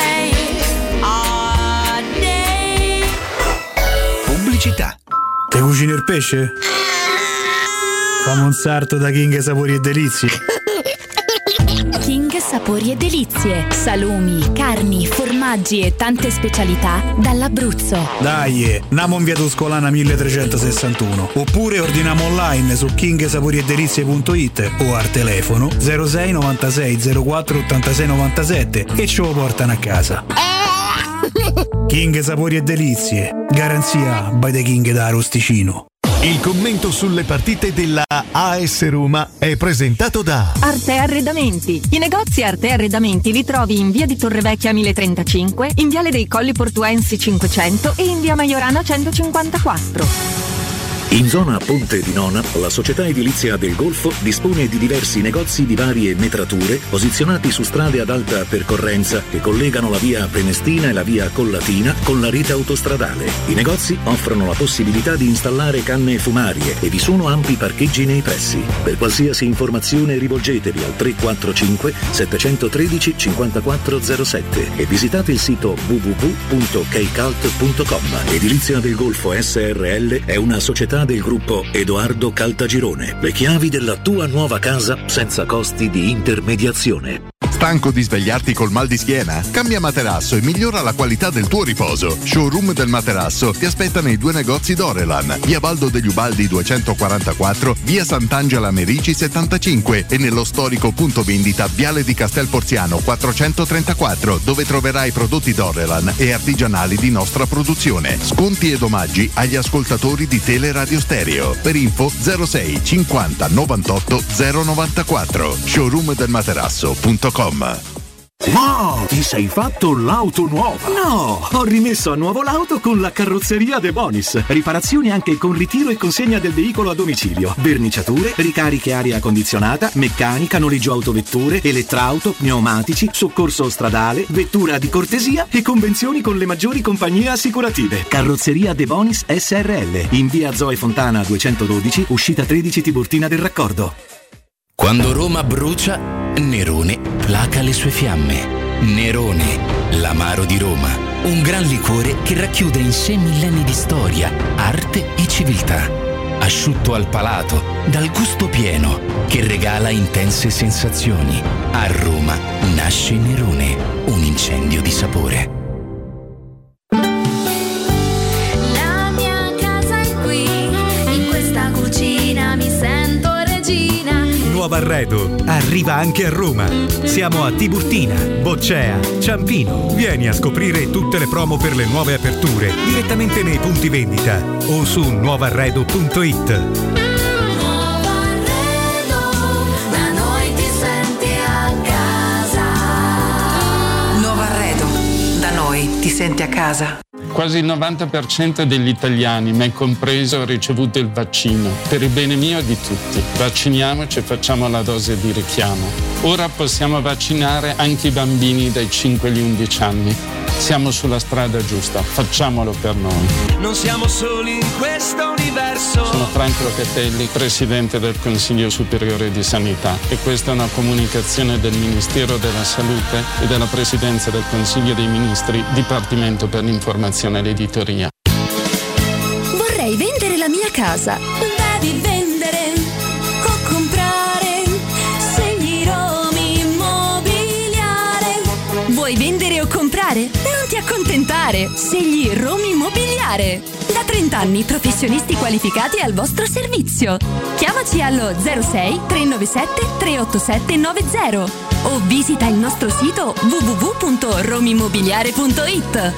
Pubblicità. Te cucini il pesce? Fammi un sarto da King Sapori e Delizie. King Sapori e Delizie. Salumi, carni, formaggi e tante specialità dall'Abruzzo. Dai, namo in via Tuscolana 1361. Oppure ordiniamo online su kingsaporiedelizie.it o al telefono 06 96 04 86 97 e ce lo portano a casa. King Sapori e Delizie. Garanzia by the King da Arosticino. Il commento sulle partite della AS Roma è presentato da Arte Arredamenti. I negozi Arte Arredamenti li trovi in via di Torrevecchia 1035, in viale dei Colli Portuensi 500 e in via Maiorana 154. In zona Ponte di Nona, la società edilizia del Golfo dispone di diversi negozi di varie metrature posizionati su strade ad alta percorrenza che collegano la via Prenestina e la via Collatina con la rete autostradale. I negozi offrono la possibilità di installare canne fumarie e vi sono ampi parcheggi nei pressi. Per qualsiasi informazione rivolgetevi al 345 713 5407 e visitate il sito www.keicalt.com. Edilizia del Golfo SRL è una società del gruppo Edoardo Caltagirone. Le chiavi della tua nuova casa senza costi di intermediazione. Stanco di svegliarti col mal di schiena? Cambia materasso e migliora la qualità del tuo riposo. Showroom del materasso ti aspetta nei 2 negozi Dorelan, via Valdo degli Ubaldi 244, via Sant'Angela Merici 75 e nello storico punto vendita Viale di Castel Porziano 434, dove troverai prodotti Dorelan e artigianali di nostra produzione. Sconti ed omaggi agli ascoltatori di Teleradio Stereo. Per info 06 50 98 094. showroomdelmaterasso.com. Wow, ti sei fatto l'auto nuova? No, ho rimesso a nuovo l'auto con la carrozzeria De Bonis. Riparazioni anche con ritiro e consegna del veicolo a domicilio. Verniciature, ricariche aria condizionata, meccanica, noleggio autovetture, elettrauto, pneumatici, soccorso stradale, vettura di cortesia e convenzioni con le maggiori compagnie assicurative. Carrozzeria De Bonis SRL, in via Zoe Fontana 212, uscita 13 Tiburtina del Raccordo. Quando Roma brucia, Nerone placa le sue fiamme. Nerone, l'amaro di Roma. Un gran liquore che racchiude in sé millenni di storia, arte e civiltà. Asciutto al palato, dal gusto pieno, che regala intense sensazioni. A Roma nasce Nerone, un incendio di sapore. La mia casa è qui, in questa cucina mi sento regina. Nuovo Arredo arriva anche a Roma. Siamo a Tiburtina, Boccea, Ciampino. Vieni a scoprire tutte le promo per le nuove aperture direttamente nei punti vendita o su nuovarredo.it. Nuovo Arredo, da noi ti senti a casa. Nuovo Arredo, da noi ti senti a casa. Quasi il 90% degli italiani, me compreso, ha ricevuto il vaccino. Per il bene mio e di tutti. Vacciniamoci e facciamo la dose di richiamo. Ora possiamo vaccinare anche i bambini dai 5 agli 11 anni. Siamo sulla strada giusta, facciamolo per noi. Non siamo soli in questo universo. Sono Franco Locatelli, Presidente del Consiglio Superiore di Sanità, e questa è una comunicazione del Ministero della Salute e della Presidenza del Consiglio dei Ministri, Dipartimento per l'Informazione e l'Editoria. Vorrei vendere la mia casa. Devi vendere o comprare. Scegli Romi Immobiliare. Vuoi vendere o comprare? Non ti accontentare! Scegli Romi Immobiliare! Da 30 anni professionisti qualificati al vostro servizio. Chiamaci allo 06 397 387 90 o visita il nostro sito www.romimmobiliare.it.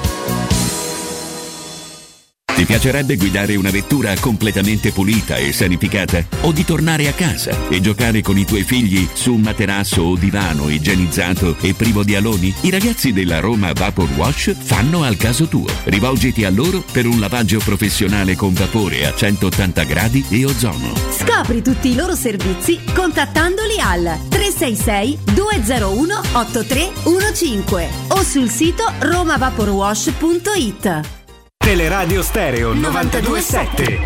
Ti piacerebbe guidare una vettura completamente pulita e sanificata? O di tornare a casa e giocare con i tuoi figli su un materasso o divano igienizzato e privo di aloni? I ragazzi della Roma Vapor Wash fanno al caso tuo. Rivolgiti a loro per un lavaggio professionale con vapore a 180 gradi e ozono. Scopri tutti i loro servizi contattandoli al 366 201 8315 o sul sito romavaporwash.it. Teleradio Stereo 92.7.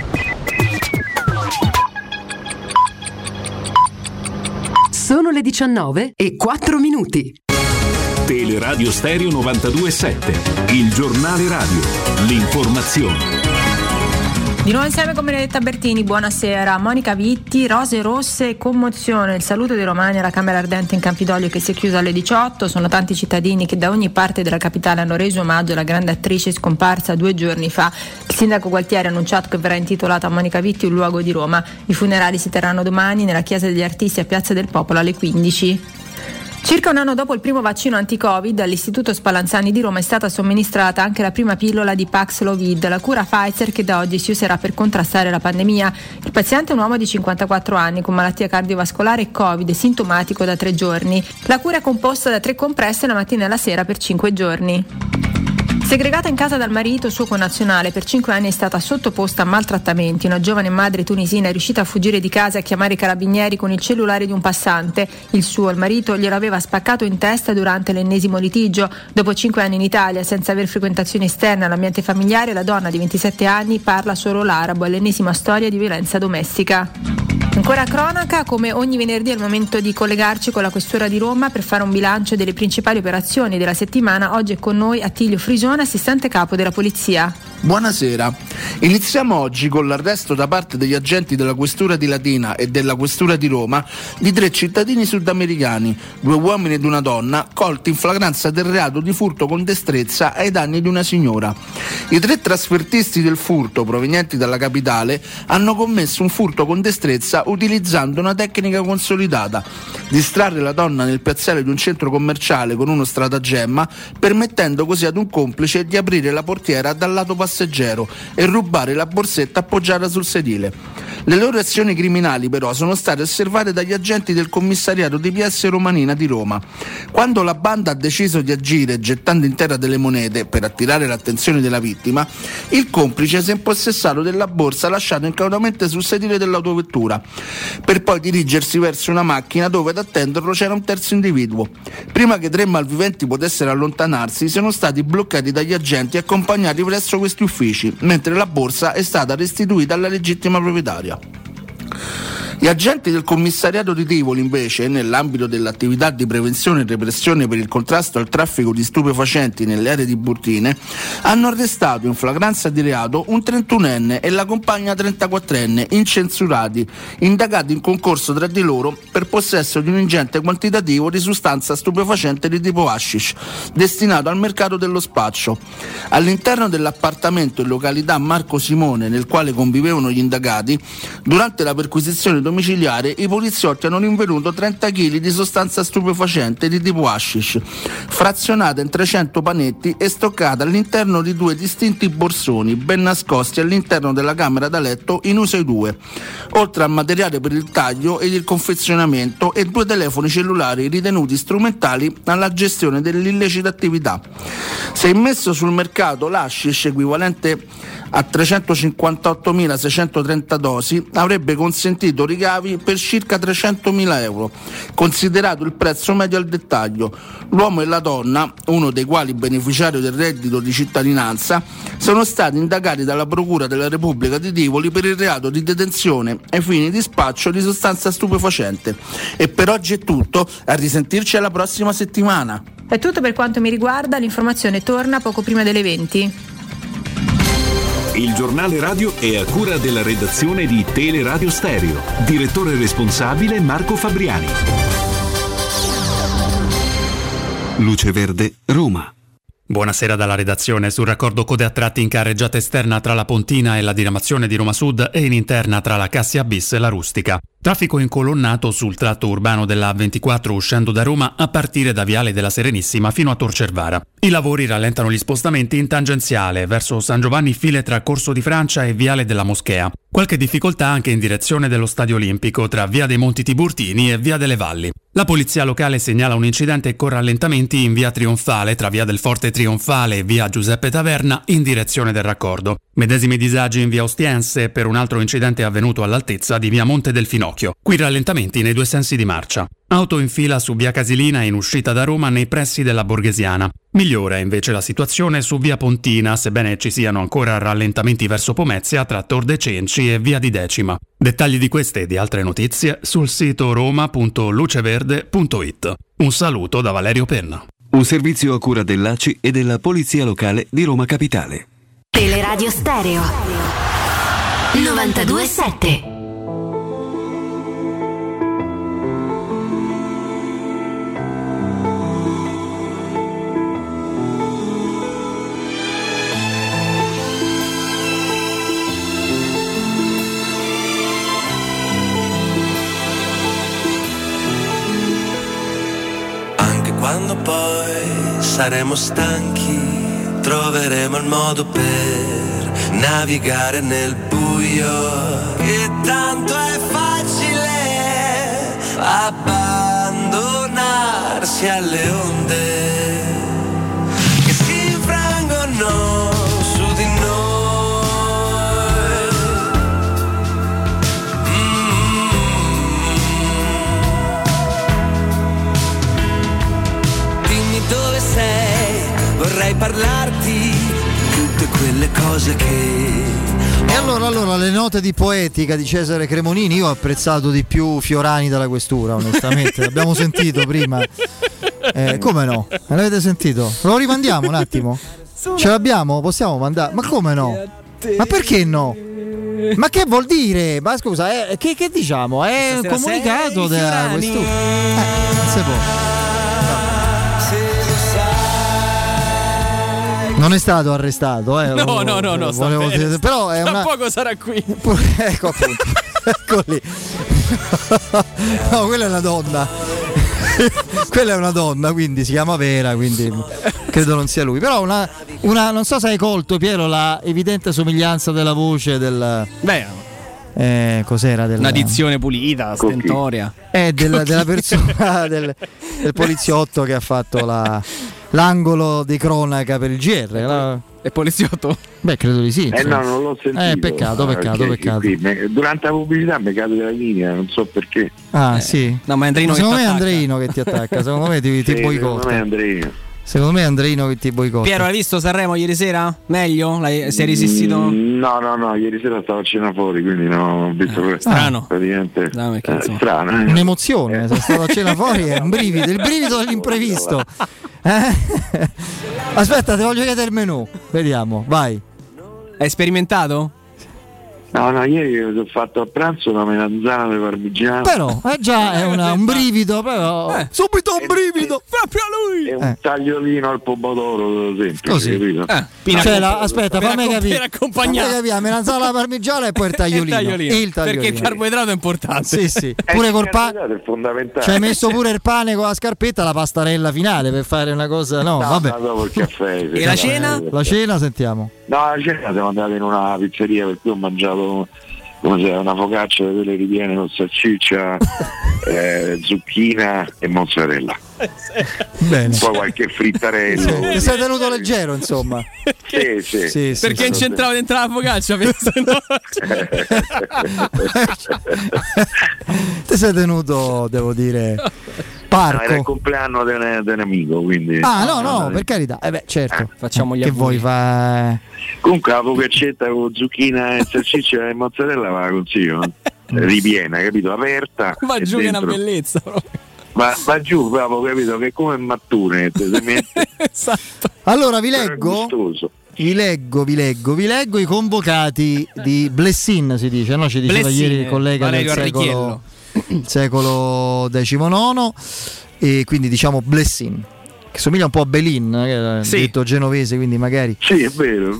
Sono le 19:04. Teleradio Stereo 92.7, il giornale radio, l'informazione. Di nuovo insieme con Benedetta Bertini, buonasera. Monica Vitti, rose rosse e commozione. Il saluto dei romani alla Camera Ardente in Campidoglio che si è chiusa alle 18. Sono tanti cittadini che da ogni parte della capitale hanno reso omaggio alla grande attrice scomparsa 2 giorni fa. Il sindaco Gualtieri ha annunciato che verrà intitolato a Monica Vitti un luogo di Roma. I funerali si terranno domani nella Chiesa degli Artisti a Piazza del Popolo alle 15. Circa un anno dopo il primo vaccino anti-Covid, all'Istituto Spallanzani di Roma è stata somministrata anche la prima pillola di Paxlovid, la cura Pfizer che da oggi si userà per contrastare la pandemia. Il paziente è un uomo di 54 anni con malattia cardiovascolare e Covid, sintomatico da 3 giorni. La cura è composta da 3 compresse la mattina e la sera per 5 giorni. Segregata in casa dal marito, suo connazionale, per 5 anni è stata sottoposta a maltrattamenti. Una giovane madre tunisina è riuscita a fuggire di casa e a chiamare i carabinieri con il cellulare di un passante. Il marito, glielo aveva spaccato in testa durante l'ennesimo litigio. Dopo 5 anni in Italia, senza aver frequentazioni esterne all'ambiente familiare, la donna di 27 anni parla solo l'arabo, è l'ennesima storia di violenza domestica. Ancora cronaca, come ogni venerdì è il momento di collegarci con la Questura di Roma per fare un bilancio delle principali operazioni della settimana. Oggi è con noi Attilio Frisone, assistente capo della Polizia. Buonasera. Iniziamo oggi con l'arresto da parte degli agenti della Questura di Latina e della Questura di Roma di 3 cittadini sudamericani, 2 uomini ed una donna, colti in flagranza del reato di furto con destrezza ai danni di una signora. I 3 trasfertisti del furto, provenienti dalla capitale, hanno commesso un furto con destrezza utilizzando una tecnica consolidata: distrarre la donna nel piazzale di un centro commerciale con uno stratagemma, permettendo così ad un complice di aprire la portiera dal lato passeggero e rubare la borsetta appoggiata sul sedile. Le loro azioni criminali però sono state osservate dagli agenti del commissariato di PS Romanina di Roma. Quando la banda ha deciso di agire gettando in terra delle monete per attirare l'attenzione della vittima, il complice si è impossessato della borsa lasciata incautamente sul sedile dell'autovettura, per poi dirigersi verso una macchina dove ad attenderlo c'era un terzo individuo. Prima che 3 malviventi potessero allontanarsi, sono stati bloccati dagli agenti e accompagnati presso questi uffici, mentre la borsa è stata restituita alla legittima proprietaria. Gli agenti del commissariato di Tivoli, invece, nell'ambito dell'attività di prevenzione e repressione per il contrasto al traffico di stupefacenti nelle aree di Burtine, hanno arrestato in flagranza di reato un 31enne e la compagna 34enne, incensurati, indagati in concorso tra di loro per possesso di un ingente quantitativo di sostanza stupefacente di tipo hashish, destinato al mercato dello spaccio. All'interno dell'appartamento in località Marco Simone, nel quale convivevano gli indagati, durante la perquisizione domiciliare, i poliziotti hanno rinvenuto 30 kg di sostanza stupefacente di tipo hashish, frazionata in 300 panetti e stoccata all'interno di 2 distinti borsoni ben nascosti all'interno della camera da letto in uso i 2, oltre al materiale per il taglio ed il confezionamento e 2 telefoni cellulari ritenuti strumentali alla gestione dell'illecita attività. Si è immesso sul mercato l'hashish, equivalente a 358.630 dosi, avrebbe consentito ricavi per circa 300.000 euro, considerato il prezzo medio al dettaglio. L'uomo e la donna, uno dei quali beneficiario del reddito di cittadinanza, sono stati indagati dalla Procura della Repubblica di Tivoli per il reato di detenzione ai fini di spaccio di sostanza stupefacente. E per oggi è tutto, a risentirci alla prossima settimana. È tutto per quanto mi riguarda, l'informazione torna poco prima delle 20. Il giornale radio è a cura della redazione di Teleradio Stereo. Direttore responsabile Marco Fabriani. Luce Verde, Roma. Buonasera dalla redazione. Sul raccordo code a tratti in carreggiata esterna tra la Pontina e la diramazione di Roma Sud e in interna tra la Cassia Bis e la Rustica. Traffico incolonnato sul tratto urbano della A24 uscendo da Roma a partire da Viale della Serenissima fino a Tor Cervara. I lavori rallentano gli spostamenti in tangenziale verso San Giovanni, file tra Corso di Francia e Viale della Moschea. Qualche difficoltà anche in direzione dello Stadio Olimpico tra Via dei Monti Tiburtini e Via delle Valli. La polizia locale segnala un incidente con rallentamenti in Via Trionfale tra Via del Forte Trionfale e Via Giuseppe Taverna in direzione del raccordo. Medesimi disagi in Via Ostiense per un altro incidente avvenuto all'altezza di Via Monte del Finocchio. Qui rallentamenti nei 2 sensi di marcia. Auto in fila su Via Casilina in uscita da Roma nei pressi della Borghesiana. Migliora invece la situazione su Via Pontina, sebbene ci siano ancora rallentamenti verso Pomezia tra Tor de' Cenci e Via di Decima. Dettagli di queste e di altre notizie sul sito roma.luceverde.it. Un saluto da Valerio Penna. Un servizio a cura dell'ACI e della Polizia Locale di Roma Capitale. Teleradio Stereo 92.7. Quando poi saremo stanchi, troveremo il modo per navigare nel buio. Che tanto è facile abbandonarsi alle onde che si infrangono su di noi. Dove sei? Vorrei parlarti tutte quelle cose che... E allora le note di poetica di Cesare Cremonini, io ho apprezzato di più Fiorani dalla Questura, onestamente. L'abbiamo sentito prima. Come no? Me l'avete sentito? Lo rimandiamo un attimo? Ce l'abbiamo? Possiamo mandare? Ma come no? Ma perché no? Ma che vuol dire? Ma scusa, che diciamo? È un comunicato da questo. Non si può. Non è stato arrestato, No. Volevo dire, però è tra poco sarà qui. Ecco appunto. Ecco lì. No, quella è una donna. Quella è una donna, quindi si chiama Vera, quindi credo non sia lui. Però una non so se hai colto, Piero, la evidente somiglianza della voce del. Cos'era? Una dizione pulita, stentoria. Della persona del poliziotto che ha fatto l'angolo di cronaca per il GR. È poliziotto? Beh, credo di sì. No, non l'ho sentito. Peccato. Qui, durante la pubblicità mi cade la linea, non so perché. Sì. No, ma secondo me è Andreino che ti attacca. Secondo me ti boicotta. Secondo me è Andreino. Secondo me è Andreino che ti boicotta. Piero, hai visto Sanremo ieri sera? Meglio? Sei resistito? No, ieri sera stavo a cena fuori, quindi non ho visto strano. Praticamente strano. Un'emozione, sei stato a cena fuori, è un brivido, il brivido dell'imprevisto. Aspetta, ti voglio chiedere il menù. Vediamo, vai. Hai sperimentato? No, ieri ho fatto a pranzo una melanzana di parmigiano. Però è un brivido, però subito un brivido. Proprio lui. È un tagliolino al pomodoro semplice. Così. Aspetta, fammi capire. La melanzana alla parmigiana e poi il tagliolino. Perché il carboidrato è importante. Sì. Pure col pane. È fondamentale. Ci hai messo pure il pane con la scarpetta, la pastarella finale per fare una cosa. No, vabbè. Dopo il caffè. E la cena? La cena, sentiamo. No, la cena siamo andati in una pizzeria per cui ho mangiato una focaccia di quelle ripiene con salsiccia, zucchina e mozzarella. Bene. Poi qualche frittarello. Ti sei tenuto leggero, insomma. Sì. Perché incentravo dentro la focaccia, penso, no? Ti sei tenuto, devo dire, parco. No, era il compleanno di un amico, quindi. No, per carità. Certo. Facciamo gli che vuoi fare? Comunque la focaccetta con zucchina e salsiccia e mozzarella va consiglio. Ripiena, capito? Aperta. Va giù che è una bellezza proprio. Va giù proprio, capito? Che come mattune esatto. Allora vi leggo i convocati di Blessin, si dice, no? Ci diceva ieri il collega del secolo XIX, e quindi diciamo Blessin, che somiglia un po' a Belin, detto genovese, quindi magari. Sì, è vero.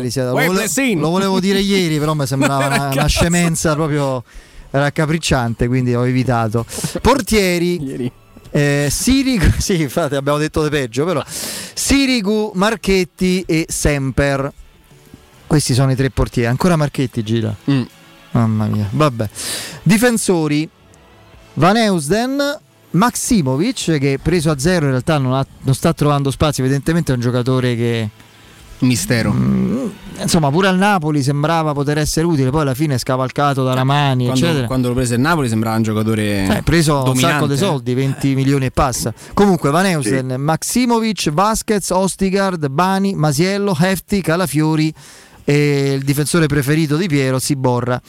Lo volevo dire ieri, però mi sembrava una scemenza proprio raccapricciante, quindi ho evitato. Portieri. Sirigu, sì, infatti abbiamo detto di peggio, però Sirigu, Marchetti e Semper. Questi sono i tre portieri. Ancora Marchetti gira. Mamma mia, vabbè. Difensori: Van Eusden, Maksimovic, che preso a zero in realtà non sta trovando spazio, evidentemente è un giocatore che mistero. Insomma, pure al Napoli sembrava poter essere utile, poi alla fine è scavalcato da Ramani, eccetera. Quando lo prese il Napoli sembrava un giocatore preso dominante. Un sacco di soldi, 20 milioni e passa. Comunque Van Eusden, Maksimovic, Vasquez, Ostigard, Bani, Masiello, Hefti, Calafiori e il difensore preferito di Piero, Ziborra.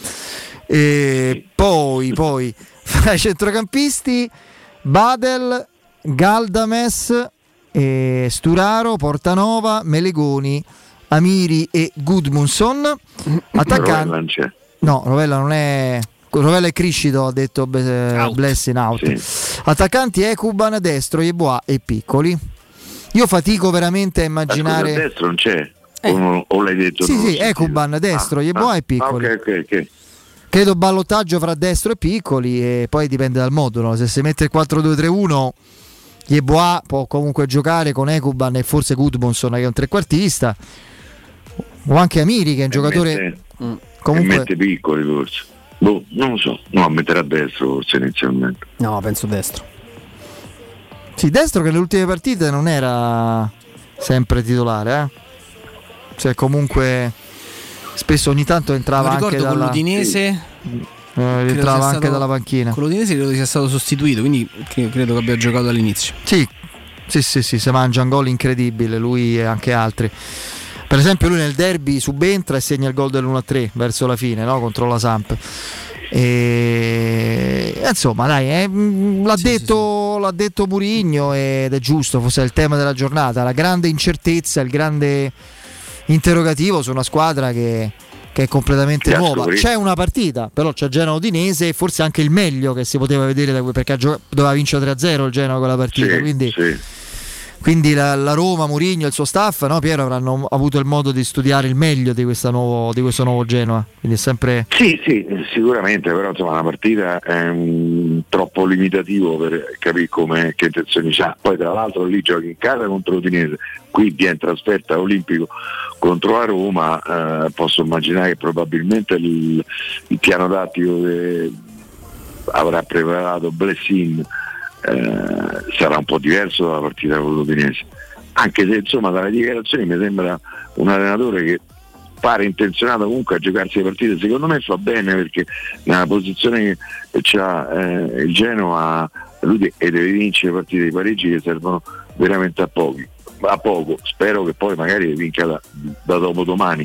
E poi fra i centrocampisti Badel, Galdames, Sturaro, Portanova, Melegoni, Amiri e Gudmundsson. Attaccanti. No, Rovella non è. Rovella è Criscito, ha detto Blessing out. Sì. Attaccanti Ekuban, destro, Yeboah e Piccoli. Io fatico veramente a immaginare. Scusa, destro non c'è? O l'hai detto? Sì, Ekuban, destro, Yeboah e Piccoli. Ok. Credo ballottaggio fra destro e Piccoli, e poi dipende dal modulo. Se si mette il 4-2-3-1, Yeboah può comunque giocare con Ekuban e forse Gudmundsson, che è un trequartista, o anche Amiri, che è un giocatore comunque. Mette Piccoli forse. Non lo so. No, metterà a destro forse inizialmente. No, penso destro. Sì, destro che nelle ultime partite non era sempre titolare, cioè comunque spesso ogni tanto entrava anche con l'Udinese. Entrava anche dalla panchina. Con l'Udinese credo sia stato sostituito, quindi credo che abbia giocato all'inizio. Sì, si mangia un gol incredibile, lui e anche altri. Per esempio lui nel derby subentra e segna il gol dell'1-3 verso la fine, no? Contro la Samp. E insomma dai, l'ha l'ha detto Mourinho ed è giusto, forse è il tema della giornata, la grande incertezza, il grande interrogativo su una squadra che è completamente nuova. C'è una partita, però c'è Genoa Udinese e forse anche il meglio che si poteva vedere perché doveva vincere 3-0 il Genoa quella partita, quindi la Roma, Mourinho e il suo staff, no Piero, avranno avuto il modo di studiare il meglio di questo nuovo Genoa, quindi è sempre sì, sicuramente, però insomma una partita è troppo limitativo per capire che intenzioni c'ha. Poi tra l'altro lì giochi in casa contro l'Udinese, qui viene trasferta Olimpico contro la Roma, posso immaginare che probabilmente il piano tattico che avrà preparato Blessin sarà un po' diverso dalla partita con l'Udinese, anche se insomma dalle dichiarazioni mi sembra un allenatore che pare intenzionato comunque a giocarsi le partite. Secondo me fa bene, perché nella posizione che c'ha il Genoa, lui deve vincere le partite di pareggi che servono veramente a poco. Spero che poi magari vinca da dopodomani,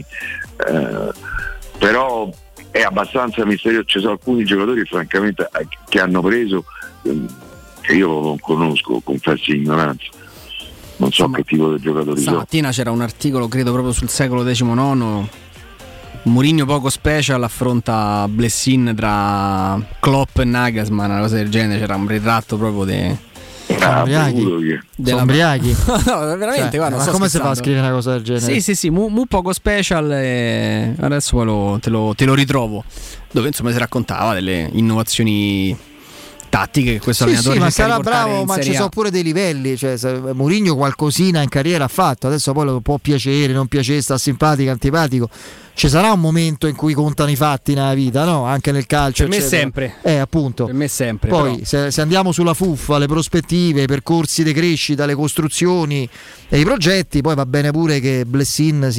però è abbastanza misterioso. Ci sono alcuni giocatori francamente che hanno preso che io non conosco, confesso ignoranza, non so che tipo di giocatori sono. Stamattina c'era un articolo, credo proprio sul secolo XIX, Mourinho poco special affronta Blessin tra Klopp e Nagelsmann, una cosa del genere, c'era un ritratto proprio della Briaghi. No, veramente, guarda, ma come si fa a scrivere una cosa del genere? Sì, mu poco special, e adesso poi te lo ritrovo, dove insomma si raccontava delle innovazioni tattiche che questo allenatore ma sarà bravo, ma ci sono pure dei livelli, cioè Mourinho qualcosina in carriera ha fatto, adesso poi lo può piacere, non piacere, sta simpatico, antipatico, ci sarà un momento in cui contano i fatti nella vita, no? Anche nel calcio, per me sempre, appunto, per me sempre. Poi se andiamo sulla fuffa, le prospettive, i percorsi di crescita, le costruzioni e i progetti, poi va bene pure che Blessin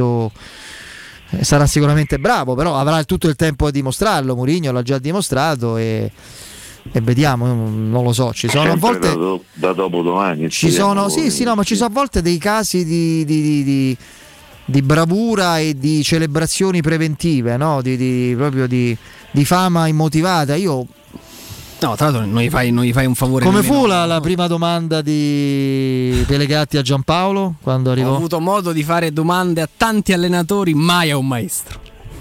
sarà sicuramente bravo, però avrà tutto il tempo a dimostrarlo. Mourinho l'ha già dimostrato e vediamo, non lo so, ci sono a volte da dopodomani ci sono ma ci sono a volte dei casi di bravura e di celebrazioni preventive, no? Proprio di fama immotivata. Io no, tra l'altro non gli fai un favore. Come fu la prima domanda di Pellegatti a Giampaolo quando arrivò? Ho avuto modo di fare domande a tanti allenatori, mai a un maestro.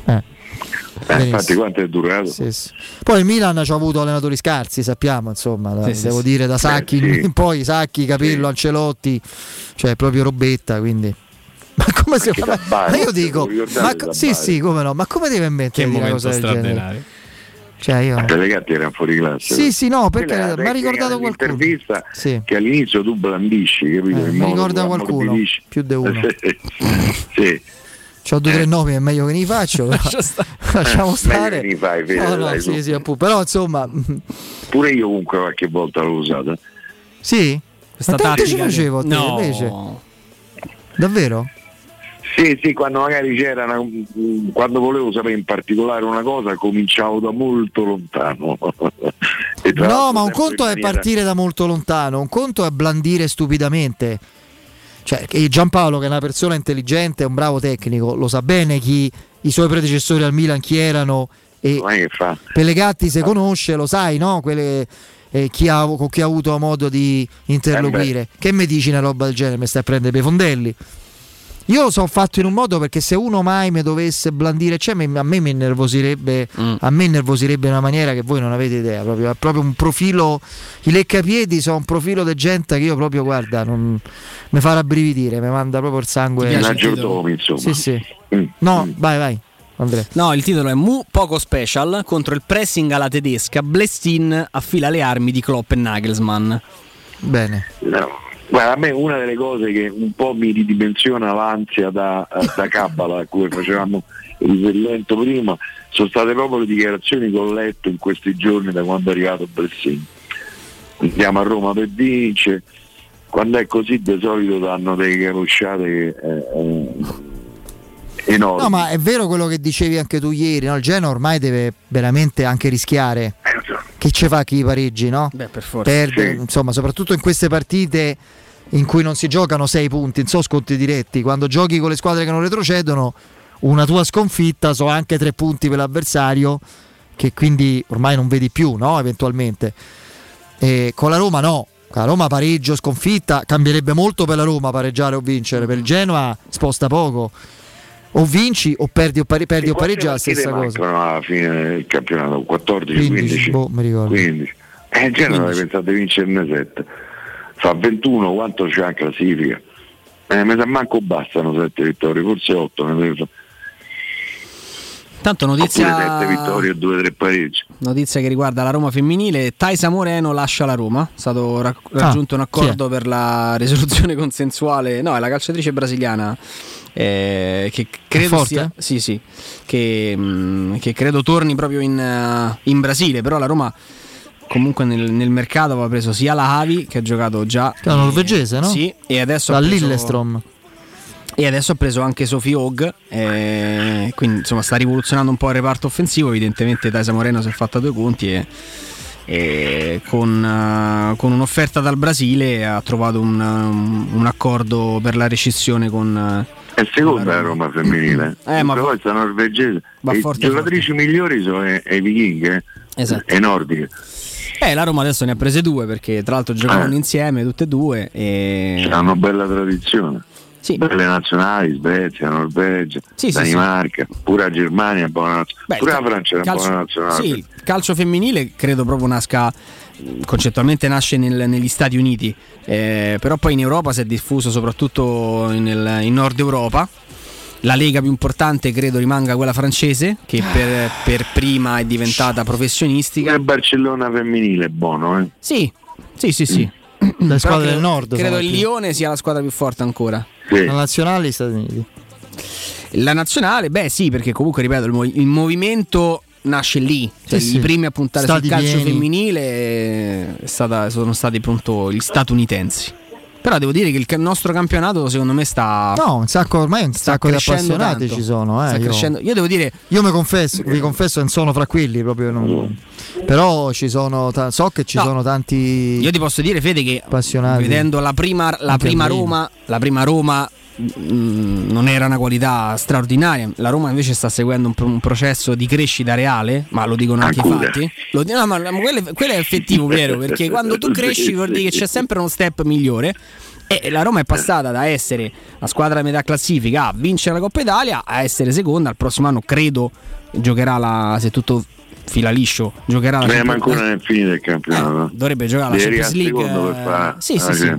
Infatti quanto è durato? Sì. Poi il Milan ci ha avuto allenatori scarsi, sappiamo, insomma, devo dire, da Sacchi in poi, Sacchi, Capello, Ancelotti, cioè proprio robetta, quindi. Ma come si fa? Ma io dico, come no? Ma come deve mettere una cosa del genere? Cioè io Pellegatti era fuori classe. Sì, no, perché mi ha ricordato qualcuno. Un'intervista che all'inizio tu blandisci, capito? Mi ricorda qualcuno, più di uno. Sì. C'ho 2 o 3 nomi, è meglio che ne faccio. Lasciamo stare. Meglio che ne fai, sì, però insomma. Pure io comunque qualche volta l'ho usata. Sì? Ma tanto ci facevo a te invece? Davvero? Sì, quando magari quando volevo sapere in particolare una cosa, cominciavo da molto lontano. No, ma un conto è partire da molto lontano, un conto è blandire stupidamente. Cioè, Giampaolo, che è una persona intelligente, è un bravo tecnico, lo sa bene i suoi predecessori al Milan chi erano, e Pellegatti se conosce, lo sai, no? Con chi ha avuto modo di interloquire. Che mi dici una roba del genere? Mi stai a prendere per i fondelli? Io sono fatto in un modo perché se uno mai mi dovesse blandire, cioè a me mi innervosirebbe, in una maniera che voi non avete idea, proprio un profilo, i leccapiedi sono un profilo di gente che io proprio, guarda, non mi fa rabbrividire, mi manda proprio il sangue. Insomma. Sì. No, vai Andrea. No, il titolo è Mu poco special, contro il pressing alla tedesca, Blessin affila le armi di Klopp e Nagelsmann. Bene. No. Guarda, a me una delle cose che un po' mi ridimensiona l'ansia da Cabala, a cui facevamo riferimento prima, sono state proprio le dichiarazioni che ho letto in questi giorni da quando è arrivato Blessin. Andiamo a Roma per vincere, quando è così di solito danno delle capocciate enormi. No, ma è vero quello che dicevi anche tu ieri, no? Il Genoa ormai deve veramente anche rischiare. Che ci fa chi pareggi, no? Beh, per forza. Perde, insomma, soprattutto in queste partite in cui non si giocano 6 punti, non so sconti diretti, quando giochi con le squadre che non retrocedono, una tua sconfitta sono anche 3 punti per l'avversario, che quindi ormai non vedi più, no? Eventualmente. Con la Roma no, La Roma pareggio, sconfitta, cambierebbe molto per la Roma pareggiare o vincere, per il Genoa sposta poco. O vinci o perdi o pareggi è la stessa cosa. Alla fine del campionato 14, 15, mi ricordo. 15. Il Genoa aveva pensato di vincerne 7. Fa 21, quanto c'è in classifica? Mi sa manco bastano 7 vittorie, forse 8 ne deve fare. Tanto notizia 7 vittorie e 2-3 pareggi. Notizia che riguarda la Roma femminile. Taisa Moreno lascia la Roma. È stato raggiunto un accordo per la risoluzione consensuale. No, è la calciatrice brasiliana che credo sia che credo torni proprio in Brasile. Però la Roma comunque nel mercato aveva preso sia la Havi, che ha giocato già, la norvegese, no? Sì, e adesso da Lillestrøm. E adesso ha preso anche Sophie Hogg, quindi insomma sta rivoluzionando un po' il reparto offensivo. Evidentemente Taisa Moreno si è fatta 2 conti e con un'offerta dal Brasile ha trovato un accordo per la rescissione con è seconda la Roma femminile, ma poi sta norvegese. Le giocatrici migliori sono i vichinghe, e nordiche. La Roma adesso ne ha prese 2 perché tra l'altro giocavano insieme tutte e 2 e hanno bella tradizione. Sì. Belle nazionali, Svezia, Norvegia, Danimarca, pure la Germania è buona nazionale, pure la Francia è una buona nazionale. Sì, il calcio femminile credo proprio nasca, concettualmente nasce negli Stati Uniti, però poi in Europa si è diffuso soprattutto in Nord Europa. La lega più importante credo rimanga quella francese, che per prima è diventata professionistica. Il Barcellona femminile è buono, Sì. Le squadre del nord. Credo il Lione sia la squadra più forte ancora. Sì. La nazionale Stati Uniti. La nazionale, sì, perché comunque ripeto, il movimento nasce lì. Cioè, i primi a puntare sul calcio femminile sono stati appunto gli statunitensi. Però devo dire che il nostro campionato secondo me ormai un sacco di appassionati tanto. Ci sono. Io devo dire, vi confesso non sono fra quelli proprio. Però ci sono, so che ci sono tanti. Io ti posso dire, Fede, che appassionati. Vedendo la prima Roma non era una qualità straordinaria. La Roma invece sta seguendo un processo di crescita reale, ma lo dicono anche i fatti. Ma quello è effettivo, vero? Perché quando tu cresci vuol dire che c'è sempre uno step migliore. E la Roma è passata da essere la squadra a metà classifica a vincere la Coppa Italia a essere seconda. Al prossimo anno credo giocherà se tutto fila liscio, giocherà la ma ancora nel fine del campionato. Dovrebbe giocare la Champions League. Sì.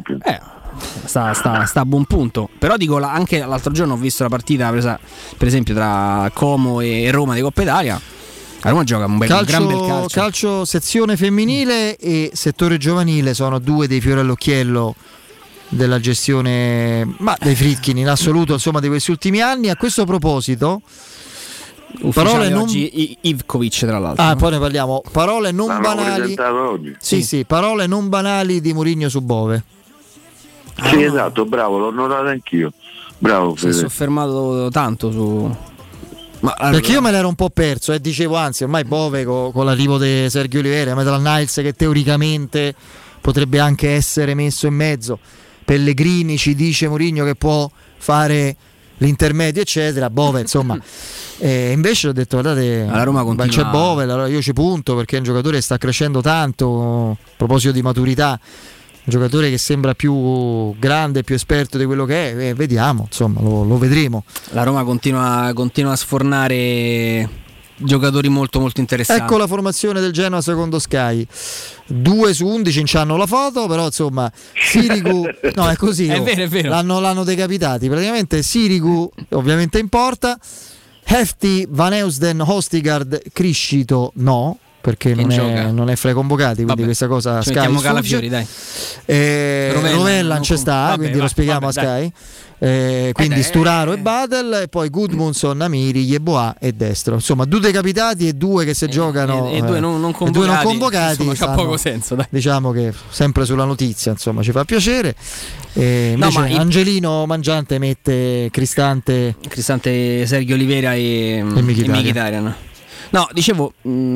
Sta a buon punto. Però dico, anche l'altro giorno ho visto la partita presa per esempio tra Como e Roma di Coppa Italia. La Roma gioca un gran bel calcio sezione femminile e settore giovanile sono 2 dei fiori all'occhiello della gestione, ma dei Friedkin in assoluto, insomma, di questi ultimi anni. A questo proposito, parole non oggi Ivkovic, tra l'altro. Poi ne parliamo. Parole non banali. Sì, parole non banali di Mourinho su Bove. Sì, esatto, bravo, l'ho notato anch'io. Bravo, si è soffermato tanto su. Perché io me l'ero un po' perso, dicevo, anzi, ormai Bove con l'arrivo di Sergio Oliveira, Metal Niles, che teoricamente potrebbe anche essere messo in mezzo. Pellegrini ci dice Mourinho che può fare l'intermedio, eccetera. Bove, insomma. Invece ho detto, guardate, la Roma continua. C'è Bove, allora io ci punto perché è un giocatore che sta crescendo tanto. A proposito di maturità, un giocatore che sembra più grande, più esperto di quello che è, vediamo, insomma, lo vedremo. La Roma continua a sfornare giocatori molto molto interessanti. Ecco la formazione del Genoa secondo Sky: 2 su 11 non c'hanno la foto, però insomma Sirigu no, è così, è vero. L'hanno decapitati praticamente. Sirigu ovviamente in porta, Hefti, Van Eusden, Hostigard, Criscito no, perché non è fra i convocati, quindi questa cosa ci Sky Calafiori, dai. Rovella non c'è sta, quindi lo spieghiamo a Sky. Quindi Sturaro e Badel, e poi Gudmundsson, Amiri, Yeboah e Destro. Insomma, 2 decapitati e 2 che se giocano e 2 non convocati. Insomma, c'ha poco senso, dai. Diciamo che sempre sulla notizia, insomma, ci fa piacere. Invece Angelino Mangiante mette Cristante, Sergio Oliveira e Mkhitaryan. No, dicevo,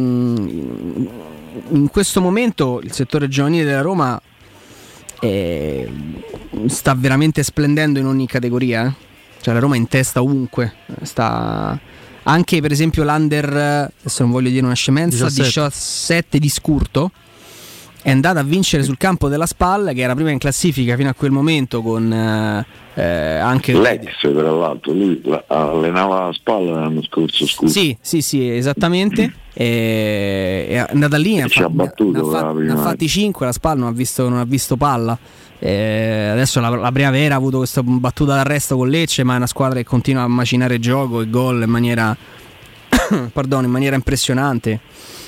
in questo momento il settore giovanile della Roma sta veramente splendendo in ogni categoria. Cioè la Roma è in testa ovunque. Sta anche per esempio l'Under, adesso non voglio dire una scemenza, 17 di Scurto, è andata a vincere sul campo della SPAL, che era prima in classifica fino a quel momento, con anche l'ex, tra l'altro lui allenava la SPAL l'anno scorso, scusa. Sì, esattamente. È andata lì, e ci ha battuto, ne ha fatti 5, la SPAL non ha visto palla. Adesso la Primavera ha avuto questa battuta d'arresto con Lecce, ma è una squadra che continua a macinare gioco e gol in maniera in maniera impressionante.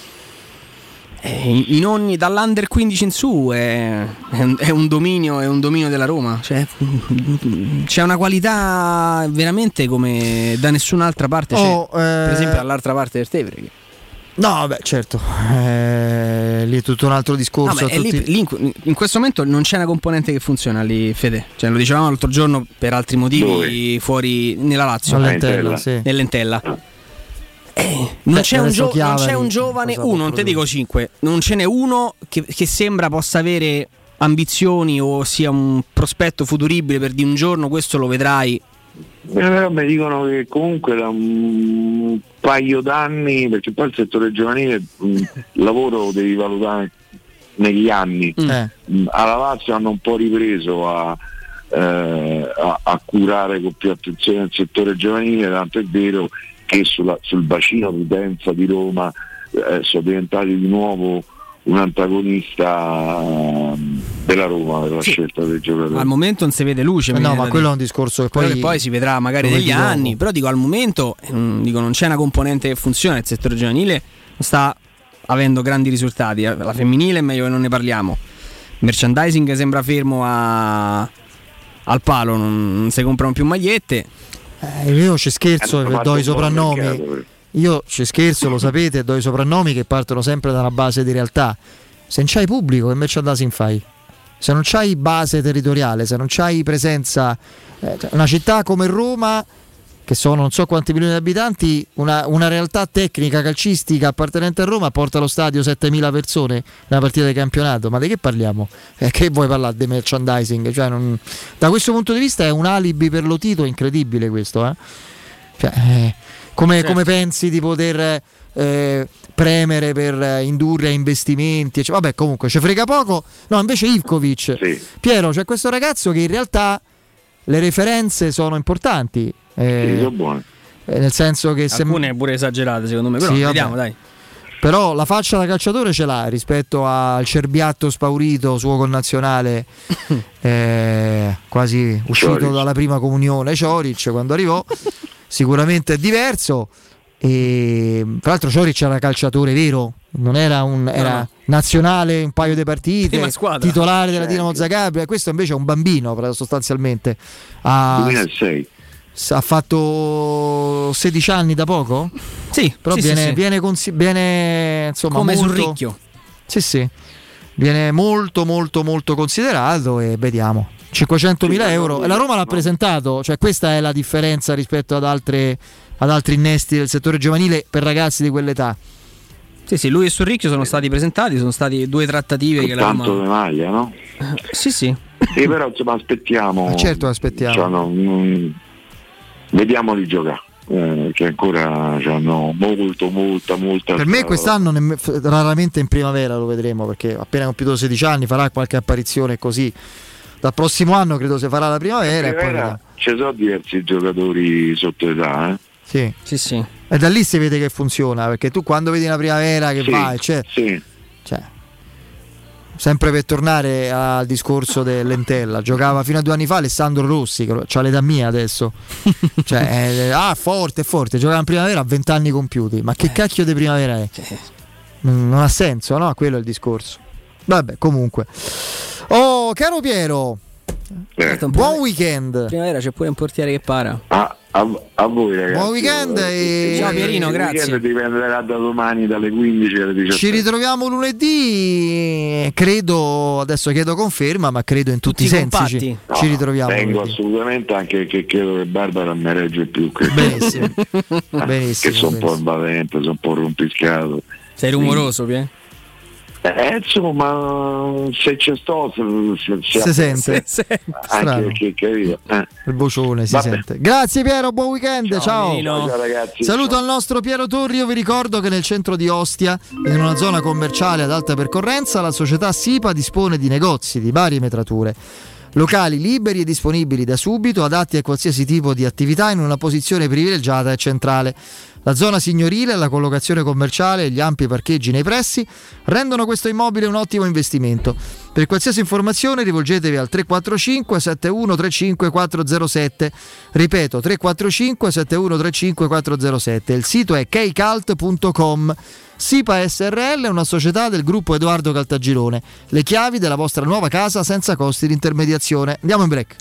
Dall'Under 15 in su è un dominio della Roma, cioè, c'è una qualità veramente come da nessun'altra parte c'è. Per esempio dall'altra parte del Tevere. No, beh, certo, lì è tutto un altro discorso. Lì in questo momento non c'è una componente che funziona lì, Fede. Cioè, lo dicevamo l'altro giorno per altri motivi fuori nella Lazio, nell'Entella. Non c'è un giovane, non te dico 5, non ce n'è uno che sembra possa avere ambizioni o sia un prospetto futuribile per di un giorno questo lo vedrai. Mi dicono che comunque da un paio d'anni, perché poi il settore giovanile lavoro devi valutare negli anni. Alla Lazio hanno un po' ripreso a curare con più attenzione il settore giovanile, tanto è vero che sul bacino d'utenza di Roma sono diventati di nuovo un antagonista della Roma per la scelta del giocatore. Al momento non si vede luce, no, ma quello è un discorso che poi si vedrà magari negli anni, però dico al momento non c'è una componente che funziona, il settore giovanile non sta avendo grandi risultati, la femminile è meglio che non ne parliamo, merchandising sembra fermo al palo, non si comprano più magliette. Io ci scherzo e do i soprannomi. Io ci scherzo, lo sapete, do i soprannomi che partono sempre da una base di realtà. Se non c'hai pubblico, che merchandising fai? Se non c'hai base territoriale, se non c'hai presenza, una città come Roma, che sono non so quanti milioni di abitanti, una realtà tecnica calcistica appartenente a Roma porta allo stadio 7.000 persone nella partita di campionato. Ma di che parliamo? Che vuoi parlare di merchandising? Cioè, da questo punto di vista è un alibi per lo Tito incredibile questo, Cioè, come pensi di poter premere per indurre a investimenti? Cioè, vabbè, comunque ci frega poco. No, invece Ivkovic, Piero, c'è questo ragazzo che in realtà le referenze sono importanti. Nel senso che alcune pure esagerate secondo me, però vediamo, dai. Però la faccia da calciatore ce l'ha rispetto al cerbiatto spaurito suo connazionale quasi uscito Cioric dalla prima comunione, Cioric, quando arrivò. Sicuramente è diverso, e tra l'altro Cioric era calciatore vero, non era era nazionale un paio di partite, titolare della Dinamo Zagabria. Questo invece è un bambino sostanzialmente. 2006 ha fatto 16 anni da poco? Sì, però viene insomma come molto, sul ricchio. Sì, viene molto molto molto considerato, e vediamo. 500.000 euro, e la Roma l'ha presentato, cioè questa è la differenza rispetto ad altri innesti del settore giovanile per ragazzi di quell'età. Sì, lui e Sorricchio sono stati presentati, sono stati 2 trattative che la Roma... tanto di maglia, no? Sì. Però insomma aspettiamo. Certo, aspettiamo. Cioè, vediamoli giocare. Che ancora hanno molta. Per me quest'anno raramente in primavera lo vedremo, perché appena compiuto 16 anni farà qualche apparizione così. Dal prossimo anno credo si farà la primavera e poi ci sono diversi giocatori sotto età, Sì. E da lì si vede che funziona, perché tu quando vedi una primavera che va, cioè, sempre per tornare al discorso dell'Entella, giocava fino a 2 anni fa Alessandro Rossi, che c'ha l'età mia adesso. Cioè, forte, giocava in primavera a 20 anni compiuti. Ma che cacchio di primavera è? Non ha senso, no? Quello è il discorso. Vabbè, comunque. Oh, caro Piero, buon weekend. Primavera c'è pure un portiere che para. A voi ragazzi. Buon weekend e... Ciao Pierino, grazie. Il weekend dipenderà da domani dalle 15 alle 17. Ci ritroviamo lunedì, credo, adesso chiedo conferma, ma credo in tutti i sensi ci ritroviamo. Vengo assolutamente, anche che credo che Barbara mi regge più. Benissimo. Che sono un po' invadente, sono un po' rompiscato. Sei rumoroso, Pier? Insomma, se c'è si sente anche che il vocione si sente. Grazie Piero, buon weekend, ciao. Ciao ragazzi. Saluto al nostro Piero Torri. Io vi ricordo che nel centro di Ostia, in una zona commerciale ad alta percorrenza, la società SIPA dispone di negozi di varie metrature, locali liberi e disponibili da subito, adatti a qualsiasi tipo di attività, in una posizione privilegiata e centrale. La zona signorile, la collocazione commerciale e gli ampi parcheggi nei pressi rendono questo immobile un ottimo investimento. Per qualsiasi informazione rivolgetevi al 345 7135 407. Ripeto, 345 7135 407. Il sito è kcalt.com. SIPA SRL è una società del gruppo Edoardo Caltagirone. Le chiavi della vostra nuova casa senza costi di intermediazione. Andiamo in break.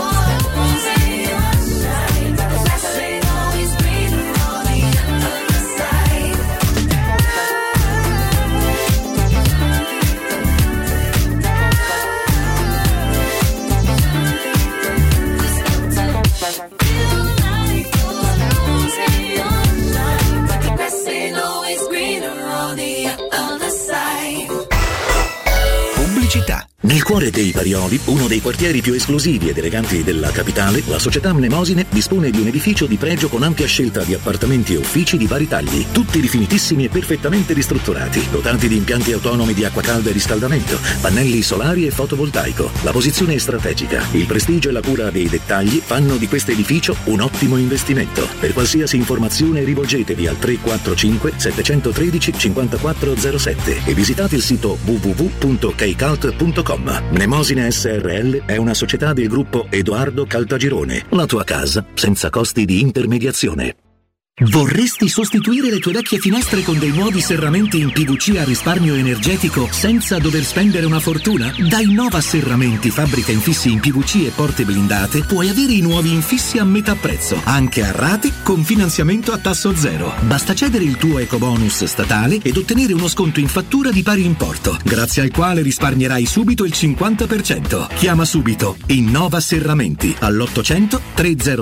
Nel cuore dei Parioli, uno dei quartieri più esclusivi ed eleganti della capitale, la società Mnemosine dispone di un edificio di pregio con ampia scelta di appartamenti e uffici di vari tagli, tutti rifinitissimi e perfettamente ristrutturati, dotati di impianti autonomi di acqua calda e riscaldamento, pannelli solari e fotovoltaico. La posizione è strategica, il prestigio e la cura dei dettagli fanno di questo edificio un ottimo investimento. Per qualsiasi informazione rivolgetevi al 345 713 5407 e visitate il sito www.kcalt.com. Mnemosine SRL è una società del gruppo Edoardo Caltagirone. La tua casa senza costi di intermediazione. Vorresti sostituire le tue vecchie finestre con dei nuovi serramenti in PVC a risparmio energetico senza dover spendere una fortuna? Da Innova Serramenti, fabbrica infissi in PVC e porte blindate, puoi avere i nuovi infissi a metà prezzo, anche a rate con finanziamento a tasso zero. Basta cedere il tuo ecobonus statale ed ottenere uno sconto in fattura di pari importo, grazie al quale risparmierai subito il 50%. Chiama subito Innova Serramenti all'800 300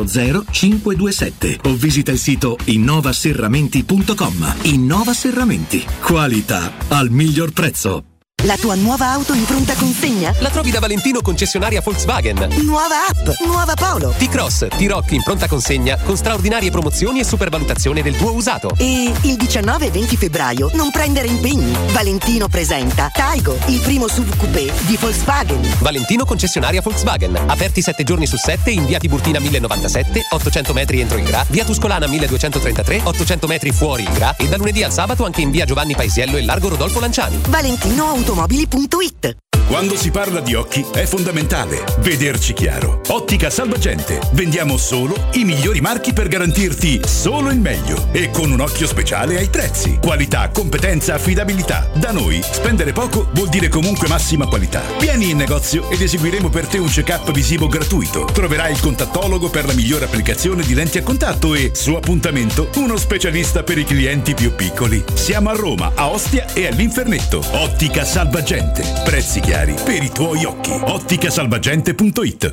527 o visita il sito innovaserramenti.com. Innova Serramenti. Qualità al miglior prezzo. La tua nuova auto in pronta consegna? La trovi da Valentino concessionaria Volkswagen. Nuova app, nuova Polo. T-Cross, T-Rock in pronta consegna con straordinarie promozioni e supervalutazione del tuo usato. E il 19 e 20 febbraio non prendere impegni. Valentino presenta Taigo, il primo SUV coupé di Volkswagen. Valentino concessionaria Volkswagen. Aperti 7 giorni su 7 in via Tiburtina 1097, 800 metri entro il Gra, via Tuscolana 1233, 800 metri fuori il Gra e da lunedì al sabato anche in via Giovanni Paesiello e largo Rodolfo Lanciani. Valentino Automobili.it. Quando si parla di occhi è fondamentale vederci chiaro. Ottica Salvagente. Vendiamo solo i migliori marchi per garantirti solo il meglio e con un occhio speciale ai prezzi. Qualità, competenza, affidabilità. Da noi spendere poco vuol dire comunque massima qualità. Vieni in negozio ed eseguiremo per te un check-up visivo gratuito. Troverai il contattologo per la migliore applicazione di lenti a contatto e, su appuntamento, uno specialista per i clienti più piccoli. Siamo a Roma, a Ostia e all'Infernetto. Ottica Salvagente. Prezzi chiari per i tuoi occhi. Otticasalvagente.it.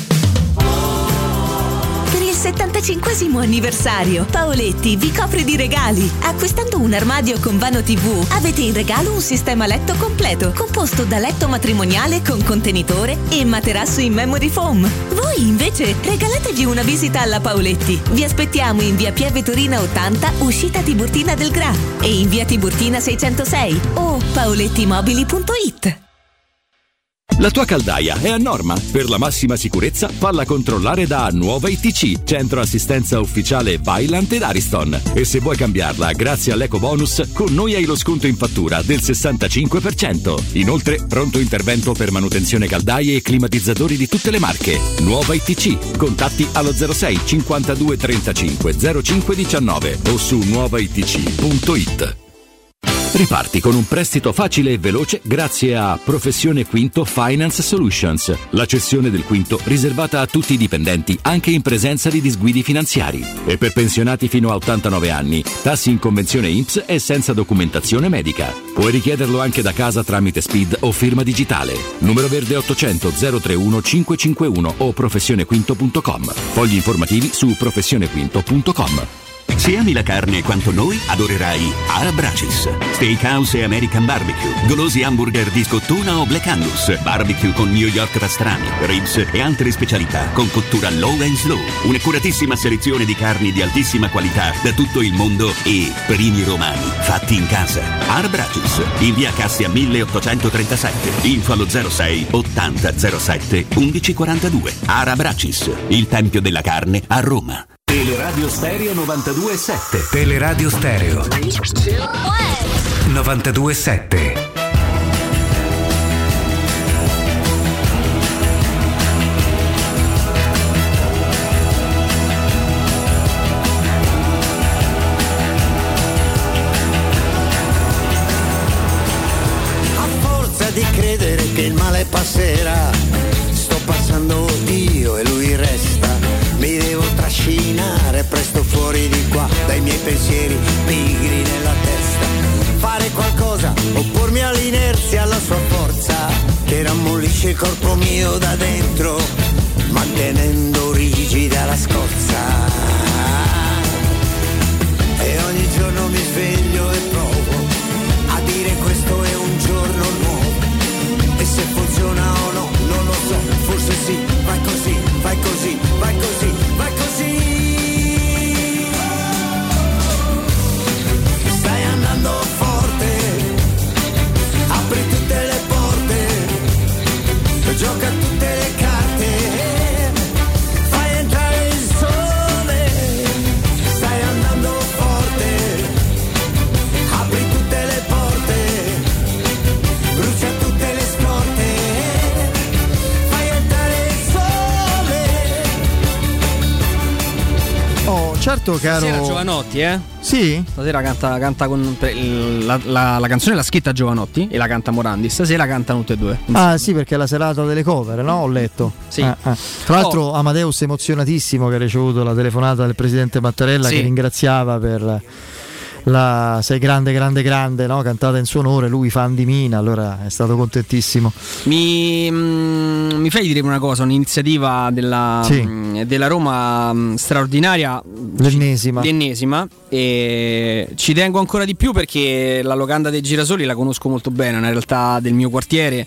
Per il 75° anniversario, Paoletti vi copre di regali. Acquistando un armadio con vano TV, avete in regalo un sistema letto completo, composto da letto matrimoniale con contenitore e materasso in memory foam. Voi invece regalatevi una visita alla Paoletti. Vi aspettiamo in via Pieve Torina 80, uscita Tiburtina del Gra, e in via Tiburtina 606 o paolettimobili.it. La tua caldaia è a norma. Per la massima sicurezza, falla controllare da Nuova ITC, centro assistenza ufficiale Vaillant ed Ariston. E se vuoi cambiarla grazie all'eco bonus, con noi hai lo sconto in fattura del 65%. Inoltre, pronto intervento per manutenzione caldaie e climatizzatori di tutte le marche. Nuova ITC. Contatti allo 06 52 35 05 19 o su nuovaitc.it. Riparti con un prestito facile e veloce grazie a Professione Quinto Finance Solutions, la cessione del quinto riservata a tutti i dipendenti anche in presenza di disguidi finanziari. E per pensionati fino a 89 anni, tassi in convenzione INPS e senza documentazione medica. Puoi richiederlo anche da casa tramite SPID o firma digitale. Numero verde 800 031 551 o professionequinto.com. Fogli informativi su professionequinto.com. Se ami la carne quanto noi, adorerai Arabracis. Steakhouse e American Barbecue, golosi hamburger di scottuna o Black Angus, barbecue con New York pastrami, ribs e altre specialità con cottura low and slow. Un'accuratissima selezione di carni di altissima qualità da tutto il mondo e primi romani fatti in casa. Arabracis, in via Cassia 1837, info allo 06 80 07 1142. Arabracis, il tempio della carne a Roma. Teleradio Stereo 92.7. Teleradio Stereo 92.7. Di credere che il male passerà, sto passando io e lui resta, mi devo trascinare presto fuori di qua dai miei pensieri pigri nella testa, fare qualcosa, oppormi all'inerzia, alla sua forza che rammollisce il corpo mio da dentro, mantenendo rigida la scorza, e ogni giorno mi sveglio e provo a dire questo è un giorno nuovo. E se funziona o no, non lo so, forse sì, vai così, vai così, vai così, vai così. Stai andando forte, apri tutte le porte, gioca tutte le carte, fai entrare il sole. Stai andando forte, apri tutte le porte, brucia tutte le scorte, fai entrare il sole. Oh, certo, caro. Stasera Giovanotti, Sì? Stasera canta con la canzone l'ha scritta Giovanotti e la canta Morandi. Stasera cantano tutte e due insieme. Ah, sì, perché è la serata delle cover, no? Ho letto. Sì. Tra l'altro Amadeus emozionatissimo che ha ricevuto la telefonata del presidente Mattarella, sì, che ringraziava per la Sei grande, grande, grande, no? Cantata in suo onore, lui fan di Mina, allora è stato contentissimo. Mi fai dire una cosa, un'iniziativa della Roma straordinaria, l'ennesima, e ci tengo ancora di più perché la locanda dei Girasoli la conosco molto bene, è una realtà del mio quartiere.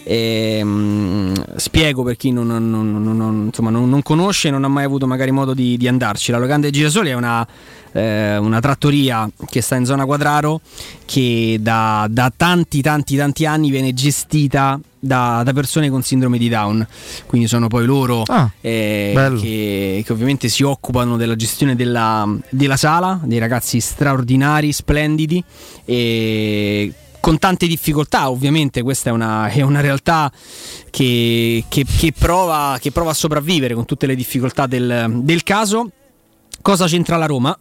Spiego per chi non conosce, non ha mai avuto magari modo di andarci. La locanda dei Girasoli è una trattoria che sta in zona Quadraro, che da tanti anni viene gestita da persone con sindrome di Down, quindi sono poi loro che ovviamente si occupano della gestione della sala, dei ragazzi straordinari, splendidi, e con tante difficoltà. Ovviamente questa è una realtà che prova a sopravvivere con tutte le difficoltà del caso. Cosa c'entra la Roma?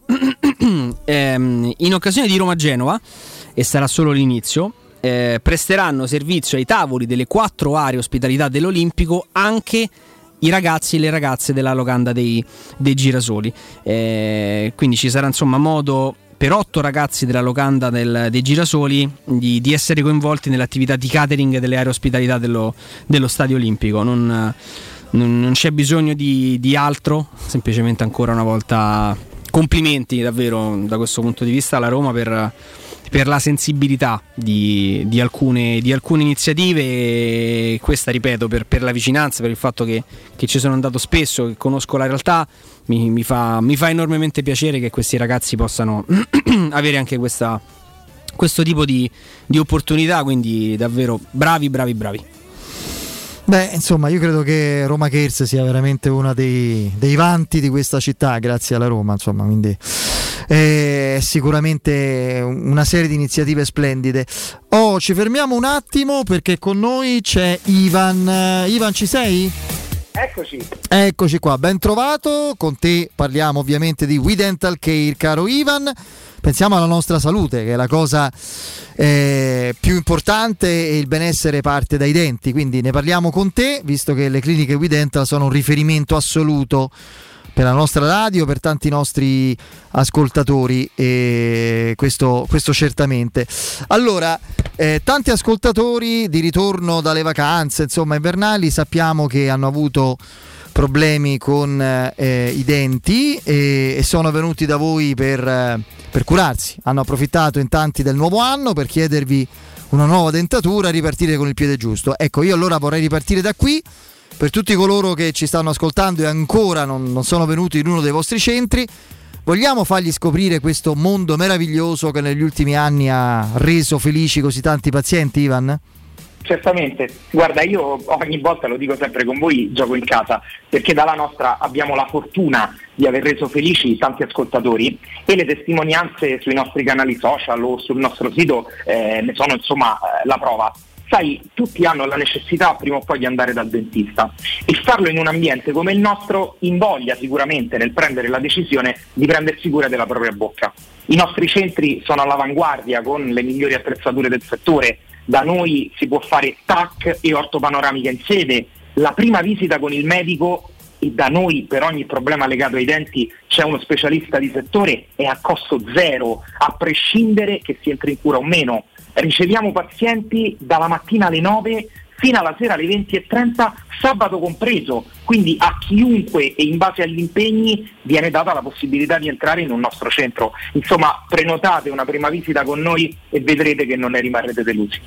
In occasione di Roma-Genova, e sarà solo l'inizio, presteranno servizio ai tavoli delle 4 aree ospitalità dell'Olimpico anche i ragazzi e le ragazze della locanda dei Girasoli. Quindi ci sarà insomma modo per 8 ragazzi della locanda dei Girasoli di essere coinvolti nell'attività di catering delle aree ospitalità dello Stadio Olimpico. Non c'è bisogno di altro, semplicemente ancora una volta complimenti davvero da questo punto di vista alla Roma per la sensibilità di alcune iniziative, e questa, ripeto, per la vicinanza, per il fatto che ci sono andato spesso, che conosco la realtà, mi fa enormemente piacere che questi ragazzi possano avere anche questo tipo di opportunità, quindi davvero bravi. Beh, insomma, io credo che Roma Cares sia veramente uno dei vanti di questa città, grazie alla Roma, insomma, quindi sicuramente una serie di iniziative splendide. Ci fermiamo un attimo perché con noi c'è Ivan. Ivan, ci sei? Eccoci qua, ben trovato. Con te parliamo ovviamente di We Dental Care, caro Ivan. Pensiamo alla nostra salute, che è la cosa più importante, e il benessere parte dai denti, quindi ne parliamo con te, visto che le cliniche We Dental sono un riferimento assoluto per la nostra radio, per tanti nostri ascoltatori, e questo certamente. Allora, tanti ascoltatori di ritorno dalle vacanze, insomma, invernali, sappiamo che hanno avuto problemi con i denti e sono venuti da voi per curarsi. Hanno approfittato in tanti del nuovo anno per chiedervi una nuova dentatura e ripartire con il piede giusto. Ecco, io allora vorrei ripartire da qui. Per tutti coloro che ci stanno ascoltando e ancora non sono venuti in uno dei vostri centri, vogliamo fargli scoprire questo mondo meraviglioso che negli ultimi anni ha reso felici così tanti pazienti, Ivan? Certamente, guarda, io ogni volta lo dico sempre con voi, gioco in casa, perché dalla nostra abbiamo la fortuna di aver reso felici tanti ascoltatori e le testimonianze sui nostri canali social o sul nostro sito ne sono la prova. Sai, tutti hanno la necessità prima o poi di andare dal dentista e farlo in un ambiente come il nostro invoglia sicuramente nel prendere la decisione di prendersi cura della propria bocca. I nostri centri sono all'avanguardia con le migliori attrezzature del settore. Da noi si può fare TAC e ortopanoramica in sede, la prima visita con il medico, e da noi per ogni problema legato ai denti c'è uno specialista di settore, è a costo zero, a prescindere che si entri in cura o meno. Riceviamo pazienti dalla mattina alle 9 fino alla sera alle 20:30, sabato compreso, quindi a chiunque e in base agli impegni viene data la possibilità di entrare in un nostro centro. Insomma, prenotate una prima visita con noi e vedrete che non ne rimarrete delusi.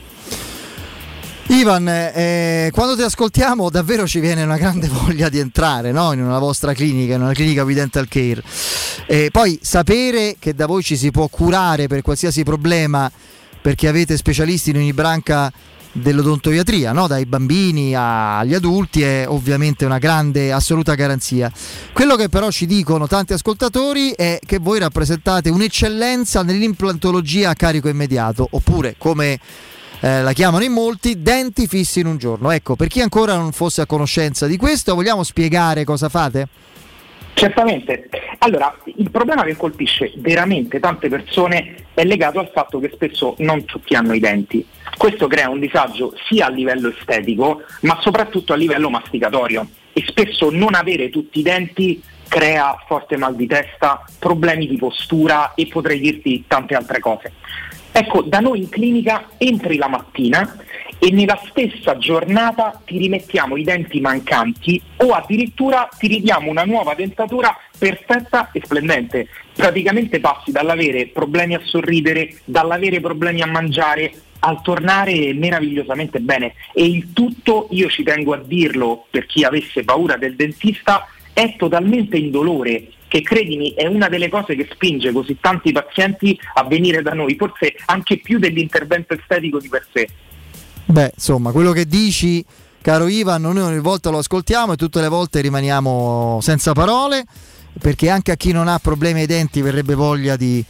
Ivan, quando ti ascoltiamo davvero ci viene una grande voglia di entrare, no? In una vostra clinica, in una clinica We Dental Care. Poi sapere che da voi ci si può curare per qualsiasi problema, perché avete specialisti in ogni branca dell'odontoiatria, no? Dai bambini agli adulti, è ovviamente una grande, assoluta garanzia. Quello che però ci dicono tanti ascoltatori è che voi rappresentate un'eccellenza nell'implantologia a carico immediato, oppure come la chiamano in molti, denti fissi in un giorno. Ecco, per chi ancora non fosse a conoscenza di questo, vogliamo spiegare cosa fate? Certamente. Allora, il problema che colpisce veramente tante persone è legato al fatto che spesso non tutti hanno i denti. Questo crea un disagio sia a livello estetico, ma soprattutto a livello masticatorio. E spesso non avere tutti i denti crea forte mal di testa, problemi di postura e potrei dirti tante altre cose. Ecco, da noi in clinica entri la mattina e nella stessa giornata ti rimettiamo i denti mancanti o addirittura ti ridiamo una nuova dentatura perfetta e splendente. Praticamente passi dall'avere problemi a sorridere, dall'avere problemi a mangiare, al tornare meravigliosamente bene. E il tutto, io ci tengo a dirlo per chi avesse paura del dentista, è totalmente indolore, che credimi è una delle cose che spinge così tanti pazienti a venire da noi, forse anche più dell'intervento estetico di per sé. Beh, insomma, quello che dici, caro Ivan, noi ogni volta lo ascoltiamo e tutte le volte rimaniamo senza parole, perché anche a chi non ha problemi ai denti verrebbe voglia di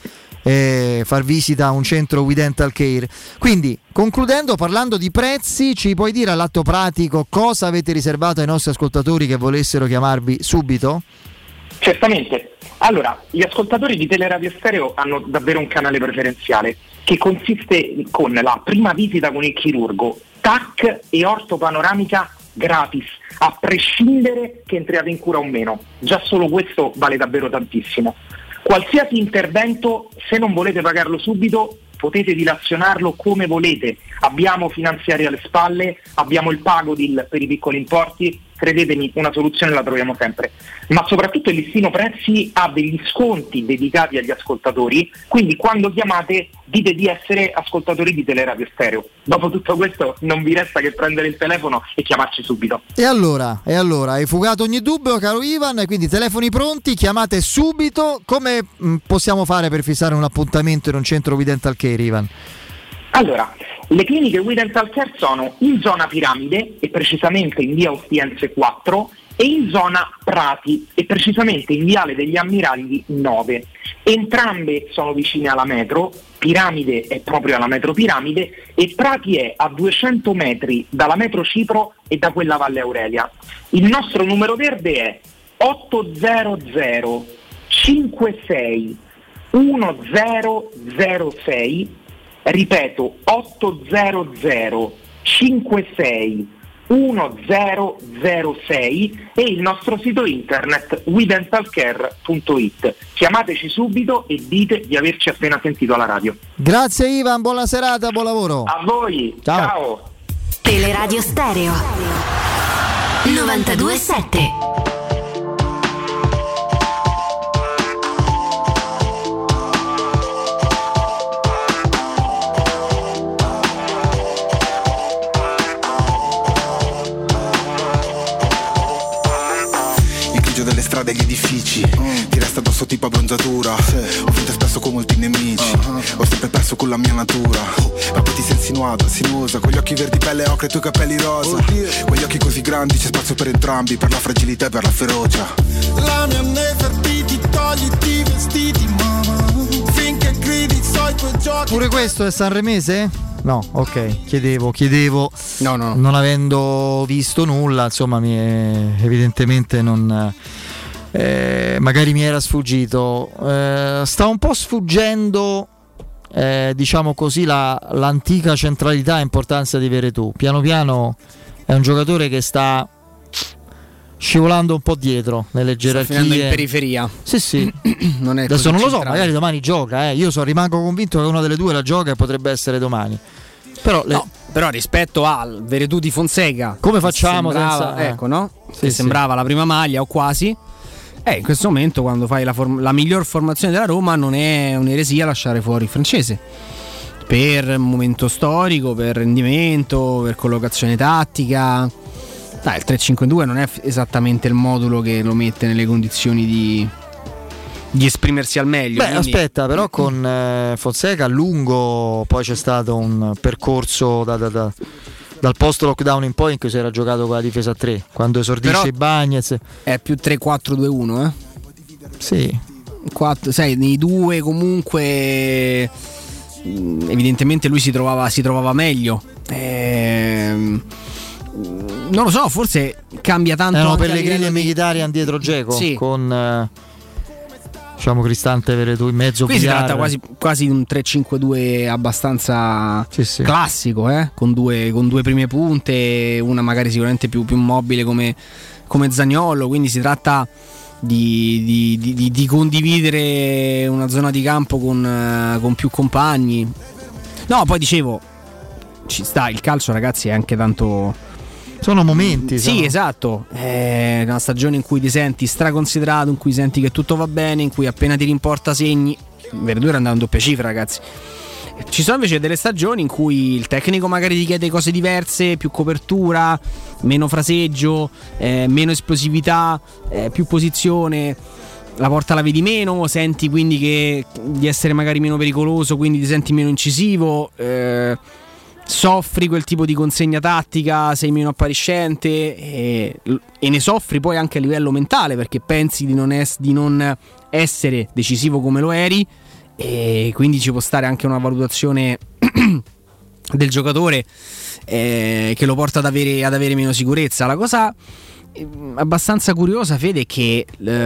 far visita a un centro We Dental Care. Quindi, concludendo, parlando di prezzi, ci puoi dire all'atto pratico cosa avete riservato ai nostri ascoltatori che volessero chiamarvi subito? Certamente. Allora, gli ascoltatori di Teleradio Stereo hanno davvero un canale preferenziale che consiste con la prima visita con il chirurgo, TAC e ortopanoramica gratis, a prescindere che entriate in cura o meno. Già solo questo vale davvero tantissimo. Qualsiasi intervento, se non volete pagarlo subito, potete dilazionarlo come volete. Abbiamo finanziari alle spalle, abbiamo il Pagodil per i piccoli importi, credetemi, una soluzione la troviamo sempre. Ma soprattutto il listino prezzi ha degli sconti dedicati agli ascoltatori, quindi quando chiamate dite di essere ascoltatori di Teleradio Stereo. Dopo tutto questo non vi resta che prendere il telefono e chiamarci subito. E allora, hai fugato ogni dubbio, caro Ivan, quindi telefoni pronti, chiamate subito. Come possiamo fare per fissare un appuntamento in un centro We Dental Care, Ivan? Allora, le cliniche We Dental Care sono in zona Piramide e precisamente in via Ostiense 4 e in zona Prati e precisamente in viale degli Ammiragli 9. Entrambe sono vicine alla metro, Piramide è proprio alla metro Piramide e Prati è a 200 metri dalla metro Cipro e da quella Valle Aurelia. Il nostro numero verde è 800 56 1006, ripeto 800 56 1006 e il nostro sito internet wedentalcare.it. Chiamateci subito e dite di averci appena sentito alla radio. Grazie Ivan, buona serata, buon lavoro. A voi, ciao. Teleradio Stereo 92.7. edifici, ti resta addosso tipo abbronzatura, ho vinto spesso con molti nemici, ho sempre perso con la mia natura, ma poi ti sei insinuata, sinuosa, con gli occhi verdi pelle ocre e i tuoi capelli rosa, quegli occhi così grandi c'è spazio per entrambi, per la fragilità e per la ferocia. La mia nefertiti, togliti i vestiti, mamma, finché gridi so i tuoi giochi. Pure questo è sanremese? No, ok, chiedevo no. Non avendo visto nulla, insomma, evidentemente non magari mi era sfuggito. Sta un po' sfuggendo, diciamo così, l'antica centralità e importanza di Veretù. Piano piano è un giocatore che sta scivolando un po' dietro nelle gerarchie, sta finendo in periferia. Sì. Non è adesso non lo so, centrale. magari domani gioca, io rimango convinto che una delle due la gioca e potrebbe essere domani. Però rispetto al Veretù di Fonseca, come facciamo sembrava, senza ecco, no? Sì, che sembrava la prima maglia o quasi. In questo momento, quando fai la miglior formazione della Roma, non è un'eresia lasciare fuori il francese per momento storico, per rendimento, per collocazione tattica. Dai, il 3-5-2 non è esattamente il modulo che lo mette nelle condizioni di esprimersi al meglio. Quindi... aspetta, però con Fonseca a lungo poi c'è stato un percorso dal post lockdown in poi in cui si era giocato con la difesa a 3, quando esordisce i Bagnez. È più 3-4-2-1, Sì. 6 nei due comunque evidentemente lui si trovava meglio. Non lo so, forse cambia tanto. Erano Pellegrini e Mkhitaryan dietro Dzeko, sì, con diciamo Cristante Veretù in mezzo. Qui si tratta quasi di un 3-5-2 abbastanza classico, con due prime punte, una magari sicuramente più mobile come Zaniolo, quindi si tratta di condividere una zona di campo con più compagni. No, poi dicevo, ci sta, il calcio ragazzi è anche tanto... Sono momenti. Sì, esatto. È una stagione in cui ti senti straconsiderato, in cui senti che tutto va bene, in cui appena ti rimporta segni. Veretù era andato in doppia cifra, ragazzi. Ci sono invece delle stagioni in cui il tecnico magari ti chiede cose diverse, più copertura, meno fraseggio, meno esplosività, più posizione. La porta la vedi meno, senti quindi di essere magari meno pericoloso, quindi ti senti meno incisivo. Soffri quel tipo di consegna tattica, sei meno appariscente e ne soffri poi anche a livello mentale, perché pensi di non essere decisivo come lo eri, e quindi ci può stare anche una valutazione del giocatore che lo porta ad avere meno sicurezza. La cosa abbastanza curiosa, Fede, è che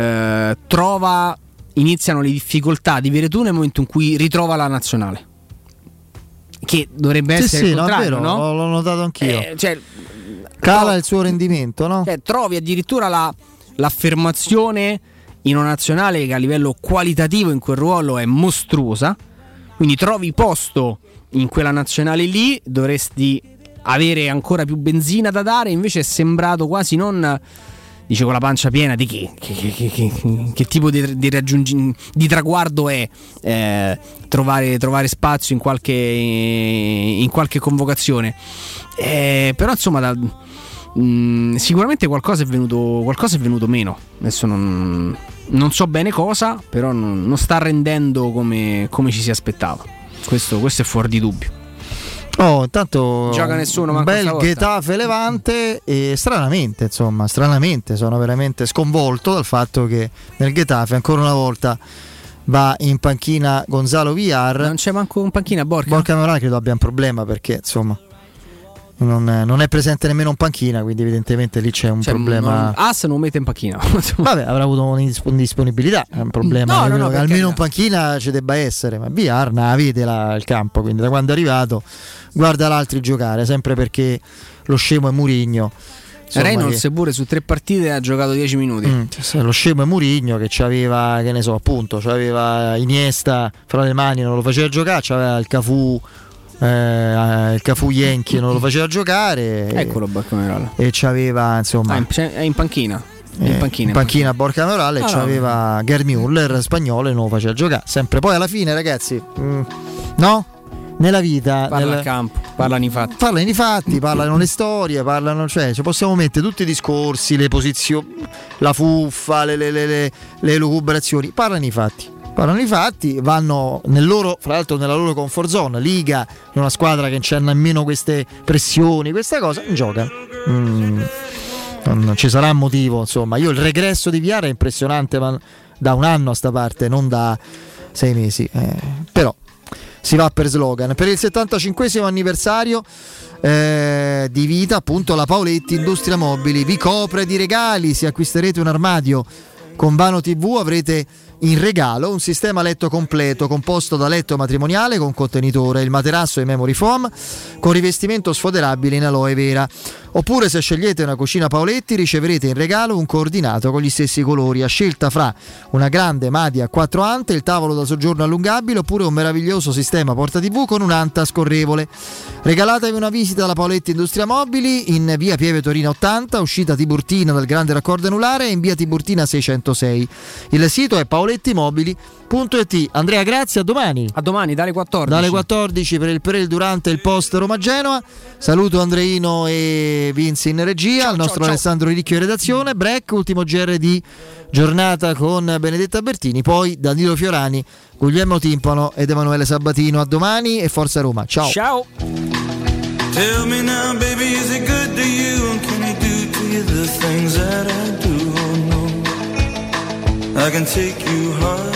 iniziano le difficoltà di Veretù nel momento in cui ritrova la nazionale, che dovrebbe essere il contrario, no? L'ho notato anch'io. Cala il suo rendimento, no? Trovi addirittura l'affermazione in una nazionale che a livello qualitativo in quel ruolo è mostruosa, quindi trovi posto in quella nazionale lì, dovresti avere ancora più benzina da dare, invece è sembrato quasi non... Dice con la pancia piena di che tipo di traguardo è trovare spazio in qualche convocazione, però insomma sicuramente qualcosa è venuto meno. Adesso non so bene cosa, però non sta rendendo come ci si aspettava. Questo è fuori di dubbio. Intanto gioca nessuno, un bel Getafe Levante, e stranamente sono veramente sconvolto dal fatto che nel Getafe ancora una volta va in panchina Gonzalo Villar. Non c'è manco in panchina Borca Maioral, credo abbia un problema, perché insomma non è presente nemmeno in panchina, quindi evidentemente lì c'è un problema. As non mette in panchina. Vabbè, avrà avuto un'indisponibilità, è un problema, almeno in panchina ci debba essere, ma Villar vede il campo, quindi da quando è arrivato guarda l'altri giocare, sempre perché lo scemo è Mourinho. Reynolds pure su 3 partite ha giocato 10 minuti. Lo scemo è Mourinho, che c'aveva, che ne so, appunto, c'aveva Iniesta fra le mani, non lo faceva giocare, c'aveva il Cafù Yankee, non lo faceva giocare. Eccolo Borca e c'aveva, insomma, è in panchina. In panchina Borca Maioral, e c'aveva Gerd Müller spagnolo e non lo faceva giocare sempre. Poi alla fine, ragazzi, no? Nella vita, al campo. Parlano i fatti. Parlano i fatti, parlano le storie, parlano, cioè ci possiamo mettere tutti i discorsi, le posizioni, la fuffa, le lucubrazioni, parlano i fatti. Parlano i fatti, vanno fra l'altro nella loro comfort zone, Liga, in una squadra che non c'è nemmeno queste pressioni, questa cosa, giocano. Non ci sarà motivo, insomma. Io il regresso di Viara è impressionante, ma da un anno a sta parte, non da 6 mesi. Però si va per slogan. Per il 75esimo anniversario di vita, appunto, la Paoletti Industria Mobili vi copre di regali. Se acquisterete un armadio con Vano TV avrete in regalo un sistema letto completo composto da letto matrimoniale con contenitore, il materasso e memory foam con rivestimento sfoderabile in aloe vera. Oppure, se scegliete una cucina Paoletti, riceverete in regalo un coordinato con gli stessi colori a scelta fra una grande Madia a 4 ante, il tavolo da soggiorno allungabile, oppure un meraviglioso sistema porta TV con un'anta scorrevole. Regalatevi una visita alla Paoletti Industria Mobili in via Pieve Torina 80, uscita Tiburtina dal grande raccordo anulare, e in via Tiburtina 606. Il sito è paolettimobili.it. Andrea, grazie, a domani. A domani, dalle 14. Dalle 14 per il pre, il durante e il post Roma-Genoa. Saluto Andreino e Vince in regia, il nostro Alessandro Ricchio in redazione. Break, ultimo GR di giornata con Benedetta Bertini, poi Danilo Fiorani, Guglielmo Timpano ed Emanuele Sabatino. A domani e forza Roma. Ciao. Ciao. Tell me now, baby, is it good to you? And can I do to you the things that I do? Oh, no, I can take you hard.